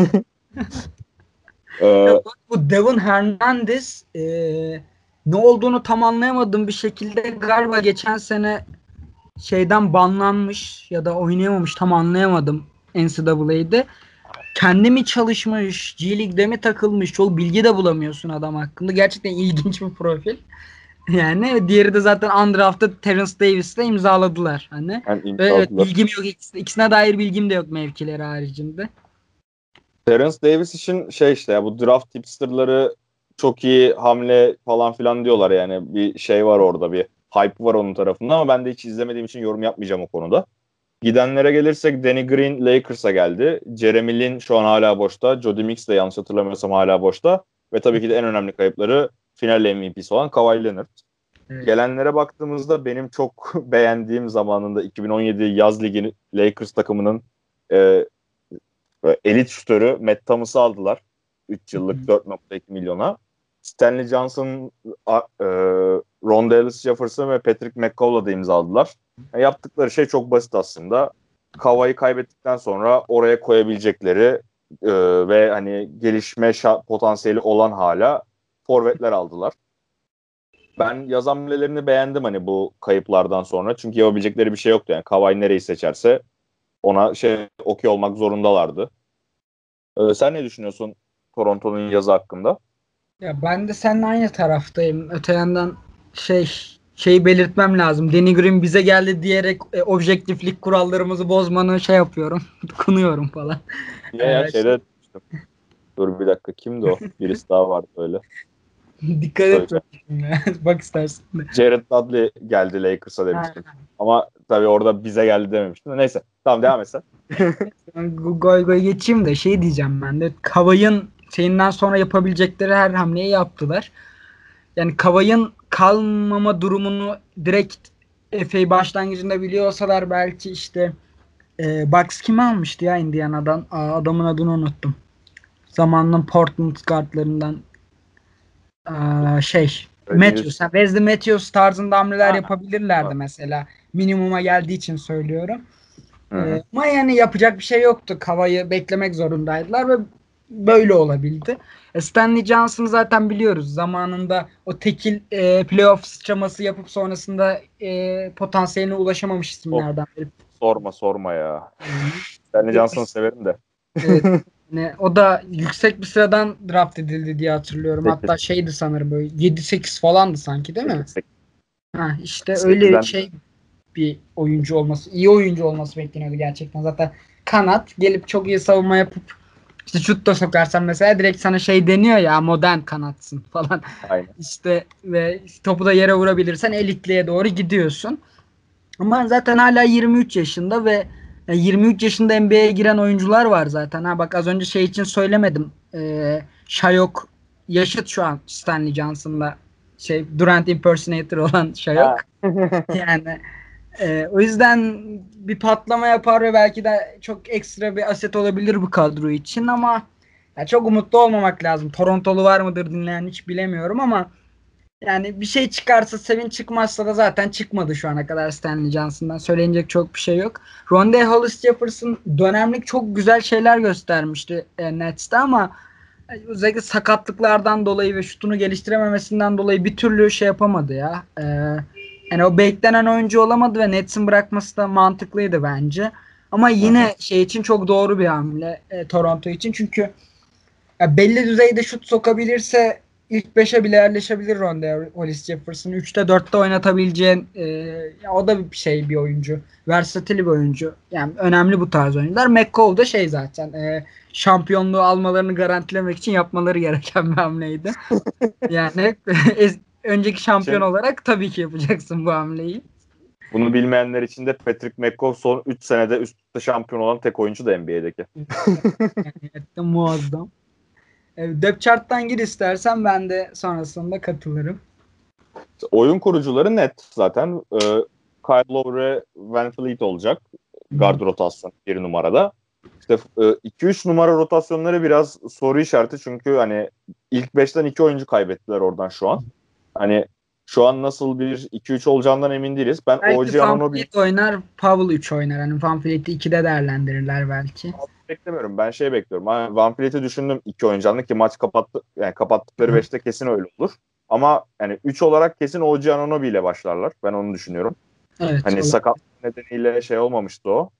Ya Ee, bak, bu Devin Hernandez e, ne olduğunu tam anlayamadığım bir şekilde galiba geçen sene şeyden banlanmış ya da oynayamamış, tam anlayamadım N C A A'de. Kendi mi çalışmış, G League'de mi takılmış, çok bilgi de bulamıyorsun adam hakkında. Gerçekten ilginç bir profil. Yani diğeri de zaten undrafted Terence Davis'le imzaladılar. Hani hem ve evet, imzaladılar. bilgim yok. İkisine, ikisine dair bilgim de yok mevkileri haricinde. Terence Davis için şey işte ya, bu draft tipsterları çok iyi hamle falan filan diyorlar yani, bir şey var orada, bir hype var onun tarafında ama ben de hiç izlemediğim için yorum yapmayacağım o konuda. Gidenlere gelirsek Danny Green Lakers'a geldi. Jeremy Lin şu an hala boşta. Jody Mix de yanlış hatırlamıyorsam hala boşta. Ve tabii ki de en önemli kayıpları final M V P'si olan Kawhi Leonard. Evet. Gelenlere baktığımızda benim çok beğendiğim zamanında iki bin on yedi yaz ligi Lakers takımının e, elit şutörü Matt Thomas'ı aldılar. üç yıllık dört nokta iki milyona. Stanley Johnson, a, e, Ron Jefferson ve Patrick McCaw'la da imzaladılar. Yani yaptıkları şey çok basit aslında. Kawhi'yi kaybettikten sonra oraya koyabilecekleri e, ve hani gelişme şa- potansiyeli olan hala forvetler aldılar. Ben yaz hamlelerini beğendim hani bu kayıplardan sonra. Çünkü yapabilecekleri bir şey yoktu. Yani Kawhi nereyi seçerse ona şey okey olmak zorundalardı. Ee, sen ne düşünüyorsun Toronto'nun yazı hakkında? Ya ben de seninle aynı taraftayım. Öte yandan şey şeyi belirtmem lazım. Danny Green bize geldi diyerek e, objektiflik kurallarımızı bozmanı şey yapıyorum. Kınıyorum falan. Niye ya Ee, şey, şeyde dur bir dakika kimdi o? Birisi daha vardı öyle. dikkat et Söyle. bakayım ya. Bak istersin de. Jared Dudley geldi Lakers'a Ha, demiştim. Ama tabii orada bize geldi dememiştim. Neyse tamam devam et sen. Goy goy geçeyim de şey diyeceğim ben de. Kavay'ın şeyinden sonra yapabilecekleri her hamleyi yaptılar. Yani Kavay'ın kalmama durumunu direkt F A başlangıcında biliyorsalar belki işte e, Bucks kimi almıştı ya Indiana'dan? Aa, adamın adını unuttum. Zamanının Portland guardlarından aa, şey Matthews. Ha, Wesley Matthews tarzında hamleler Ha, yapabilirlerdi ha. mesela. Minimuma geldiği için söylüyorum. Hı hı. E, ama yani yapacak bir şey yoktu. Kavayı beklemek zorundaydılar ve böyle olabildi. E, Stanley Johnson'ı zaten biliyoruz. Zamanında o tekil e, playoff sıçraması yapıp sonrasında e, potansiyeline ulaşamamış Sor- isimlerden biri. sorma sorma ya. Yani, Stanley Johnson'ı severim de. evet. Yani o da yüksek bir sıradan draft edildi diye hatırlıyorum. sekiz, Hatta şeydi sanırım böyle yedi sekiz falandı sanki değil mi? sekiz, Ha, işte öyle sekizden şey bir oyuncu olması, iyi oyuncu olması bekleniyordu gerçekten. Zaten kanat gelip çok iyi savunma yapıp işte şut da sokarsan mesela direkt sana şey deniyor ya modern kanatsın falan. aynen. İşte ve topu da yere vurabilirsen elitliğe doğru gidiyorsun. Ama zaten hala yirmi üç yaşında ve e, yirmi üç yaşında N B A'ye giren oyuncular var zaten. Ha bak az önce şey için söylemedim. Ee, Shayok yaşıt şu an Stanley Johnson'la şey Durant impersonator olan Shayok. Ha. Yani e, o yüzden bir patlama yapar ve belki de çok ekstra bir aset olabilir bu kadro için ama ya çok umutlu olmamak lazım. Torontolu var mıdır dinleyen hiç bilemiyorum ama yani bir şey çıkarsa sevin çıkmazsa da zaten çıkmadı şu ana kadar Stanley Johnson'dan. Söylenecek çok bir şey yok. Rondae Hollis Jefferson dönemlik çok güzel şeyler göstermişti e, Nets'te ama özellikle sakatlıklardan dolayı ve şutunu geliştirememesinden dolayı bir türlü şey yapamadı ya. Ee, yani o beklenen oyuncu olamadı ve Nets'in bırakması da mantıklıydı bence. Ama Hı hı. yine şey için çok doğru bir hamle e, Toronto için. Çünkü ya belli düzeyde şut sokabilirse ilk beşe bile yerleşebilir Rondae Hollis Jefferson. üçte dörtte oynatabileceğin e, ya o da bir şey bir oyuncu. Versatile bir oyuncu. Yani önemli bu tarz oyuncular. McCall da şey zaten e, şampiyonluğu almalarını garantilemek için yapmaları gereken bir hamleydi. Yani es- önceki şampiyon Şimdi olarak tabii ki yapacaksın bu hamleyi. bunu bilmeyenler için de Patrick McCaw son üç senede üst üste şampiyon olan tek oyuncu da N B A'deki. Gerçekten muazzam. E, depth chart'tan gir istersen ben de sonrasında katılırım. Oyun kurucuları net zaten. Ee, Kyle Lowry, Van Fleet olacak. Guard rotasyon bir numarada. İşte iki üç numara rotasyonları biraz soru işareti çünkü hani ilk beşten iki oyuncu kaybettiler oradan şu an. Hani şu an nasıl bir iki üç olacağından emin değiliz. Ben Belki O G Van Anunoby'yi Fleet oynar, Powell üç oynar. Hani Van Fleet'i ikide değerlendirirler belki. beklemiyorum. Ben şey bekliyorum. Hani Van Fleet'i düşündüm iki oyuncağını ki maç kapattı yani kapattıkları Hı. beşte kesin öyle olur. Ama yani üç olarak kesin O G Anunoby ile başlarlar. Ben onu düşünüyorum. Evet. Hani Olur. sakat nedeniyle şey olmamıştı o.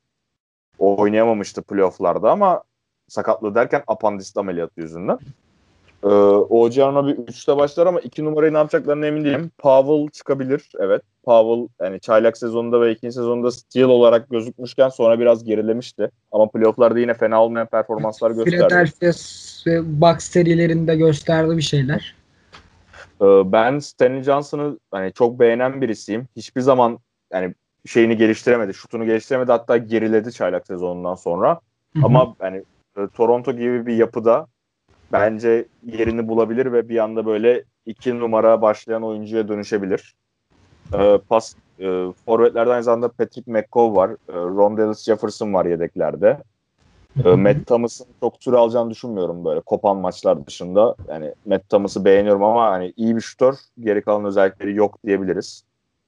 O oynayamamıştı playoff'larda ama sakatlığı derken apandisit ameliyatı yüzünden. Ee, O G Anunoby üçte başlar ama iki numarayı ne yapacaklarına emin değilim. Powell çıkabilir. Evet. Powell yani çaylak sezonunda ve ikinci sezonda steal olarak gözükmüşken sonra biraz gerilemişti. Ama playoff'larda yine fena olmayan performanslar gösterdi. Philadelphia ve Bucks serilerinde gösterdi bir şeyler. Ee, ben Stanley Johnson'ı hani çok beğenen birisiyim. Hiçbir zaman yani şeyini geliştiremedi, şutunu geliştiremedi. Hatta geriledi çaylak sezonundan sonra. Hı hı. Ama hani e, Toronto gibi bir yapıda bence yerini bulabilir ve bir anda böyle iki numara başlayan oyuncuya dönüşebilir. Ee, pas e, forvetlerden aynı zamanda Patrick McCaw var. E, Rondae Jefferson var yedeklerde. Hı E, hı. Matt Thomas'ın çok süre alacağını düşünmüyorum böyle kopan maçlar dışında. Yani Matt Thomas'ı beğeniyorum ama hani iyi bir şutör, geri kalan özellikleri yok diyebiliriz.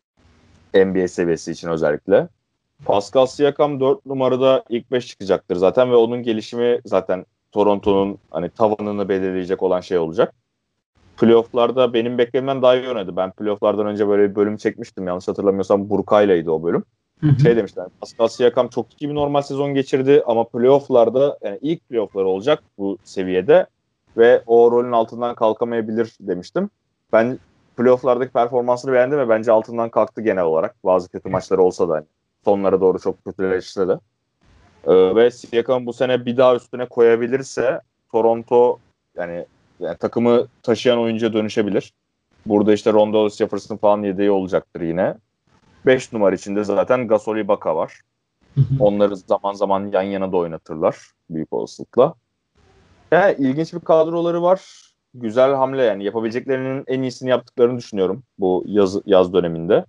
N B A seviyesi için özellikle. Pascal Siakam dört numarada ilk beş çıkacaktır zaten ve onun gelişimi zaten Toronto'nun hani tavanını belirleyecek olan şey olacak. Playoff'larda benim beklememden daha iyi oynadı. Ben playoff'lardan önce böyle bir bölüm çekmiştim. Yanlış hatırlamıyorsam Burkay'laydı o bölüm. Hı hı. Şey demişler. Pascal Siakam çok iyi bir normal sezon geçirdi ama playoff'larda yani ilk playoff'ları olacak bu seviyede ve o rolün altından kalkamayabilir demiştim. Ben playoff'lardaki performansını beğendim ve bence altından kalktı genel olarak. Bazı kötü maçları olsa da hani sonlara doğru çok kötüleşti de. Ee, ve Siakam bu sene bir daha üstüne koyabilirse Toronto yani, yani takımı taşıyan oyuncuya dönüşebilir. Burada işte Rondo Jefferson falan yedeği olacaktır yine. beş numara içinde zaten Gasol Ibaka var. Hı hı. Onları zaman zaman yan yana da oynatırlar büyük olasılıkla. Yani ilginç bir kadroları var. Güzel hamle yani yapabileceklerinin en iyisini yaptıklarını düşünüyorum bu yaz, yaz döneminde.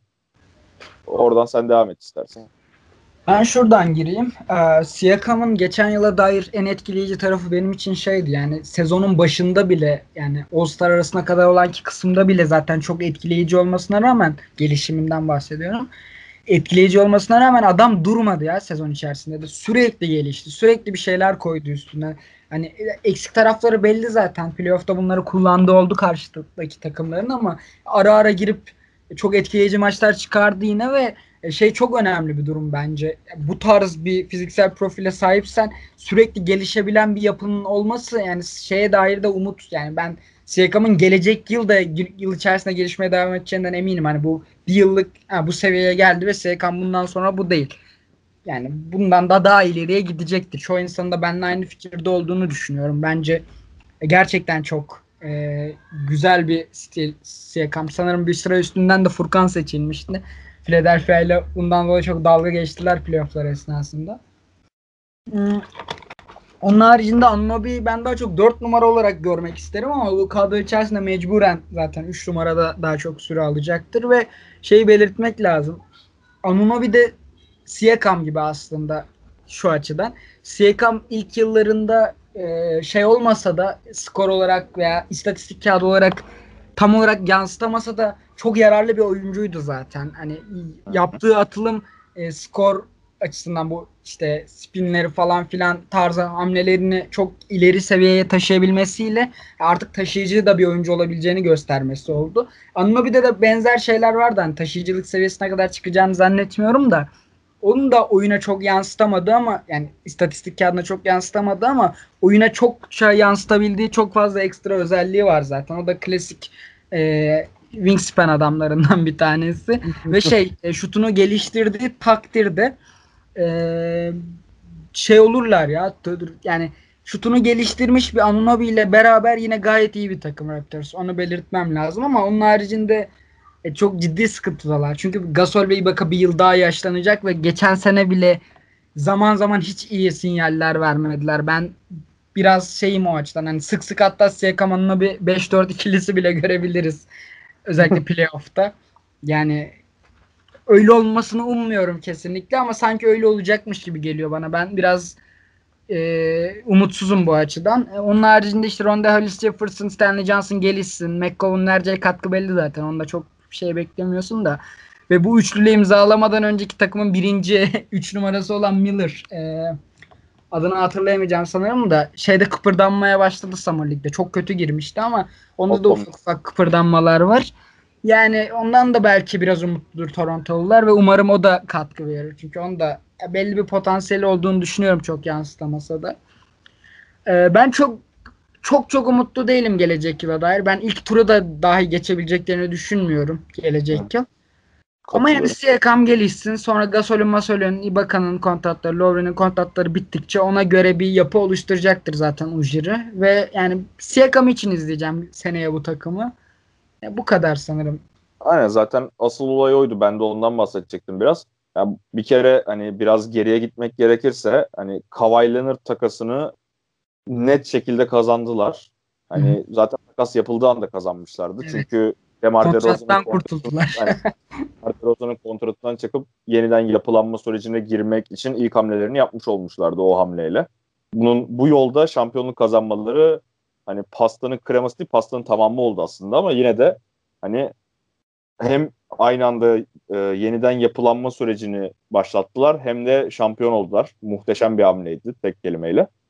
Oradan sen devam et istersen. Ben şuradan gireyim. Ee, Siakam'ın geçen yıla dair en etkileyici tarafı benim için şeydi. Yani sezonun başında bile yani All-Star arasına kadar olan ki kısımda bile zaten çok etkileyici olmasına rağmen gelişiminden bahsediyorum. Etkileyici olmasına rağmen adam durmadı ya sezon içerisinde de. Sürekli gelişti. Sürekli bir şeyler koydu üstüne. Hani eksik tarafları belli zaten. Playoff'ta bunları kullandığı oldu karşıdaki takımların ama ara ara girip çok etkileyici maçlar çıkardı yine ve şey çok önemli bir durum bence. Bu tarz bir fiziksel profile sahipsen sürekli gelişebilen bir yapının olması yani şeye dair de umut yani ben Siakam'ın gelecek yıl da yıl içerisinde gelişmeye devam edeceğinden eminim. Hani bu bir yıllık ha, bu seviyeye geldi ve Siakam bundan sonra bu değil. Yani bundan da daha ileriye gidecektir. Çoğu insanın da benimle aynı fikirde olduğunu düşünüyorum. Bence gerçekten çok e, güzel bir stil Siakam. Sanırım bir sıra üstünden de Furkan seçilmişti. Philadelphia ile bundan dolayı çok dalga geçtiler playofflar esnasında. Hmm. Onun haricinde Anunoby'yi ben daha çok dört numara olarak görmek isterim ama bu kadro içerisinde mecburen zaten üç numarada daha çok süre alacaktır ve şeyi belirtmek lazım. Anunoby de Siakam gibi aslında şu açıdan. Siakam ilk yıllarında e, şey olmasa da skor olarak veya istatistik kağıdı olarak tam olarak yansıtamasa da çok yararlı bir oyuncuydu zaten. Hani yaptığı atılım e, skor açısından bu işte spinleri falan filan tarzı hamlelerini çok ileri seviyeye taşıyabilmesiyle artık taşıyıcı da bir oyuncu olabileceğini göstermesi oldu. Anunoby'de de benzer şeyler vardı. Hani taşıyıcılık seviyesine kadar çıkacağını zannetmiyorum da onun da oyuna çok yansıtamadı ama yani istatistik kağıdına çok yansıtamadı ama oyuna çokça yansıtabildiği çok fazla ekstra özelliği var zaten. O da klasik e, wingspan adamlarından bir tanesi. Ve şey e, şutunu geliştirdiği takdirde e, şey olurlar ya yani şutunu geliştirmiş bir Anunoby ile beraber yine gayet iyi bir takım Raptors. Onu belirtmem lazım ama onun haricinde e, çok ciddi sıkıntıdalar. Çünkü Gasol ve Ibaka bir yıl daha yaşlanacak ve geçen sene bile zaman zaman hiç iyi sinyaller vermediler. Ben biraz şeyim o açıdan hani sık sık hatta Siakam'ın bir beş dört ikilisi bile görebiliriz. Özellikle playoff'ta. Yani öyle olmasını ummuyorum kesinlikle ama sanki öyle olacakmış gibi geliyor bana. Ben biraz e, umutsuzum bu açıdan. E, onun haricinde işte Ronda Hollis Jefferson, Stanley Johnson gelişsin. McCollum'un vereceği katkı belli zaten. Onda çok bir şey beklemiyorsun da. Ve bu üçlüyle imzalamadan önceki takımın birinci üç numarası olan Miller. E, adını hatırlayamayacağım sanırım da şeyde kıpırdanmaya başladı Summer League'de. Çok kötü girmişti ama onda da Oklahoma. ufak ufak kıpırdanmalar var. Yani ondan da belki biraz umutludur Torontolular ve umarım o da katkı verir. Çünkü onun da belli bir potansiyeli olduğunu düşünüyorum çok yansıtamasa da. Ee, ben çok çok çok umutlu değilim gelecek yıla dair. Ben ilk turu da dahi geçebileceklerini düşünmüyorum gelecek yıl. Ama yani Katılıyorum. Siakam gelişsin. Sonra Gasol'ün, Masol'ün, Ibaka'nın kontratları, Lowry'nin kontratları bittikçe ona göre bir yapı oluşturacaktır zaten Ujiri. Ve yani Siakam için izleyeceğim seneye bu takımı. Ya bu kadar sanırım. Aynen zaten asıl olay oydu. Ben de ondan bahsedecektim biraz. Ya bir kere hani biraz geriye gitmek gerekirse hani Kawhi Leonard takasını net şekilde kazandılar. Hı hı. Hani zaten takas yapıldığı anda kazanmışlardı. Evet. Çünkü DeMar DeRozan'ın Kontrattan kontratından, kurtuldular. yani DeMar DeRozan'ın kontratından çıkıp yeniden yapılanma sürecine girmek için ilk hamlelerini yapmış olmuşlardı o hamleyle. Bunun bu yolda şampiyonluk kazanmaları hani pastanın kreması değil pastanın tamamı oldu aslında ama yine de hani hem aynı anda e, yeniden yapılanma sürecini başlattılar hem de şampiyon oldular. Muhteşem bir hamleydi tek kelimeyle.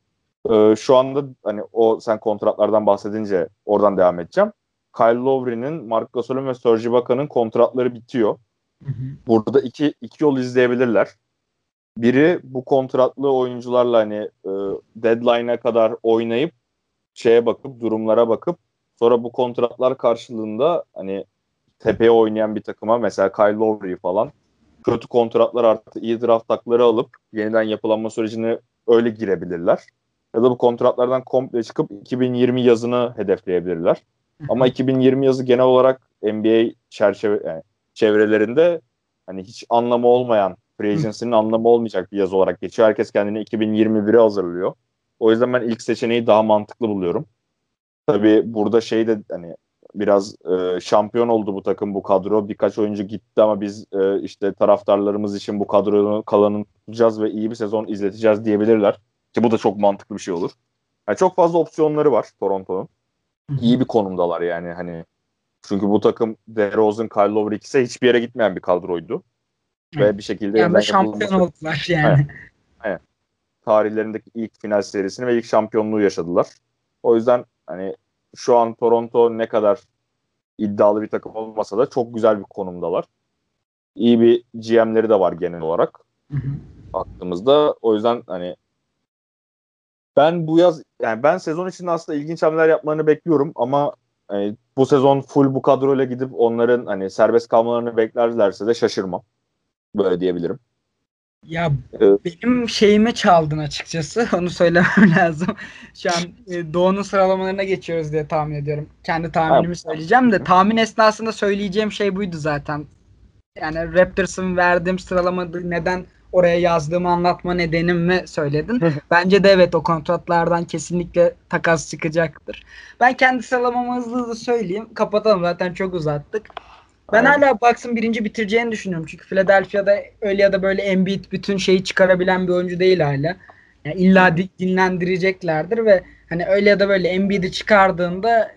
Ee, şu anda hani o sen kontratlardan bahsedince oradan devam edeceğim. Kyle Lowry'nin, Marc Gasol'ün ve Serge Ibaka'nın kontratları bitiyor. Hı hı. Burada iki, iki yol izleyebilirler. Biri bu kontratlı oyuncularla hani e, deadline'a kadar oynayıp şeye bakıp durumlara bakıp sonra bu kontratlar karşılığında hani tepeye oynayan bir takıma mesela Kyle Lowry falan kötü kontratlar artı iyi draft hakları alıp yeniden yapılanma sürecine öyle girebilirler. Ya da bu kontratlardan komple çıkıp iki bin yirmi yazını hedefleyebilirler. Ama iki bin yirmi yazı genel olarak N B A çerçeve yani çevrelerinde hani hiç anlamı olmayan, free agency'nin anlamı olmayacak bir yaz olarak geçiyor. Herkes kendini iki bin yirmi bire hazırlıyor. O yüzden ben ilk seçeneği daha mantıklı buluyorum. Tabii burada şey de hani biraz e, şampiyon oldu bu takım, bu kadro. Birkaç oyuncu gitti ama biz e, işte taraftarlarımız için bu kadronun kalanını tutacağız ve iyi bir sezon izleteceğiz diyebilirler. Ki bu da çok mantıklı bir şey olur. Yani çok fazla opsiyonları var Toronto'nun. İyi bir konumdalar yani hani. Çünkü bu takım DeRozan, Kyle Lowry ikisi hiçbir yere gitmeyen bir kadroydu. Ve bir şekilde Yani da yeniden şampiyon yapılması. oldular yani. Evet, evet. Tarihlerindeki ilk final serisini ve ilk şampiyonluğu yaşadılar. O yüzden hani şu an Toronto ne kadar iddialı bir takım olmasa da çok güzel bir konumdalar. İyi bir G M'leri de var genel olarak Hı hı. baktığımızda. O yüzden hani ben bu yaz yani ben sezon içinde aslında ilginç hamleler yapmalarını bekliyorum ama hani bu sezon full bu kadroyla gidip onların hani serbest kalmalarını beklerlerse de şaşırmam. Böyle diyebilirim. Ya Ee, benim şeyime çaldın açıkçası. Onu söylemem lazım. Şu an e, Doğu'nun sıralamalarına geçiyoruz diye tahmin ediyorum. Kendi ha, tahminimi söyleyeceğim de tahmin esnasında söyleyeceğim şey buydu zaten. Yani Raptors'ın verdiğim sıralamada neden oraya yazdığımı anlatma nedenimi söyledin. Bence de evet, o kontratlardan kesinlikle takas çıkacaktır. Ben kendi sıralamamı hızlı hızlı söyleyeyim. Kapatalım, zaten çok uzattık. Ben aynen. hala Bucks'ın birinci bitireceğini düşünüyorum. Çünkü Philadelphia'da öyle ya da böyle Embiid bütün şeyi çıkarabilen bir oyuncu değil hala. Yani illa di- dinlendireceklerdir ve hani öyle ya da böyle Embiid'i çıkardığında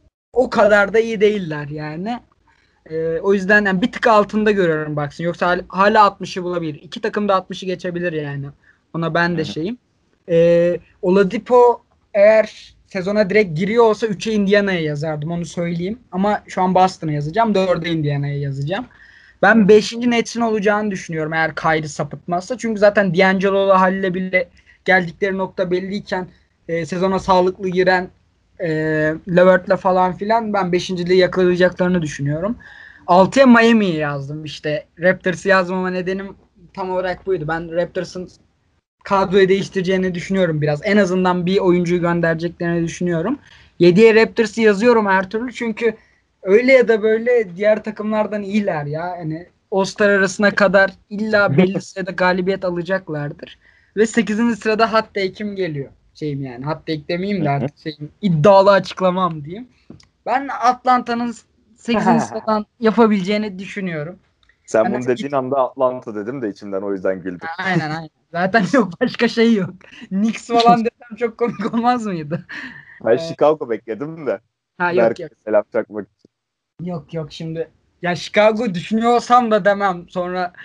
o kadar da iyi değiller yani. Ee, o yüzden yani bir tık altında görüyorum Bucks'ın. Yoksa hal- hala altmışı bulabilir. İki takım da altmışı geçebilir yani. Ona ben de şeyim. Ee, Oladipo eğer sezona direkt giriyor olsa üçe Indiana'ya yazardım, onu söyleyeyim. Ama şu an Boston'a yazacağım. dörde Indiana'ya yazacağım. Ben beşinci Nets'in olacağını düşünüyorum eğer Kyrie sapıtmazsa. Çünkü zaten D'Angelo'la Halil'le bile geldikleri nokta belliyken e, sezona sağlıklı giren e, Levert'le falan filan ben beşinciliği yakalayacaklarını düşünüyorum. altıya Miami'yi yazdım işte. Raptors'ı yazmama nedenim tam olarak buydu. Ben Raptors'ın kadroyu değiştireceğini düşünüyorum biraz. En azından bir oyuncuyu göndereceklerini düşünüyorum. yediye Raptors'ı yazıyorum her türlü çünkü öyle ya da böyle diğer takımlardan iyiler ya. Yani All-Star arasına kadar illa belli sayıda galibiyet alacaklardır. Ve sekizinci sırada hot take'im geliyor. Şeyim yani, hot take demeyeyim de artık şeyim, iddialı açıklamam diyeyim. Ben Atlanta'nın sekizinci sıradan yapabileceğini düşünüyorum. Sen Yani bunu dediğin anda Atlanta dedim de içimden o yüzden güldüm. aynen aynen. Zaten yok, başka şey yok. Knicks falan desem çok komik olmaz mıydı? Ben Ee, Chicago bekledim de ha yok yok. Berk'e selam çakmak için. Yok yok şimdi. Ya Chicago düşünüyorsam da demem. Sonra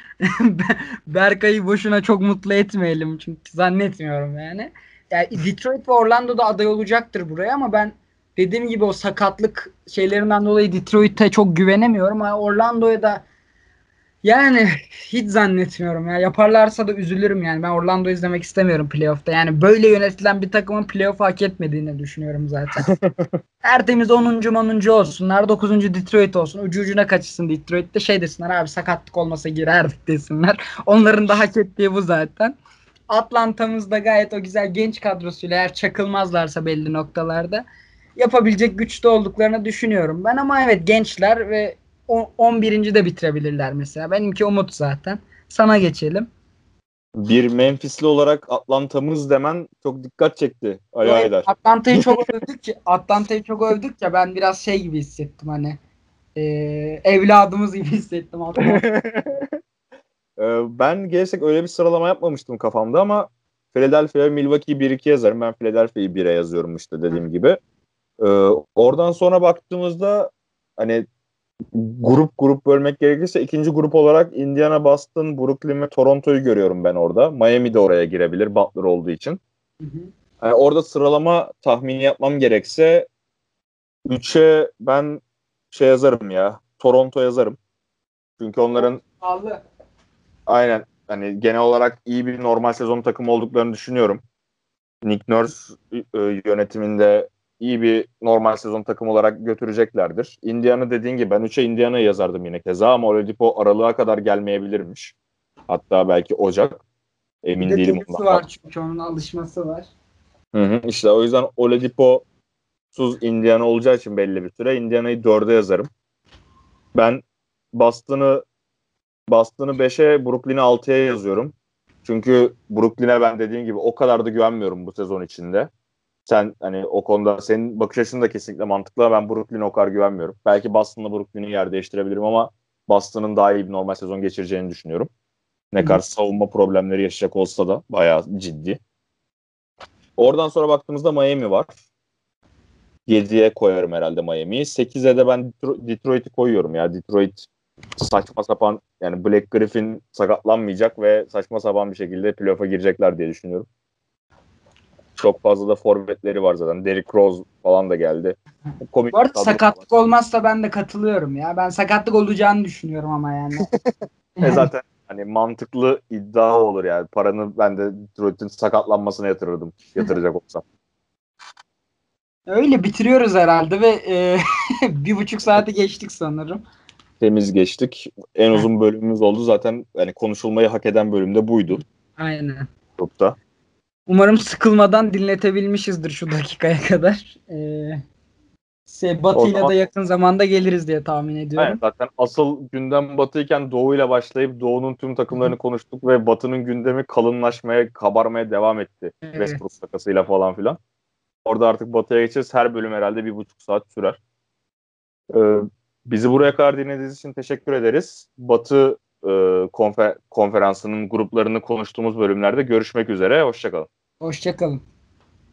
Berkay'ı boşuna çok mutlu etmeyelim. Çünkü zannetmiyorum yani. Yani Detroit ve Orlando da aday olacaktır buraya ama ben dediğim gibi o sakatlık şeylerinden dolayı Detroit'e çok güvenemiyorum. Ama Orlando'ya da yani hiç zannetmiyorum ya. Yaparlarsa da üzülürüm yani. Ben Orlando izlemek istemiyorum playoff'ta. Yani böyle yönetilen bir takımın playoff hak etmediğini düşünüyorum zaten. Tertemiz onuncu onuncu olsunlar. dokuzuncu Detroit olsun. Ucu ucuna kaçırsın Detroit'te. Şey desinler, abi sakatlık olmasa girerdik desinler. Onların da hak ettiği bu zaten. Atlanta'mız da gayet o güzel genç kadrosuyla, eğer çakılmazlarsa belli noktalarda yapabilecek güçte olduklarını düşünüyorum ben. Ama evet, gençler ve on birinci de bitirebilirler mesela. Benimki umut zaten. Sana geçelim. Bir Memphisli olarak Atlanta'mız demen çok dikkat çekti Ali Yo, yo, Aydar. Atlanta'yı çok övdükçe Atlanta'yı çok övdükçe ben biraz şey gibi hissettim, hani e, evladımız gibi hissettim Atlanta. Ee, ben gelsek öyle bir sıralama yapmamıştım kafamda ama Philadelphia ve Milwaukee'yi bir iki yazarım. Ben Philadelphia'yı bire yazıyorum işte dediğim gibi. Ee, oradan sonra baktığımızda hani grup grup bölmek gerekirse ikinci grup olarak Indiana, Boston, Brooklyn ve Toronto'yu görüyorum ben orada. Miami de oraya girebilir Butler olduğu için. Hı hı. Yani orada sıralama tahmini yapmam gerekse üçe ben şey yazarım ya. Toronto yazarım. Çünkü onların Pahalı. aynen hani genel olarak iyi bir normal sezon takımı olduklarını düşünüyorum. Nick Nurse e, yönetiminde iyi bir normal sezon takımı olarak götüreceklerdir. Indiana dediğin gibi ben üçe Indiana'yı yazardım yine keza ama Oladipo aralığa kadar gelmeyebilirmiş. Hatta belki Ocak. Bir Emin de değilim tenisi ondan da. var çünkü onun alışması var. Hı hı. İşte o yüzden Oladipo'suz Indiana olacağı için belli bir süre Indiana'yı dörde yazarım. Ben Boston'ı Boston'ı beşe, Brooklyn'i altıya yazıyorum. Çünkü Brooklyn'e ben dediğim gibi o kadar da güvenmiyorum bu sezon içinde. Sen hani o konuda senin bakış açın da kesinlikle mantıklı. Ben Brooklyn'e o kadar güvenmiyorum. Belki Boston'la Brooklyn'i yer değiştirebilirim ama Boston'ın daha iyi bir normal sezon geçireceğini düşünüyorum. Ne kadar savunma problemleri yaşayacak olsa da bayağı ciddi. Oradan sonra baktığımızda Miami var. yediye koyarım herhalde Miami'yi. sekize de ben Detroit'i koyuyorum ya. Detroit saçma sapan yani Black Griffin sakatlanmayacak ve saçma sapan bir şekilde playoff'a girecekler diye düşünüyorum. Çok fazla da forvetleri var zaten. Derrick Rose falan da geldi. Komik Bu arada kadro var. sakatlık olmazsa ben de katılıyorum ya. Ben sakatlık olacağını düşünüyorum ama yani. E zaten hani mantıklı iddia olur yani. Paranı ben de Detroit'in sakatlanmasına yatırırdım. Yatıracak olsam. Öyle bitiriyoruz herhalde ve e, bir buçuk saati geçtik sanırım. Temiz geçtik. En uzun bölümümüz oldu. Zaten yani konuşulmayı hak eden bölüm de buydu. Aynen. Grupta. Umarım sıkılmadan dinletebilmişizdir şu dakikaya kadar. Ee, Se- O Batı'yla zaman da yakın zamanda geliriz diye tahmin aynen, ediyorum. zaten asıl gündem Batı'yken Doğu ile başlayıp Doğu'nun tüm takımlarını konuştuk ve Batı'nın gündemi kalınlaşmaya, kabarmaya devam etti. Westbrook Evet. takasıyla falan filan. Orada artık Batı'ya geçeceğiz. Her bölüm herhalde bir buçuk saat sürer. Ee, bizi buraya kadar dinlediğiniz için teşekkür ederiz. Batı e, konfer- konferansının gruplarını konuştuğumuz bölümlerde görüşmek üzere. Hoşçakalın. Hoşça kalın.